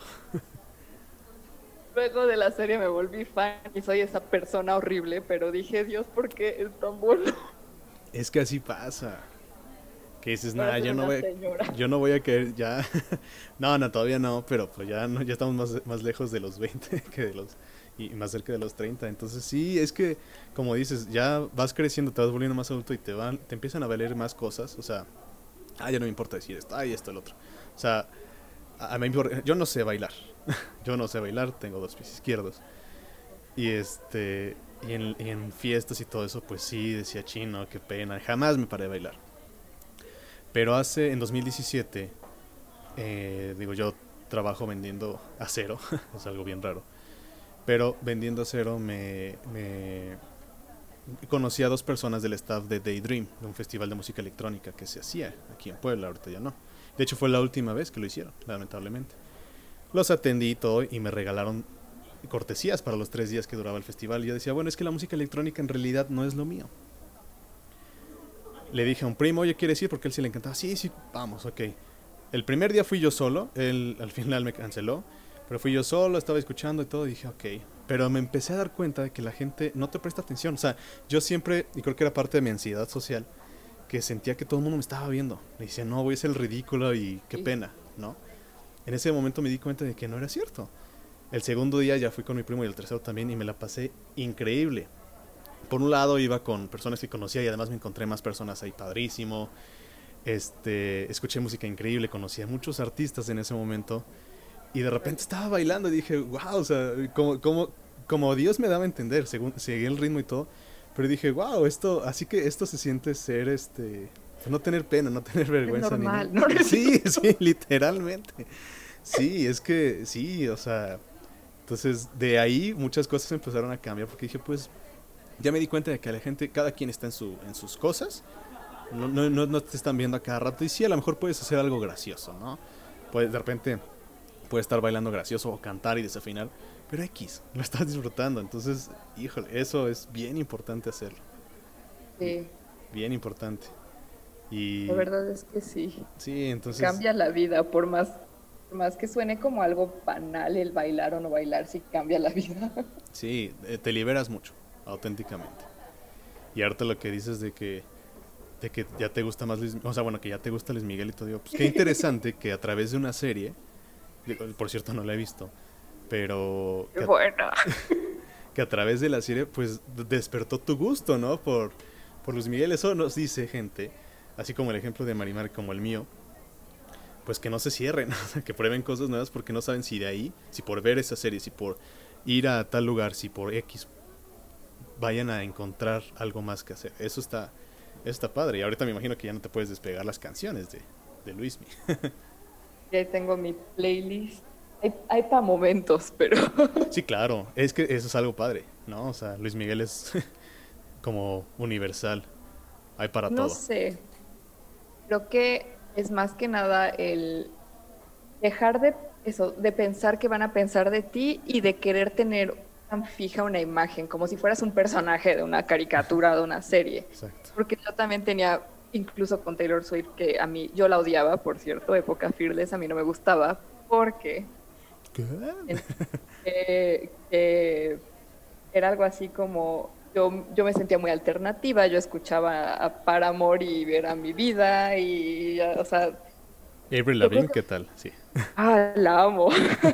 Luego de la serie me volví fan y soy esa persona horrible, pero dije, Dios, ¿por qué es tan bueno? Es que así pasa. Que dices, Ahora nada, soy una señora. yo no voy a caer ya. No, todavía no, pero pues ya no, ya estamos más lejos de los 20 que de los y más cerca de los 30. Entonces sí, es que como dices, ya vas creciendo, te vas volviendo más adulto y te empiezan a valer más cosas, o sea, ya no me importa decir esto, esto el otro. O sea, yo no sé bailar. Yo no sé bailar, tengo dos pies izquierdos. Y en fiestas y todo eso, pues sí, decía chino, qué pena, jamás me paré a bailar. Pero en 2017, digo, yo trabajo vendiendo acero, es algo bien raro. Pero vendiendo acero me conocí a dos personas del staff de Daydream, de un festival de música electrónica que se hacía aquí en Puebla, ahorita ya no. De hecho fue la última vez que lo hicieron, lamentablemente. Los atendí y todo y me regalaron cortesías para los 3 días que duraba el festival. Y yo decía, bueno, es que la música electrónica en realidad no es lo mío. Le dije a un primo, oye, ¿quieres ir? Porque él sí le encantaba. Sí, sí, vamos, ok. El primer día fui yo solo, él al final me canceló, pero fui yo solo, estaba escuchando y todo, y dije, ok. Pero me empecé a dar cuenta de que la gente no te presta atención. O sea, yo siempre, y creo que era parte de mi ansiedad social, que sentía que todo el mundo me estaba viendo. Me decía, no, voy a ser el ridículo y qué Sí. pena, ¿no? En ese momento me di cuenta de que no era cierto. El segundo día ya fui con mi primo y el tercero también y me la pasé increíble. Por un lado iba con personas que conocía y además me encontré más personas ahí, padrísimo. Escuché música increíble, conocí a muchos artistas en ese momento y de repente estaba bailando y dije, wow, o sea, como Dios me daba a entender, según seguí el ritmo y todo, Pero dije, wow, así que esto se siente ser no tener pena, no tener Es vergüenza ni nada. normal, ¿no? Sí, sí, literalmente. Sí, es que sí, o sea, entonces de ahí muchas cosas empezaron a cambiar porque dije, pues ya me di cuenta de que la gente, cada quien está en sus cosas, no te están viendo a cada rato y sí, a lo mejor puedes hacer algo gracioso, ¿no? Puedes, de repente puedes estar bailando gracioso o cantar y desafinar, pero X, lo estás disfrutando, entonces, híjole, eso es bien importante hacerlo, Sí, bien importante. la Y verdad es que sí. sí, entonces, Cambia la vida, por más que suene como algo banal el bailar o no bailar, sí cambia la vida. sí, te liberas mucho, auténticamente. Y ahorita lo que dices de que ya te gusta más Luis, o sea, bueno, que ya te gusta Luis Miguel y todo, digo, pues qué interesante que a través de una serie, por cierto no la he visto, pero Qué bueno. que a través de la serie pues despertó tu gusto, ¿no? Por Luis Miguel, eso nos dice gente, así como el ejemplo de Marimar como el mío, pues que no se cierren, que prueben cosas nuevas porque no saben si de ahí, si por ver esa serie, si por ir a tal lugar, si por X vayan a encontrar algo más que hacer. Eso está padre. Y ahorita me imagino que ya no te puedes despegar las canciones de Luismi. Ya tengo mi playlist. Hay para momentos, pero Sí, claro. Es que eso es algo padre, ¿no? O sea, Luis Miguel es como universal. Hay para no todo. sé. Creo que es más que nada el dejar de eso, de pensar que van a pensar de ti y de querer tener tan fija una imagen, como si fueras un personaje de una caricatura, de una serie. Exacto. Porque yo también tenía, incluso con Taylor Swift, que a mí, yo la odiaba, por cierto, época Fearless, a mí no me gustaba, porque ¿Qué? en- que era algo así como, yo me sentía muy alternativa, yo escuchaba a Paramore y era mi vida, y, o sea, Avril yo creo Lavigne, que, ¿qué tal? Sí. la amo.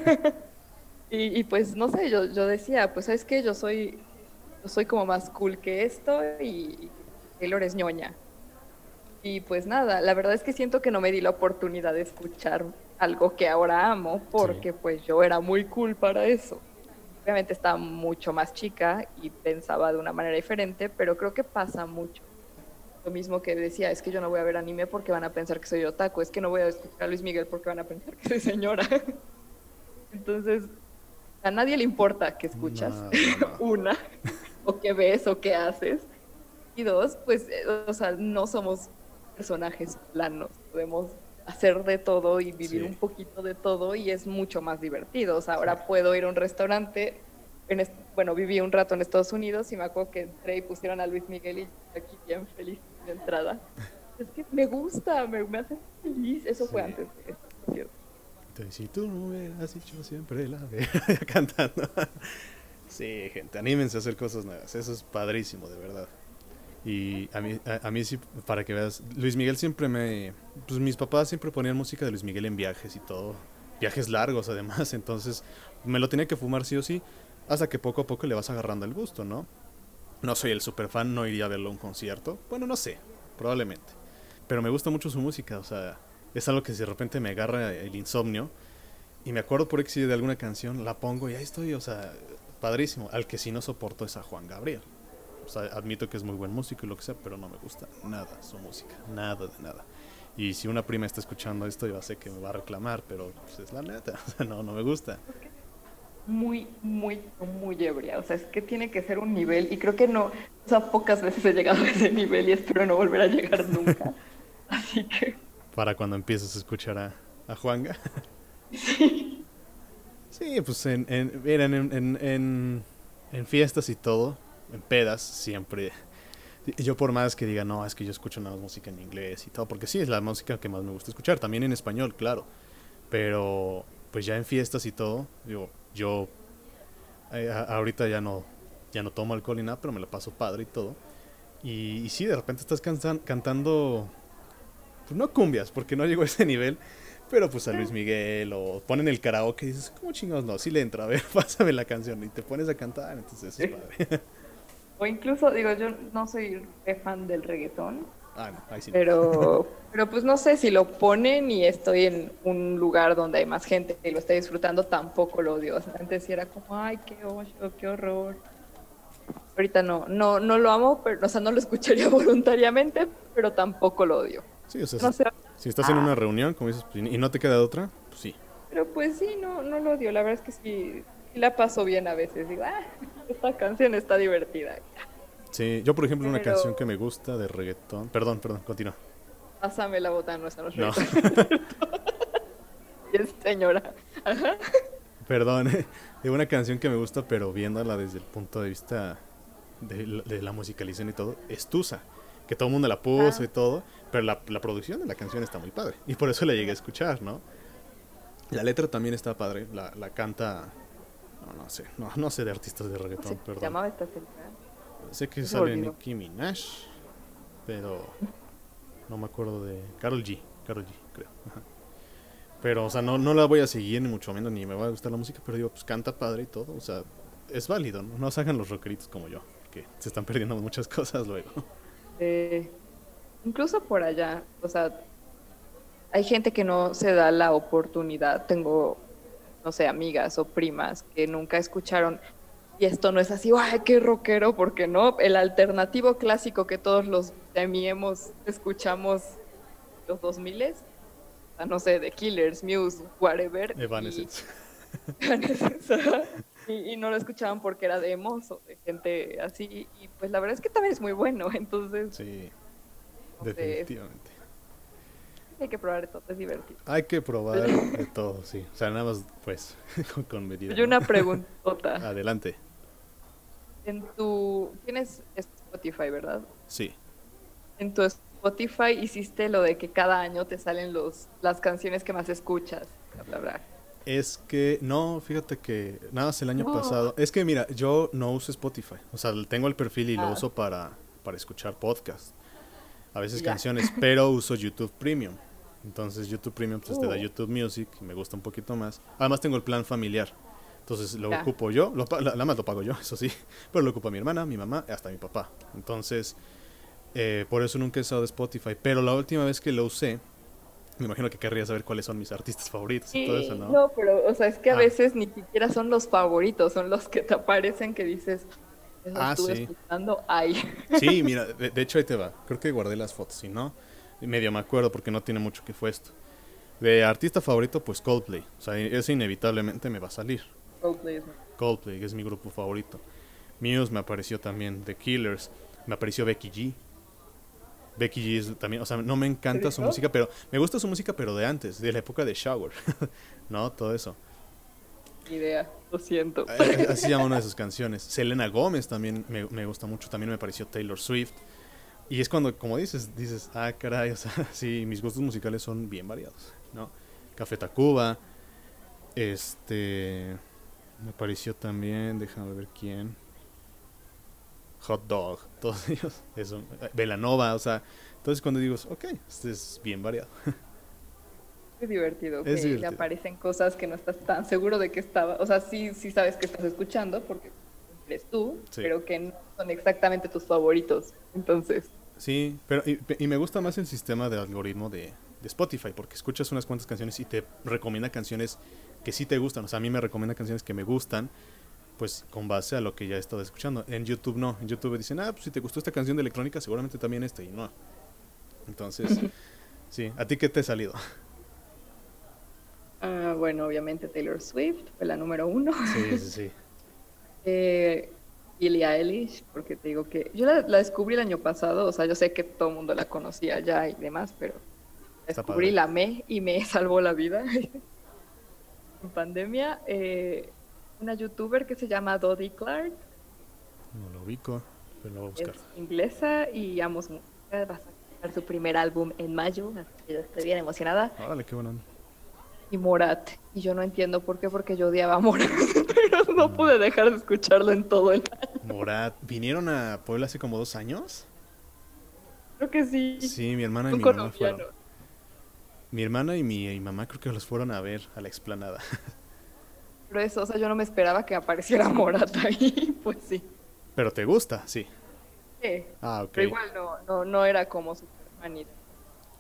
Y pues no sé, yo decía, pues sabes qué, yo soy como más cool que esto y Taylor es ñoña. Y pues nada, la verdad es que siento que no me di la oportunidad de escuchar algo que ahora amo Sí. porque pues yo era muy cool para eso. Obviamente estaba mucho más chica y pensaba de una manera diferente, pero creo que pasa mucho. Lo mismo que decía, es que yo no voy a ver anime porque van a pensar que soy otaku, es que no voy a escuchar a Luis Miguel porque van a pensar que soy señora. Entonces, a nadie le importa qué escuchas, No, no, no. una, o qué ves o qué haces. Y dos, pues, o sea, no somos personajes planos, podemos hacer de todo y vivir Sí, un poquito de todo y es mucho más divertido. O sea, sí. ahora puedo ir a un restaurante, bueno, viví un rato en Estados Unidos y me acuerdo que entré y pusieron a Luis Miguel y yo aquí bien feliz de entrada. Es que me gusta, me hace feliz. Eso fue Sí. antes de esto, por cierto. Entonces, si tú no me hubieras dicho siempre la verdad, cantando. Sí, gente, anímense a hacer cosas nuevas. Eso es padrísimo, de verdad. Y a mí sí, para que veas, Luis Miguel siempre me... Pues mis papás siempre ponían música de Luis Miguel en viajes y todo. Viajes largos además, entonces me lo tenía que fumar sí o sí, hasta que poco a poco le vas agarrando el gusto, ¿no? No soy el super fan, no iría a verlo a un concierto. Bueno, no sé, probablemente. Pero me gusta mucho su música, o sea, es algo que si de repente me agarra el insomnio y me acuerdo por X de alguna canción, la pongo y ahí estoy, o sea, padrísimo. Al que sí no soporto es a Juan Gabriel. O sea, admito que es muy buen músico y lo que sea, pero no me gusta nada su música, nada de nada. Y si una prima está escuchando esto, yo sé que me va a reclamar, pero pues, es la neta, o sea, no me gusta. Muy ebria. O sea, es que tiene que ser un nivel, y creo que no, o sea, pocas veces he llegado a ese nivel y espero no volver a llegar nunca. Así que, Para cuando empieces a escuchar a Juanga. sí. Sí, pues miren, en fiestas y todo, en pedas, siempre. Yo por más que diga, no, es que yo escucho nada más música en inglés y todo, porque sí, es la música que más me gusta escuchar, también en español, claro. Pero, pues ya en fiestas y todo, digo, yo ahorita ya no tomo alcohol ni nada, pero me lo paso padre y todo. Y sí, de repente estás cantando, pues no cumbias, porque no llego a ese nivel, pero pues a Luis Miguel o ponen el karaoke y dices, ¿cómo chingados no? Sí le entra, a ver, pásame la canción y te pones a cantar, entonces eso es padre. O incluso, digo, yo no soy re fan del reggaetón, Ah, no, ahí sí no. pero pues no sé, si lo ponen y estoy en un lugar donde hay más gente y lo estoy disfrutando, tampoco lo odio. O sea, antes sí era como, ay, qué oso, qué horror. Ahorita no lo amo, pero, o sea, no lo escucharía voluntariamente, pero tampoco lo odio. Sí, o sea, No sé. si estás en una reunión, como dices, pues, y no te queda de otra, pues sí. Pero pues sí, no lo odio. La verdad es que sí la paso bien a veces. Digo, esta canción está divertida. Sí, yo por ejemplo una canción que Pero me gusta de reggaetón. Perdón, continúa. pásame la botana, no, esta no es No, reggaetón. Bien, señora. Ajá. perdón. De una canción que me gusta, pero viéndola desde el punto de vista de la musicalización y todo, es Tusa. Que todo el mundo la puso Ah, y todo, pero la producción de la canción está muy padre. Y por eso la llegué a escuchar, ¿no? La letra también está padre, la canta. No sé, no sé de artistas de ¿cómo se reggaetón, perdón. llamaba esta señora? Sé que Se me sale olvidó. Nicki Minaj, pero no me acuerdo de Karol G, creo. Ajá. Pero, o sea, no la voy a seguir ni mucho menos, ni me va a gustar la música, pero digo, pues canta padre y todo, o sea, es válido, no se hagan los rockeritos como yo, que se están perdiendo muchas cosas luego. Eh, Incluso por allá, o sea, hay gente que no se da la oportunidad. Tengo, no sé, amigas o primas que nunca escucharon. Y esto no es así, ¡ay, qué rockero! Porque no, el alternativo clásico que todos los semiemos escuchamos los 2000, o sea, no sé, The Killers, Muse, whatever, y, Evanescence. y no lo escuchaban porque era de emos o de gente así. Y pues la verdad es que también es muy bueno. Entonces, Sí, no sé, definitivamente. hay que probar todo, es divertido. Hay que probar de todo, sí. O sea, nada más, pues, con medida, Yo ¿no? una preguntota. Adelante. Tienes Spotify, ¿verdad? Sí. En tu Spotify hiciste lo de que cada año te salen las canciones que más escuchas, bla, bla, bla. Es que, no, fíjate que nada más el año No. pasado. Es que mira, yo no uso Spotify. O sea, tengo el perfil y lo Ah, uso para escuchar podcast. A veces y ya. canciones, pero uso YouTube Premium. Entonces YouTube Premium pues te da Uh, YouTube Music, me gusta un poquito más. Además tengo el plan familiar. Entonces lo ya. ocupo yo, nada más lo pago yo, eso sí. Pero lo ocupa mi hermana, mi mamá, hasta mi papá. Entonces, por eso nunca he usado Spotify. Pero la última vez que lo usé, me imagino que querría saber cuáles son mis artistas favoritos y todo eso, Y ¿no? no, pero, o sea, es que a Ah, veces ni siquiera son los favoritos, son los que te aparecen que dices, eso estuve sí. escuchando, ay. Sí, mira, de hecho ahí te va. Creo que guardé las fotos, si no, medio me acuerdo porque no tiene mucho que fue esto. De artista favorito, pues Coldplay. O sea, eso inevitablemente me va a salir. Coldplay es muy- Coldplay, que es mi grupo favorito. Muse me apareció también, The Killers. Me apareció Becky G. Becky G es también, o sea, no me ¿Te encanta su digo? música, pero me gusta su música, pero de antes, de la época de Shower. ¿No? Todo eso. Ni idea, lo siento. Así se llama una de sus canciones. Selena Gómez también me gusta mucho. También me pareció Taylor Swift. Y es cuando, como dices, ah, caray, o sea, sí, mis gustos musicales son bien variados, ¿no? Café Tacuba, me pareció también, déjame ver quién, Hot Dog, todos ellos, eso, Belanova, o sea, entonces cuando digo, ok, este es bien variado, Es divertido es que le divertido. aparecen cosas que no estás tan seguro de que estaba, o sea, sí sabes que estás escuchando porque eres tú, Sí, pero que no son exactamente tus favoritos. Entonces, sí, pero y me gusta más el sistema de algoritmo de Spotify, porque escuchas unas cuantas canciones y te recomienda canciones que sí te gustan, o sea, a mí me recomienda canciones que me gustan, pues con base a lo que ya he estado escuchando. En YouTube no, en YouTube dicen, ah, pues si te gustó esta canción de electrónica, seguramente también esta, y no. Entonces, sí, ¿a ti qué te ha salido? bueno, obviamente Taylor Swift fue la número uno. Sí, sí, sí, Eh, Billie Eilish, porque te digo que yo la descubrí el año pasado, o sea, yo sé que todo el mundo la conocía ya y demás, pero la está descubrí, padre. la amé y me salvó la vida en pandemia. Una youtuber que se llama Dodie Clark, No lo ubico, pero lo voy a buscar. es inglesa y amo su música, va a sacar su primer álbum en mayo, así que yo estoy bien emocionada. Órale, qué bueno. Y Morat, y yo no entiendo por qué, porque yo odiaba a Morat, pero no pude dejar de escucharlo en todo el año. Morat, ¿vinieron a Puebla hace como 2 años? Creo que sí, Sí, mi hermana y un mi mamá colombiano. fueron. Mi hermana y mi mamá creo que los fueron a ver a la explanada. Pero eso, o sea, yo no me esperaba que apareciera Morat ahí, pues sí. ¿Pero te gusta? Sí. Sí. Ah, ok. Pero igual no era como super fan.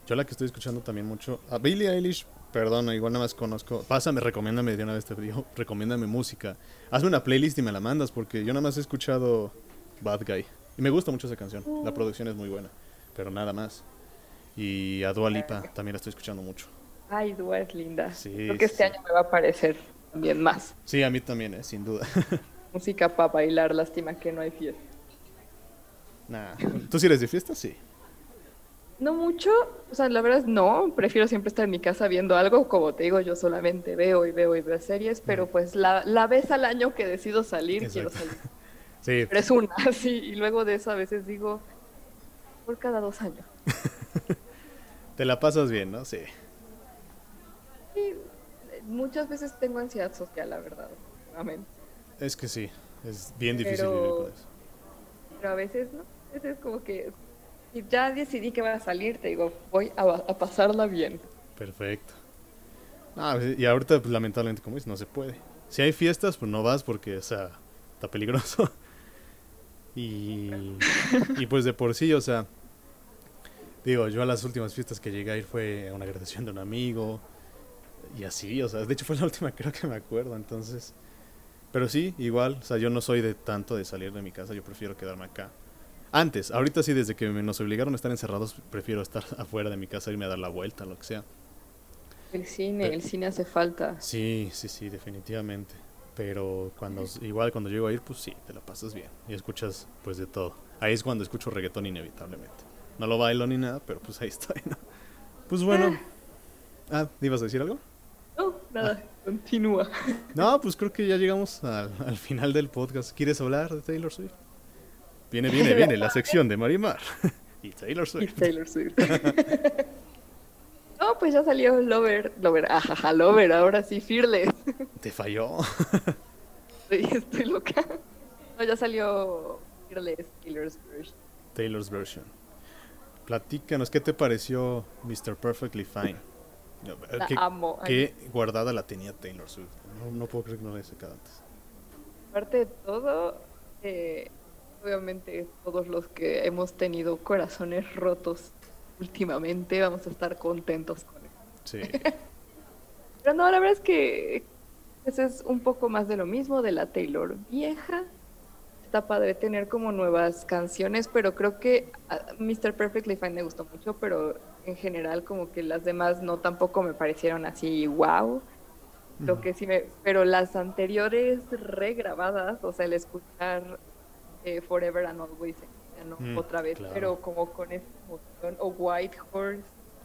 Yo la que estoy escuchando también mucho, a Billie Eilish, perdona, igual nada más conozco. Pásame, recomiéndame de una vez te digo, recomiéndame música. Hazme una playlist y me la mandas porque yo nada más he escuchado Bad Guy. Y me gusta mucho esa canción, la producción es muy buena, pero nada más. Y a Dua Lipa también la estoy escuchando mucho. Ay, Dua es linda. Sí, Creo que sí, este sí. año me va a aparecer también más. Sí, a mí también, sin duda. Música para bailar, lástima que no hay fiesta. Nah, ¿tú sí eres de fiesta? Sí. No mucho, o sea, la verdad es no, prefiero siempre estar en mi casa viendo algo, como te digo, yo solamente veo y veo y veo series, pero pues la vez al año que decido salir, quiero Exacto. salir. Sí, Pero es una, así, y luego de eso a veces digo, por cada 2 años. te la pasas bien, ¿no? Sí. Y muchas veces tengo ansiedad social, la verdad, últimamente. Es que sí, es bien difícil vivir con Pero, eso. pero a veces no, a veces como que si ya decidí que voy a salir, te digo, voy a pasarla bien. Perfecto. Ah, pues, y ahorita, pues, lamentablemente, como dices, no se puede. Si hay fiestas, pues no vas porque, o sea, está peligroso. Y, y pues de por sí, o sea, digo, yo a las últimas fiestas que llegué a ir fue a una graduación de un amigo y así, o sea, de hecho fue la última creo que me acuerdo, entonces. Pero sí, igual, o sea, yo no soy de tanto de salir de mi casa, yo prefiero quedarme acá. Antes, ahorita sí, desde que nos obligaron a estar encerrados, prefiero estar afuera de mi casa, irme a dar la vuelta, lo que sea. Pe- El cine hace falta. Sí, sí, sí, definitivamente. Pero igual cuando llego a ir, pues sí, te la pasas bien. Y escuchas pues de todo. Ahí es cuando escucho reggaetón inevitablemente. No lo bailo ni nada, pero pues ahí estoy, ¿no? Pues bueno. Ah, ¿ibas a decir algo? No, Ah, nada, continúa. no, pues creo que ya llegamos al final del podcast. ¿Quieres hablar de Taylor Swift? Viene la sección de Marimar. Y Taylor Y Swift. Taylor Swift. No, pues ya salió Lover, ajaja, Lover, ahora sí, Fearless. Te falló. Estoy loca. No, ya salió Fearless, Taylor's version. Taylor's version. Platícanos, ¿qué te pareció Mr. Perfectly Fine? No, La ¿Qué, amo. Ay, qué guardada la tenía Taylor Swift? No, no puedo creer que no la haya sacado antes. aparte de todo, obviamente todos los que hemos tenido corazones rotos últimamente vamos a estar contentos con eso. Sí. Pero no, la verdad es que ese es un poco más de lo mismo de la Taylor vieja. Está padre tener como nuevas canciones, pero creo que Mr. Perfectly Fine me gustó mucho, pero en general como que las demás no tampoco me parecieron así wow. Lo que sí pero las anteriores regrabadas, o sea, el escuchar Forever and Always no, Mm, otra vez, claro. pero como con esta emoción, o White Horse,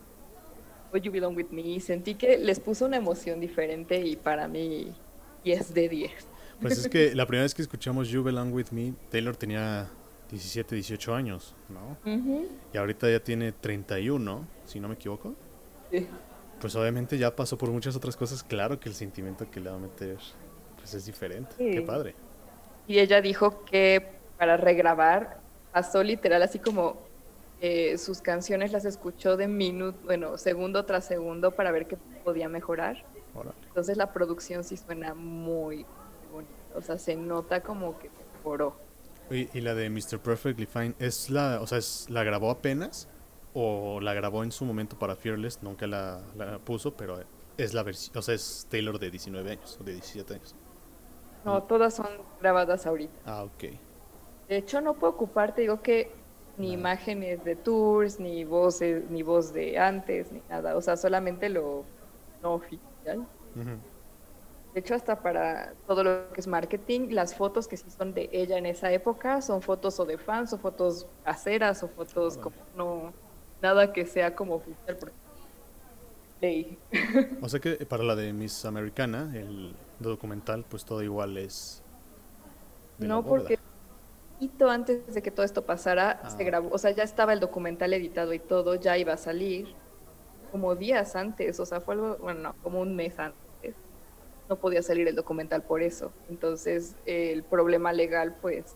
o You Belong With Me, sentí que les puso una emoción diferente y para mí 10 de 10. Pues es que la primera vez que escuchamos You Belong With Me, Taylor tenía 17, 18 años, ¿no? Ujú. Y ahorita ya tiene 31, si no me equivoco. Sí. Pues obviamente ya pasó por muchas otras cosas. Claro que el sentimiento que le va a meter pues es diferente. Qué Sí. padre. Y ella dijo que para regrabar pasó literal así como sus canciones las escuchó de minuto, bueno, segundo tras segundo para ver qué podía mejorar. Órale. Entonces la producción sí suena muy bonita, o sea, se nota como que mejoró. Y la de Mr. Perfectly Fine, o sea, la grabó apenas o la grabó en su momento para Fearless, nunca la puso, pero es la versión, o sea, es Taylor de 19 años o de 17 años. No, todas son grabadas ahorita. Ah, ok. De hecho, no puedo ocuparte, digo que ni Nada. imágenes de tours, ni voces, ni voz de antes, ni nada, o sea, solamente lo no oficial. Ujú. De hecho, hasta para todo lo que es marketing, las fotos que sí son de ella en esa época son fotos o de fans, o fotos caseras, o fotos Órale. como no, nada que sea como oficial, porque ley. O sea que para la de Miss Americana, el documental, pues todo igual es de la No, bóveda. porque poquito antes de que todo esto pasara, se Ah, ok. grabó, o sea, ya estaba el documental editado y todo, ya iba a salir como días antes, o sea, fue algo, bueno, no, como un mes antes. No podía salir el documental por eso. Entonces, el problema legal, pues,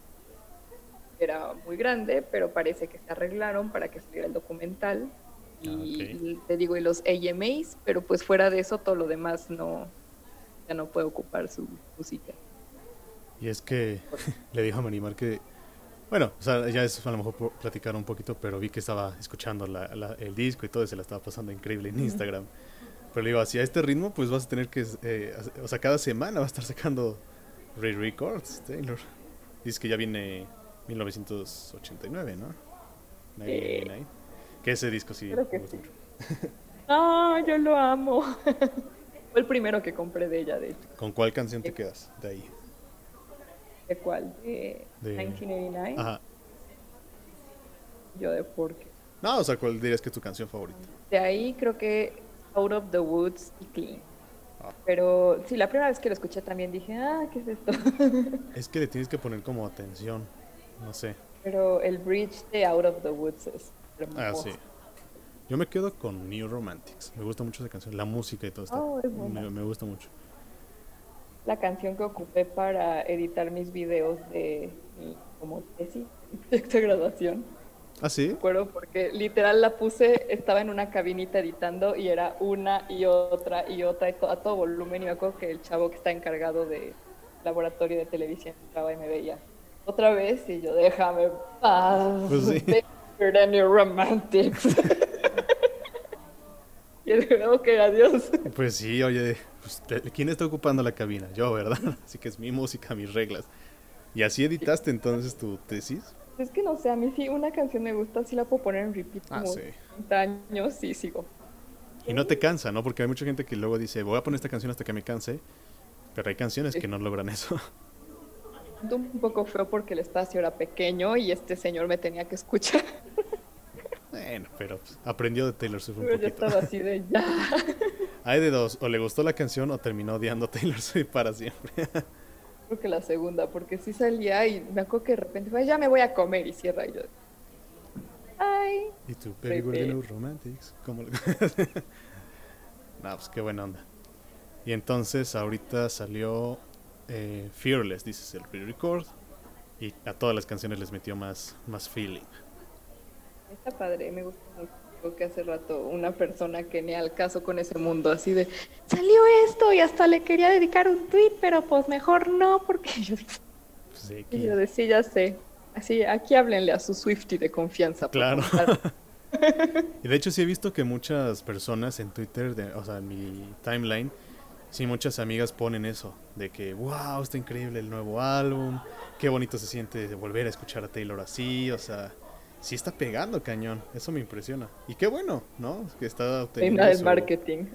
era muy grande, pero parece que se arreglaron para que saliera el documental. Ah, ok. Y te digo, y los AMAs, pero pues fuera de eso, todo lo demás no, ya no puede ocupar su música. Y es que le dijo a Marimar que Bueno, o sea, ya es a lo mejor platicar un poquito, pero vi que estaba escuchando el disco y todo, y se la estaba pasando increíble en Ujú. Instagram. Pero le digo, así a este ritmo, pues vas a tener que, o sea, cada semana va a estar sacando re-records, Taylor. Dice que ya viene 1989, ¿no? Eh, 1989. Que ese disco sí Creo me que gusta sí. mucho. Ah, yo lo amo. Fue el primero que compré de ella, de hecho. ¿Con cuál canción te ¿De, quedas de ahí? de cuál? De De... 1989. Ajá. Yo de Porque. No, o sea, ¿cuál dirías que es tu canción favorita? De ahí creo que Out of the Woods y Clean. Ah, Pero sí, la primera vez que lo escuché también dije, ah, ¿qué es esto? es que le tienes que poner como atención. No sé. Pero el bridge de Out of the Woods es Ah, sí. hermoso. Yo me quedo con New Romantics. Me gusta mucho esa canción. La música y todo está. Oh, es buena. Me gusta mucho. La canción que ocupé para editar mis videos de mi como tesis, de graduación. ¿Ah, sí? Me acuerdo porque literal la puse, estaba en una cabinita editando y era una y otra a todo volumen. Y me acuerdo que el chavo que está encargado de laboratorio de televisión entraba y me veía otra vez y yo, déjame en paz, Pues sí. bigger than your romantics. Y él, ok, adiós. Pues sí, oye. Pues, ¿quién está ocupando la cabina? Yo, ¿verdad? Así que es mi música, mis reglas. ¿Y así editaste entonces tu tesis? Es que no sé, a mí sí una canción me gusta, sí la puedo poner en repeat Ah, como sí. 30 años y sigo. Y no te cansa, ¿no? Porque hay mucha gente que luego dice, voy a poner esta canción hasta que me canse. Pero hay canciones que no logran eso. Siento un poco feo porque el espacio era pequeño y este señor me tenía que escuchar. Bueno, pero pues, aprendió de Taylor Swift un Pero yo poquito. estaba así de ya. Hay de dos, o le gustó la canción o terminó odiando a Taylor Swift para siempre. Creo que la segunda, porque sí salía y me acuerdo que de repente fue, ya me voy a comer y cierra y yo, ay, Y tu Baby We're the Pepe. New Romantics. ¿Cómo lo... Nah, pues qué buena onda. Y entonces ahorita salió Fearless, dices, el pre-record. Y a todas las canciones les metió más feeling. Está padre, me gusta mucho. Creo que hace rato una persona que ni al caso con ese mundo, así de, salió esto y hasta le quería dedicar un tweet, pero pues mejor no, porque Pues sí, y aquí, yo decía, ya sé. Así, aquí háblenle a su Swiftie de confianza, por claro. favor. Y de hecho sí he visto que muchas personas en Twitter, o sea, en mi timeline, sí, muchas amigas ponen eso, de que, wow, está increíble el nuevo álbum, qué bonito se siente de volver a escuchar a Taylor así, o sea, sí está pegando cañón, eso me impresiona. Y qué bueno, ¿no? Que está Reina obteniendo del su... marketing.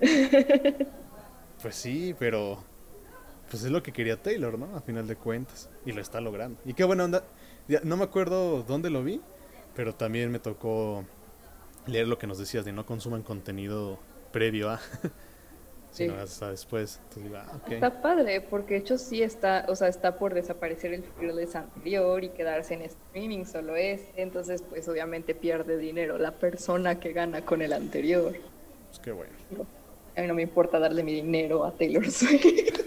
Pues sí, pero pues es lo que quería Taylor, ¿no? A final de cuentas, y lo está logrando. Y qué buena onda, ya, no me acuerdo dónde lo vi, pero también me tocó leer lo que nos decías de no consuman contenido previo a, sino Sí. hasta después. Entonces digo, ah, ok. Está padre, porque de hecho sí está, o sea, está por desaparecer el Fearless anterior y quedarse en streaming solo este, entonces pues obviamente pierde dinero la persona que gana con el anterior. Pues qué bueno. Digo, a mí no me importa darle mi dinero a Taylor Swift.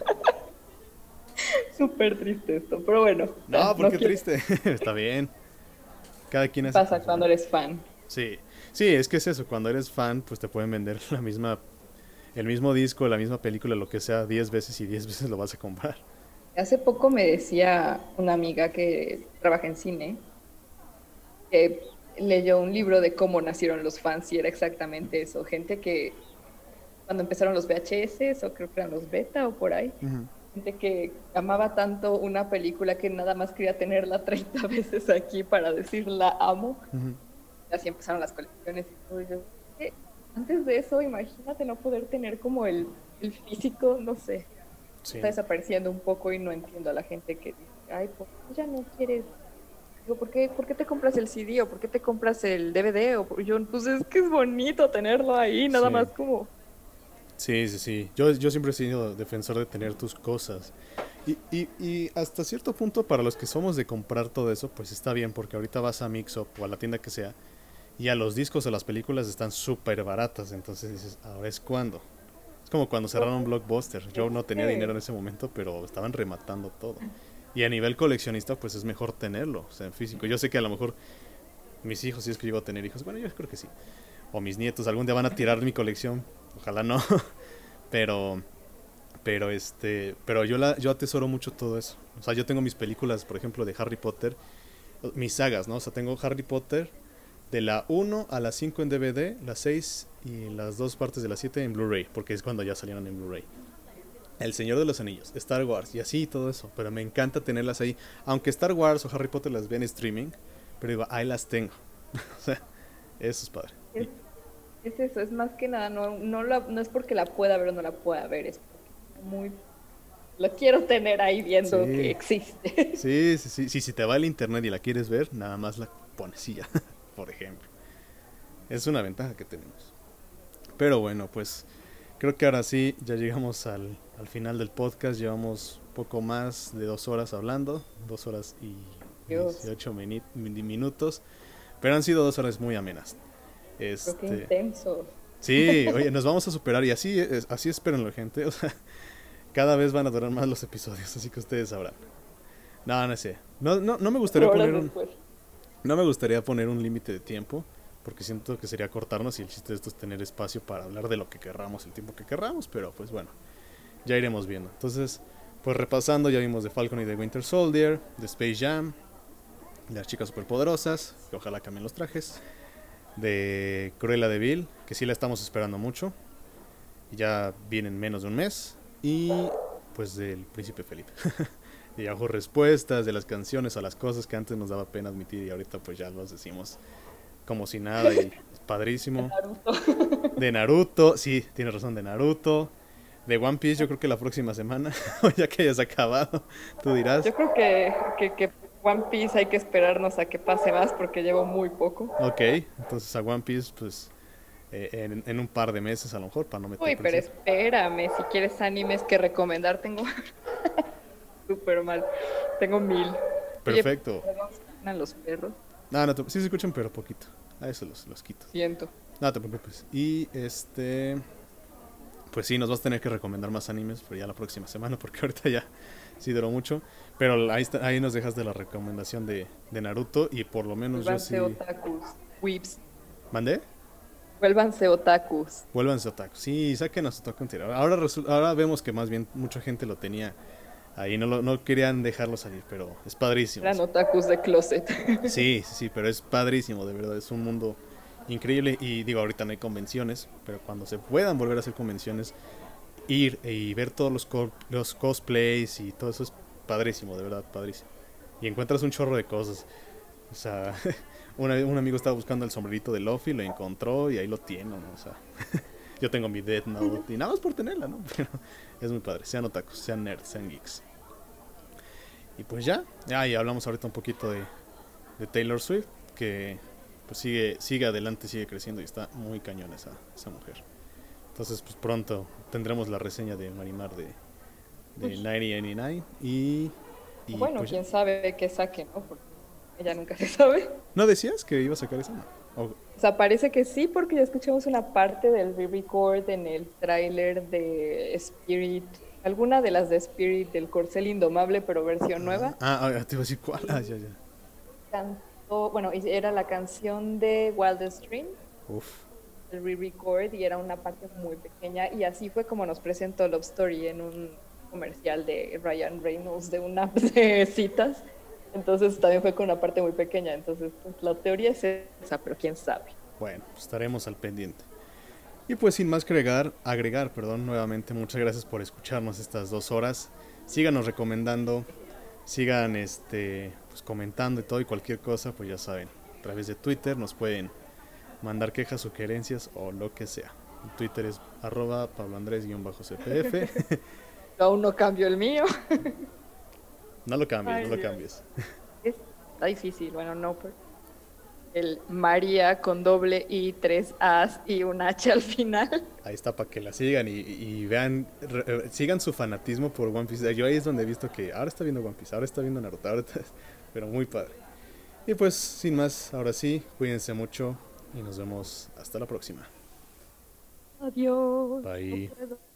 Súper triste esto, pero bueno, ya, No, ¿por no qué quiero. triste? Está bien. Cada quien hace Pasa con su cuando vida. eres fan. Sí, sí, es que es eso. Cuando eres fan, pues te pueden vender el mismo disco, la misma película, lo que sea, 10 veces y 10 veces lo vas a comprar. Hace poco me decía una amiga que trabaja en cine que leyó un libro de cómo nacieron los fans y era exactamente eso. Gente que cuando empezaron los VHS o creo que eran los beta o por ahí, Ujú, gente que amaba tanto una película que nada más quería tenerla 30 veces aquí para decir la amo. ujú. Y así empezaron las colecciones y todo. Y yo, "¿Qué? Antes de eso, imagínate no poder tener como el físico, no sé, Sí, está desapareciendo un poco y no entiendo a la gente que dice, ay, ¿por qué ya no quieres? Digo, por qué te compras el CD o por qué te compras el DVD? Yo, pues es que es bonito tenerlo ahí, nada sí. más como... Sí, sí, sí. Yo siempre he sido defensor de tener tus cosas. Y hasta cierto punto, para los que somos de comprar todo eso, pues está bien, porque ahorita vas a Mixup o a la tienda que sea, y a los discos o las películas están súper baratas. Entonces dices, ahora es cuando. Es como cuando cerraron Blockbuster. Yo no tenía dinero en ese momento, pero estaban rematando todo. Y a nivel coleccionista, pues es mejor tenerlo, o sea, en físico. Yo sé que a lo mejor mis hijos, si es que llego a tener hijos, bueno, yo creo que sí. O mis nietos algún día van a tirar mi colección. Ojalá no. Pero pero yo atesoro mucho todo eso. O sea, yo tengo mis películas, por ejemplo, de Harry Potter mis sagas, ¿no? O sea, tengo Harry Potter de la 1 a la 5 en DVD, la 6 y las dos partes de la 7 en Blu-ray, porque es cuando ya salieron en Blu-ray. El Señor de los Anillos, Star Wars y así todo eso, pero me encanta tenerlas ahí. Aunque Star Wars o Harry Potter las vean en streaming, pero digo, ahí las tengo. O sea, eso es padre. Es, es eso, es más que nada, no es porque la pueda ver o no la pueda ver, es porque muy lo quiero tener ahí viendo que Sí, existe. sí, sí, sí. Si te va el internet y la quieres ver, nada más la pones y ya, por ejemplo. Es una ventaja que tenemos. Pero bueno, pues creo que ahora sí ya llegamos al final del podcast. Llevamos poco más de 2 horas hablando, 2 horas y Dios, 18 minutos. Pero han sido 2 horas muy amenas. pero qué Este, intenso. sí, oye, nos vamos a superar y así, así espérenlo, gente. O sea, cada vez van a durar más los episodios, así que ustedes sabrán. No, no sé. No me gustaría 4 horas poner un, después. no me gustaría poner un límite de tiempo, porque siento que sería cortarnos y el chiste de esto es tener espacio para hablar de lo que querramos el tiempo que querramos, pero pues bueno, ya iremos viendo. Entonces, pues repasando, ya vimos de Falcon y de Winter Soldier, de Space Jam, de las chicas superpoderosas, que ojalá cambien los trajes, de Cruella de Vil, que sí la estamos esperando mucho, y ya viene en menos de un mes, y pues del Príncipe Felipe. Y hago respuestas de las canciones a las cosas que antes nos daba pena admitir y ahorita pues ya los decimos como si nada y es padrísimo. Naruto. De Naruto, sí, tienes razón, de Naruto. De One Piece yo creo que la próxima semana, o ya que hayas acabado, tú dirás. Yo creo que One Piece hay que esperarnos a que pase más porque llevo muy poco. Ok, entonces a One Piece pues en un par de meses a lo mejor para no meter Uy, pero presión. espérame, si quieres animes que recomendar, tengo súper mal. Tengo 1000. Oye, Perfecto. perdón, ¿suenan los perros? No, no, sí se escuchan pero poquito. A eso los quito. Siento. No te preocupes. Y pues sí, nos vas a tener que recomendar más animes, pero ya la próxima semana, porque ahorita ya sí duró mucho. Pero ahí nos dejas de la recomendación de Naruto y por lo menos yo Vuélvanse sí... otakus. Weeps. ¿Mandé? Vuélvanse otakus. Vuélvanse otaku. Sí, saquen a su otaku anterior. Ahora vemos que más bien mucha gente lo tenía ahí, no querían dejarlo salir, pero es padrísimo. Eran otakus de closet. Sí, sí, sí, pero es padrísimo, de verdad, es un mundo increíble y digo, ahorita no hay convenciones, pero cuando se puedan volver a hacer convenciones, ir y ver todos los cosplays y todo eso es padrísimo, de verdad, padrísimo. Y encuentras un chorro de cosas. O sea, un amigo estaba buscando el sombrerito de Luffy, lo encontró y ahí lo tiene, ¿no? O sea, yo tengo mi Death Note y nada más por tenerla, ¿no? Pero es muy padre, sean otakus, sean nerds, sean geeks. Y pues ya, y hablamos ahorita un poquito de Taylor Swift, que pues sigue adelante, sigue creciendo y está muy cañón esa mujer. Entonces pues pronto tendremos la reseña de Marimar de 1989 y Bueno, pues ya. quién sabe qué saque, ¿no? Porque ella nunca se sabe. ¿No decías que iba a sacar esa? No. O sea, parece que sí, porque ya escuchamos una parte del re-record en el tráiler de Spirit, alguna de las de Spirit del Corcel Indomable, pero versión nueva. Te iba a decir cuál. Ya, ya. Cantó, bueno, era la canción de Wildest Dream, Uf. el re-record, y era una parte muy pequeña, y así fue como nos presentó Love Story en un comercial de Ryan Reynolds de una app de citas. Entonces también fue con una parte muy pequeña. Entonces, pues, la teoría es esa, pero quién sabe. Bueno, pues estaremos al pendiente. Y pues sin más que agregar, perdón, nuevamente muchas gracias por escucharnos estas 2 horas. Síganos recomendando, sigan pues comentando y todo y cualquier cosa, pues ya saben, a través de Twitter nos pueden mandar quejas, sugerencias o lo que sea. En Twitter es @PabloAndrés_CPF. Yo aún no cambio el mío. No lo cambies, Ay, no lo Dios. cambies. Está difícil. Bueno, no, pero el María con doble I, 3 As y un H al final. Ahí está para que la sigan y vean, sigan su fanatismo por One Piece. Yo ahí es donde he visto que ahora está viendo One Piece, ahora está viendo Naruto, pero muy padre. Y pues sin más, ahora sí, cuídense mucho y nos vemos hasta la próxima. Adiós. No Bye. puedo.